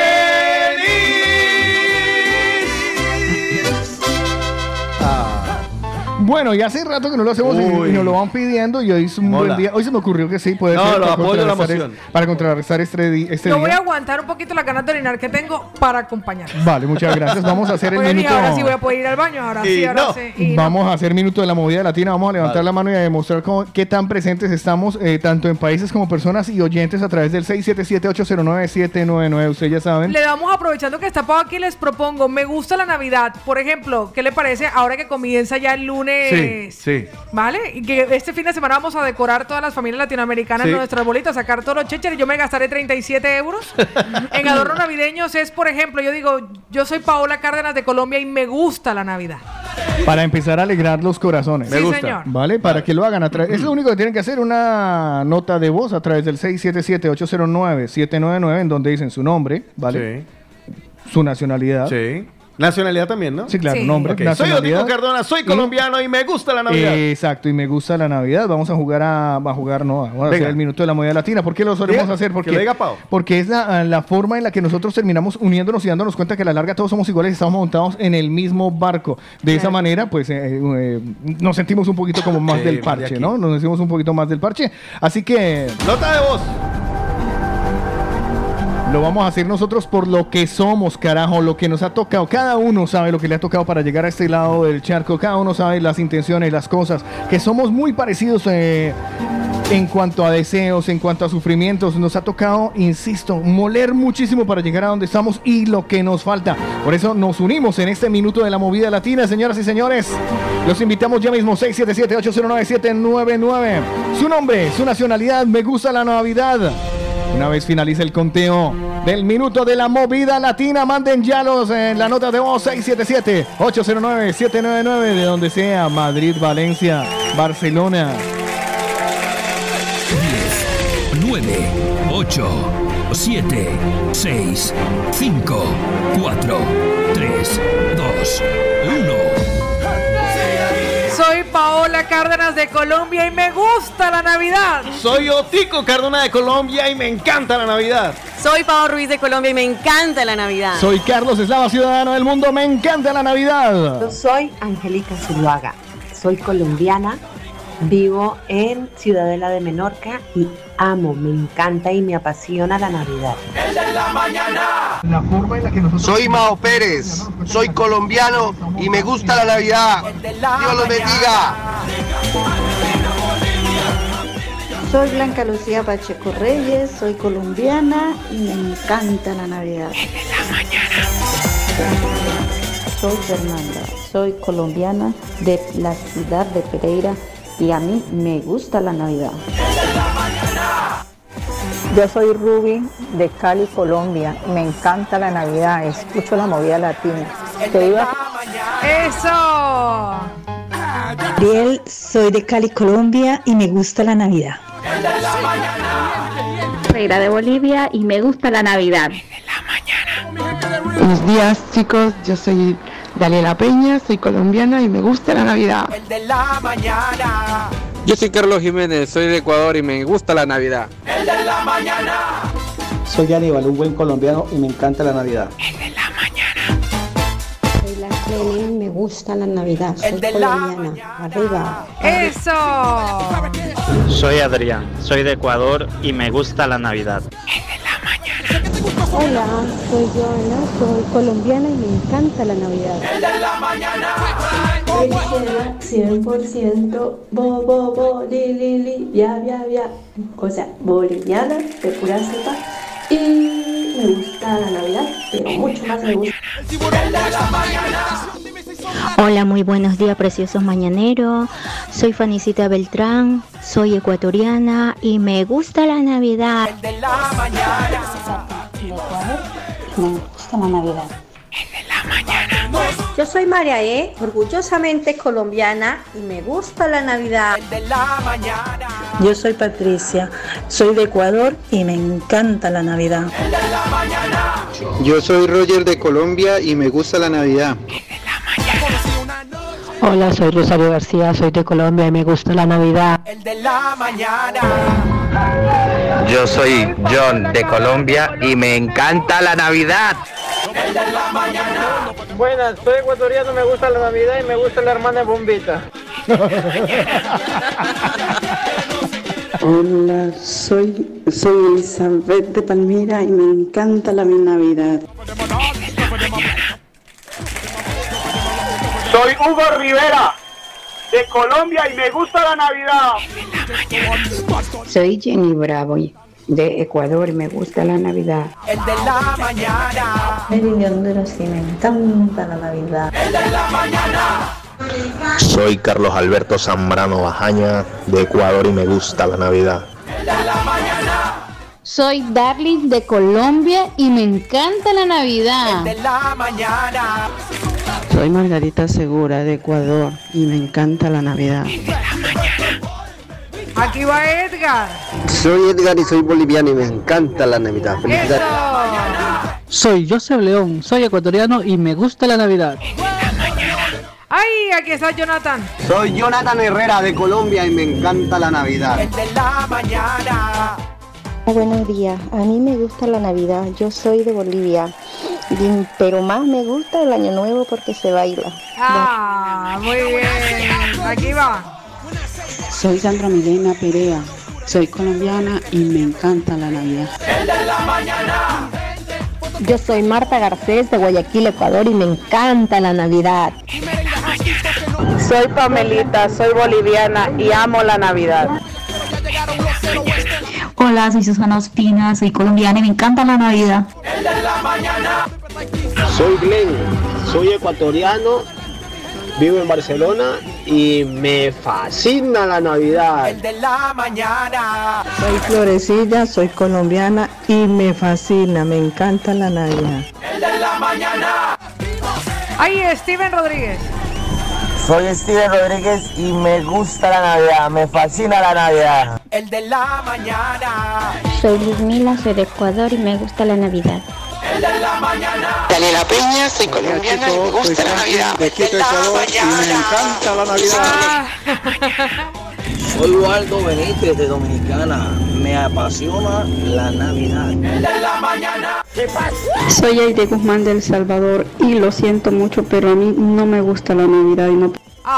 Bueno, y hace rato que no lo hacemos y nos lo van pidiendo y hoy es un buen día. Hoy se me ocurrió que sí, puede ser. Lo apoyo la emoción. Para contrarrestar este día. Yo voy a aguantar un poquito la ganas de orinar que tengo para acompañar. Vale, muchas gracias. Vamos a hacer el minuto. Ahora sí voy a poder ir al baño, ahora sí. Vamos a hacer minuto de la movida latina. Vamos a levantar la mano y a demostrar qué tan presentes estamos, tanto en países como personas y oyentes a través del 677-809-799. Ustedes ya saben. Le damos, aprovechando que está Pau aquí, les propongo, me gusta la Navidad. Por ejemplo, ¿qué le parece ahora que comienza ya el lunes Sí. ¿Vale? Y que este fin de semana vamos a decorar todas las familias latinoamericanas nuestras bolitas, sacar todos los chécheres. Yo me gastaré 37 euros en adornos navideños. Es, por ejemplo, yo digo, yo soy Paola Cárdenas de Colombia y me gusta la Navidad. Para empezar a alegrar los corazones. Me gusta. Señor. ¿Vale? Para que lo hagan. Es lo único que tienen que hacer, una nota de voz a través del 677-809-799, en donde dicen su nombre, ¿vale? Sí. Su nacionalidad. Sí. Nacionalidad también, ¿no? Sí, claro, nombre. Okay. Soy Otico Cardona, soy colombiano y me gusta la Navidad. Exacto, y me gusta la Navidad. Vamos a hacer el minuto de la movida latina. ¿Por qué lo solemos hacer? Porque es la forma en la que nosotros terminamos uniéndonos y dándonos cuenta que a la larga todos somos iguales y estamos montados en el mismo barco. De esa manera, pues, nos sentimos un poquito como más del parche, ¿no? Nos sentimos un poquito más del parche. Así que... Nota de voz. Lo vamos a hacer nosotros por lo que somos, carajo, lo que nos ha tocado. Cada uno sabe lo que le ha tocado para llegar a este lado del charco. Cada uno sabe las intenciones, las cosas. Que somos muy parecidos en cuanto a deseos, en cuanto a sufrimientos. Nos ha tocado, insisto, moler muchísimo para llegar a donde estamos y lo que nos falta. Por eso nos unimos en este minuto de la movida latina, señoras y señores. Los invitamos ya mismo, 677-809-799. Su nombre, su nacionalidad, me gusta la Navidad. Una vez finalice el conteo del minuto de la movida latina, manden ya la nota de voz 677-809-799 de donde sea, Madrid, Valencia, Barcelona. 10, 9, 8, 7, 6, 5, 4, 3, 2, 1. Soy Paola Cárdenas de Colombia y me gusta la Navidad. Soy Otico Cardona de Colombia y me encanta la Navidad. Soy Pao Ruiz de Colombia y me encanta la Navidad. Soy Carlos Eslava, ciudadano del mundo, me encanta la Navidad. Yo soy Angélica Zuluaga, soy colombiana, vivo en Ciudadela de Menorca y amo, me encanta y me apasiona la Navidad. El de la mañana. La forma en la que nosotros... Soy Mao Pérez, soy colombiano y me gusta la Navidad. Dios los bendiga. Soy Blanca Lucía Pacheco Reyes, soy colombiana y me encanta la Navidad. El de la mañana. Soy Fernanda, soy colombiana de la ciudad de Pereira y a mí me gusta la Navidad. Yo soy Ruby de Cali, Colombia. Me encanta la Navidad, escucho la movida latina. ¡Eso! Ariel, soy de Cali, Colombia y me gusta la Navidad. Reina de Bolivia y me gusta la Navidad. Buenos días, chicos, yo soy Daniela Peña, soy colombiana y me gusta la Navidad. El de la mañana. Yo soy Carlos Jiménez, soy de Ecuador y me gusta la Navidad. El de la mañana. Soy Aníbal, un buen colombiano y me encanta la Navidad. El de la mañana. Soy la Cleni, me gusta la Navidad. Soy colombiana. Arriba. ¡Eso! Soy Adrián, soy de Ecuador y me gusta la Navidad. El de la mañana. Hola, soy Joana, soy colombiana y me encanta la Navidad. El de la mañana. Soy Sheila, 100% bo, li, via, o sea, boliviana, de pura cepa. Y me gusta la Navidad, pero mucho más me gusta. El de la mañana. Hola, muy buenos días, preciosos mañaneros. Soy Fanicita Beltrán, soy ecuatoriana y me gusta la Navidad. El de la mañana. Me gusta la Navidad. El de la mañana. Yo soy María E, orgullosamente colombiana y me gusta la Navidad. El de la mañana. Yo soy Patricia, soy de Ecuador y me encanta la Navidad. El de la mañana. Yo soy Roger de Colombia y me gusta la Navidad. El de la mañana. Hola, soy Rosario García, soy de Colombia y me gusta la Navidad. El de la mañana. Yo soy John de Colombia y me encanta la Navidad. El de la mañana. Buenas, soy ecuatoriano, me gusta la Navidad y me gusta la hermana Bombita. Hola, soy Elizabeth de Palmira y me encanta la Navidad. Soy Hugo Rivera de Colombia y me gusta la Navidad. Soy Jenny Bravo de Ecuador y me gusta la Navidad. El de la mañana. Mary de Honduras y me encanta la Navidad. El de la mañana. Soy Carlos Alberto Zambrano Bajaña de Ecuador y me gusta la Navidad. Soy Darling de Colombia y me encanta la Navidad. Soy Margarita Segura de Ecuador y me encanta la Navidad. Aquí va Edgar. Soy Edgar y soy boliviano y me encanta la Navidad. Eso. Soy Joseph León, soy ecuatoriano y me gusta la Navidad. ¡Ay! Aquí está Jonathan. Soy Jonathan Herrera de Colombia y me encanta la Navidad. Buenos días, a mí me gusta la Navidad, yo soy de Bolivia, pero más me gusta el Año Nuevo porque se baila. Ah, muy bien, aquí va. Soy Sandra Milena Perea, soy colombiana y me encanta la Navidad. Yo soy Marta Garcés de Guayaquil, Ecuador y me encanta la Navidad. Soy Pamelita, soy boliviana y amo la Navidad. Hola, soy Susana Ospina, soy colombiana y me encanta la Navidad. Soy Glenn, soy ecuatoriano, vivo en Barcelona y me fascina la Navidad. Soy Florecilla, soy colombiana y me fascina, me encanta la Navidad. Ahí Steven Rodríguez. Soy Steven Rodríguez y me gusta la Navidad, me fascina la Navidad. El de la mañana. Soy Luzmila, soy de Ecuador y me gusta la Navidad. El de la mañana. Daniela Peña, soy colombiana y me gusta la Navidad. De Quito, Ecuador y me encanta la Navidad. Soy Waldo Benítez de Dominicana, me apasiona la Navidad. El de la mañana. Soy Aide Guzmán de El Salvador y lo siento mucho, pero a mí no me gusta la Navidad y no.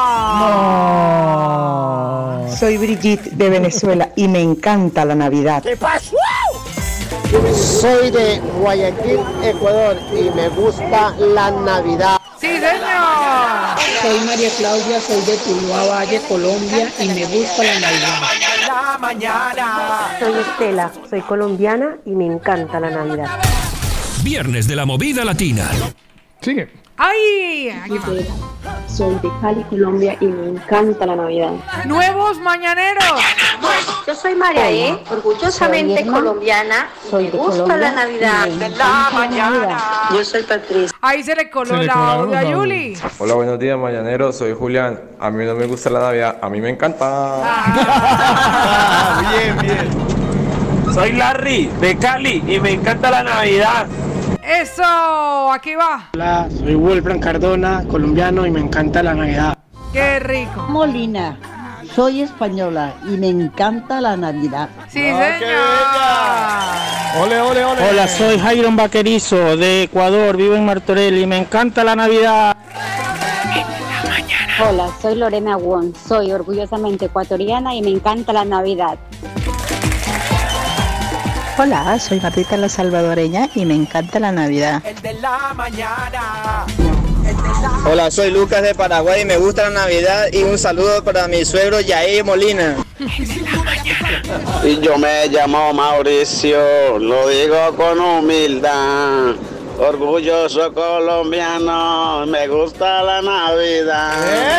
Soy Brigitte de Venezuela y me encanta la Navidad. ¿Qué pasó? Soy de Guayaquil, Ecuador y me gusta la Navidad. ¡Sí, señor! Soy María Claudia, soy de Tuluá Valle, Colombia y me gusta la Navidad. La mañana. Soy Estela, soy colombiana y me encanta la Navidad. Viernes de la movida latina. Sigue. ¡Ay! Aquí va. Soy de Cali, Colombia y me encanta la Navidad. ¡Nuevos mañaneros! Yo soy María orgullosamente colombiana y me gusta la Navidad. De la mañana. Yo soy Patricia. Ahí se le coló el audio a Yuli. Hola, buenos días, mañaneros. Soy Julián. A mí no me gusta la Navidad, a mí me encanta. Bien, bien. Soy Larry, de Cali, y me encanta la Navidad. ¡Eso! Aquí va. Hola, soy Wolfram Cardona, colombiano y me encanta la Navidad. ¡Qué rico! Molina, soy española y me encanta la Navidad. ¡Sí, señor! ¡Ole, ole, ole! Hola, soy Jairon Vaquerizo de Ecuador, vivo en Martorell y me encanta la Navidad. Hola, soy Lorena Wong, soy orgullosamente ecuatoriana y me encanta la Navidad. Hola, soy Martita la Salvadoreña y me encanta la Navidad. El de la mañana. Hola, soy Lucas de Paraguay y me gusta la Navidad y un saludo para mi suegro Yair Molina. Y yo me llamo Mauricio, lo digo con humildad. Orgulloso colombiano, me gusta la Navidad.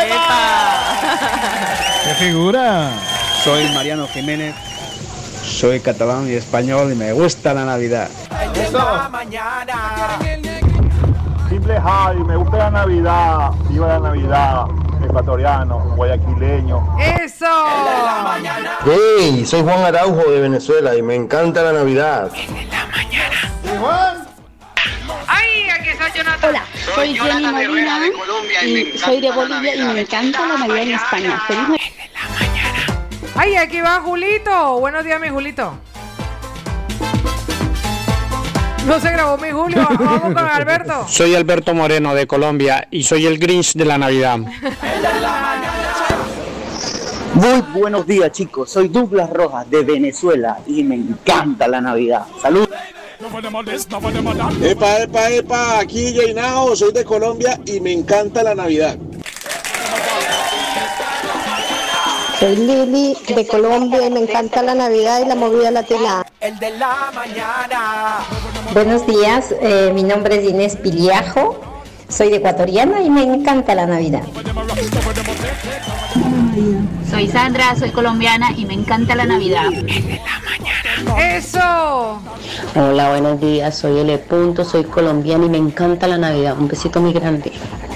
¡Qué figura! Soy Mariano Jiménez. Soy catalán y español y me gusta la Navidad. El de la mañana. Simple Javi, me gusta la Navidad. Viva la Navidad. Ecuatoriano, guayaquileño. ¡Eso! El de la mañana. Hey, soy Juan Araujo de Venezuela y me encanta la Navidad. ¡Ay! Aquí está Jonathan. Hola, soy Jenny Molina y soy de Bolivia y me encanta la Navidad en España. ¡Feliz Navidad! ¡Ay! Aquí va Julito. Buenos días, mi Julito. No se grabó mi Julio. Vamos con Alberto. Soy Alberto Moreno de Colombia y soy el Grinch de la Navidad. Muy buenos días, chicos. Soy Douglas Rojas de Venezuela y me encanta la Navidad. ¡Salud! Epa, aquí Jainao, soy de Colombia y me encanta la Navidad. Soy Lili de Colombia y me encanta la Navidad y la movida latina. El de la mañana. Buenos días, mi nombre es Inés Piliajo, Soy de ecuatoriana y me encanta la Navidad. Soy Sandra, soy colombiana y me encanta la Navidad. ¡Eso! Hola, buenos días, soy L. Soy colombiana y me encanta la Navidad. Un besito muy grande.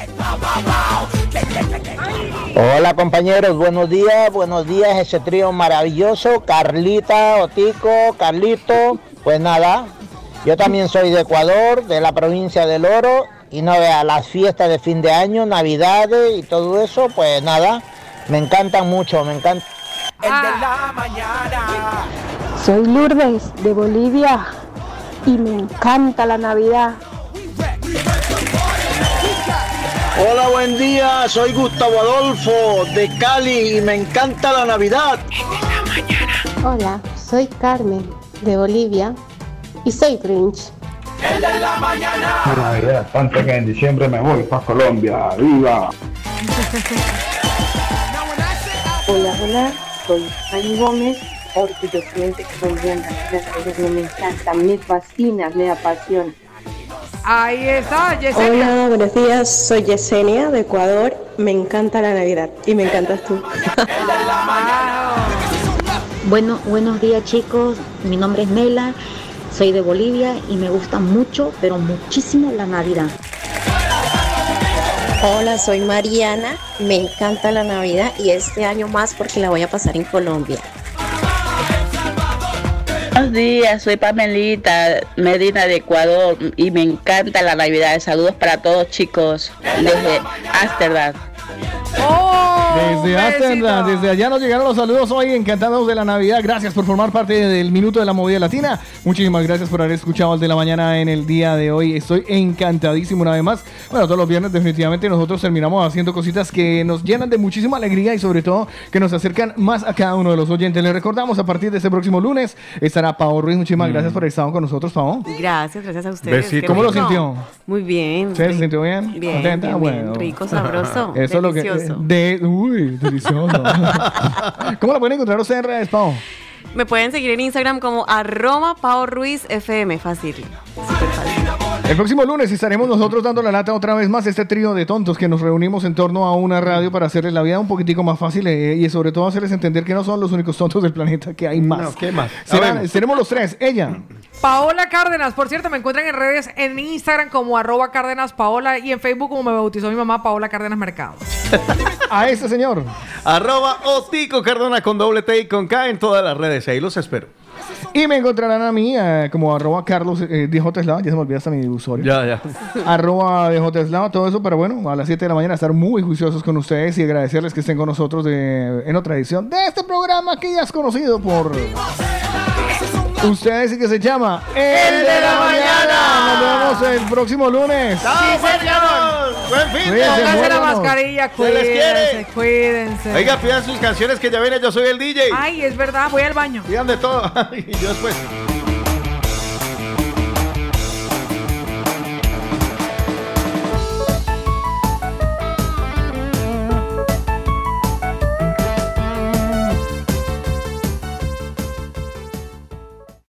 Hola compañeros, buenos días, ese trío maravilloso, Carlita, Otico, Carlito, pues nada, yo también soy de Ecuador, de la provincia del Oro, y no vea las fiestas de fin de año, navidades y todo eso, pues nada, me encantan mucho, me encanta. El de la mañana. Soy Lourdes de Bolivia y me encanta la Navidad. Hola, buen día, soy Gustavo Adolfo de Cali y me encanta la Navidad. Hola, soy Carmen de Bolivia y soy Grinch. El de la mañana. Navidad, tanto que en diciembre me voy para Colombia. ¡Viva! Hola, soy Fanny Gómez, orgullosamente colombiana. Me encanta, me fascina, me apasiona. Ahí está, Yesenia. Hola, buenos días, soy Yesenia de Ecuador. Me encanta la Navidad y me encantas tú. Bueno, buenos días chicos, mi nombre es Mela, soy de Bolivia y me gusta mucho, pero muchísimo la Navidad. Hola, soy Mariana, me encanta la Navidad y este año más porque la voy a pasar en Colombia. Buenos días, soy Pamelita Medina de Ecuador y me encanta la Navidad. Saludos para todos chicos desde Ámsterdam. Desde Ámsterdam, desde allá nos llegaron los saludos hoy, encantados de la Navidad. Gracias por formar parte del Minuto de la Movida Latina. Muchísimas gracias por haber escuchado el de la mañana en el día de hoy. Estoy encantadísimo una vez más. Bueno, todos los viernes definitivamente nosotros terminamos haciendo cositas que nos llenan de muchísima alegría y sobre todo que nos acercan más a cada uno de los oyentes. Les recordamos, a partir de este próximo lunes estará Pao Ruiz. Muchísimas gracias por haber estado con nosotros, Pao. Gracias a ustedes. ¿Cómo lo sintió? Muy bien. ¿Se sintió bien? Bien, ¿Contenta? bien, Bueno. rico, sabroso, eso delicioso. Es lo que... Uy, delicioso. ¿Cómo la pueden encontrar ustedes en redes, Pao? Me pueden seguir en Instagram como @PaoRuizFM. Fácil. Súper fácil. El próximo lunes estaremos nosotros dando la lata otra vez más, este trío de tontos que nos reunimos en torno a una radio para hacerles la vida un poquitico más fácil y sobre todo hacerles entender que no son los únicos tontos del planeta, que hay más. No, ¿qué más? Seremos los tres, ella. Paola Cárdenas, por cierto, me encuentran en redes, en Instagram como @CárdenasPaola y en Facebook como me bautizó mi mamá, Paola Cárdenas Mercado. A ese señor. @Otico Cardona con doble T y con K en todas las redes. Ahí los espero. Y me encontrarán a mí como @Carlos DJslava, ya se me olvidó hasta mi usuario. Ya. @DJslava, todo eso para, bueno, a las 7 de la mañana estar muy juiciosos con ustedes y agradecerles que estén con nosotros en otra edición de este programa que ya es conocido por ustedes y que se llama El de la Mañana. Nos vemos el próximo lunes. Sí, señor. Buen fin. Pónganse la mascarilla, cuídense. Oiga, pidan sus canciones que ya viene, yo soy el DJ. Ay, es verdad, voy al baño. Pidan de todo. Y yo después.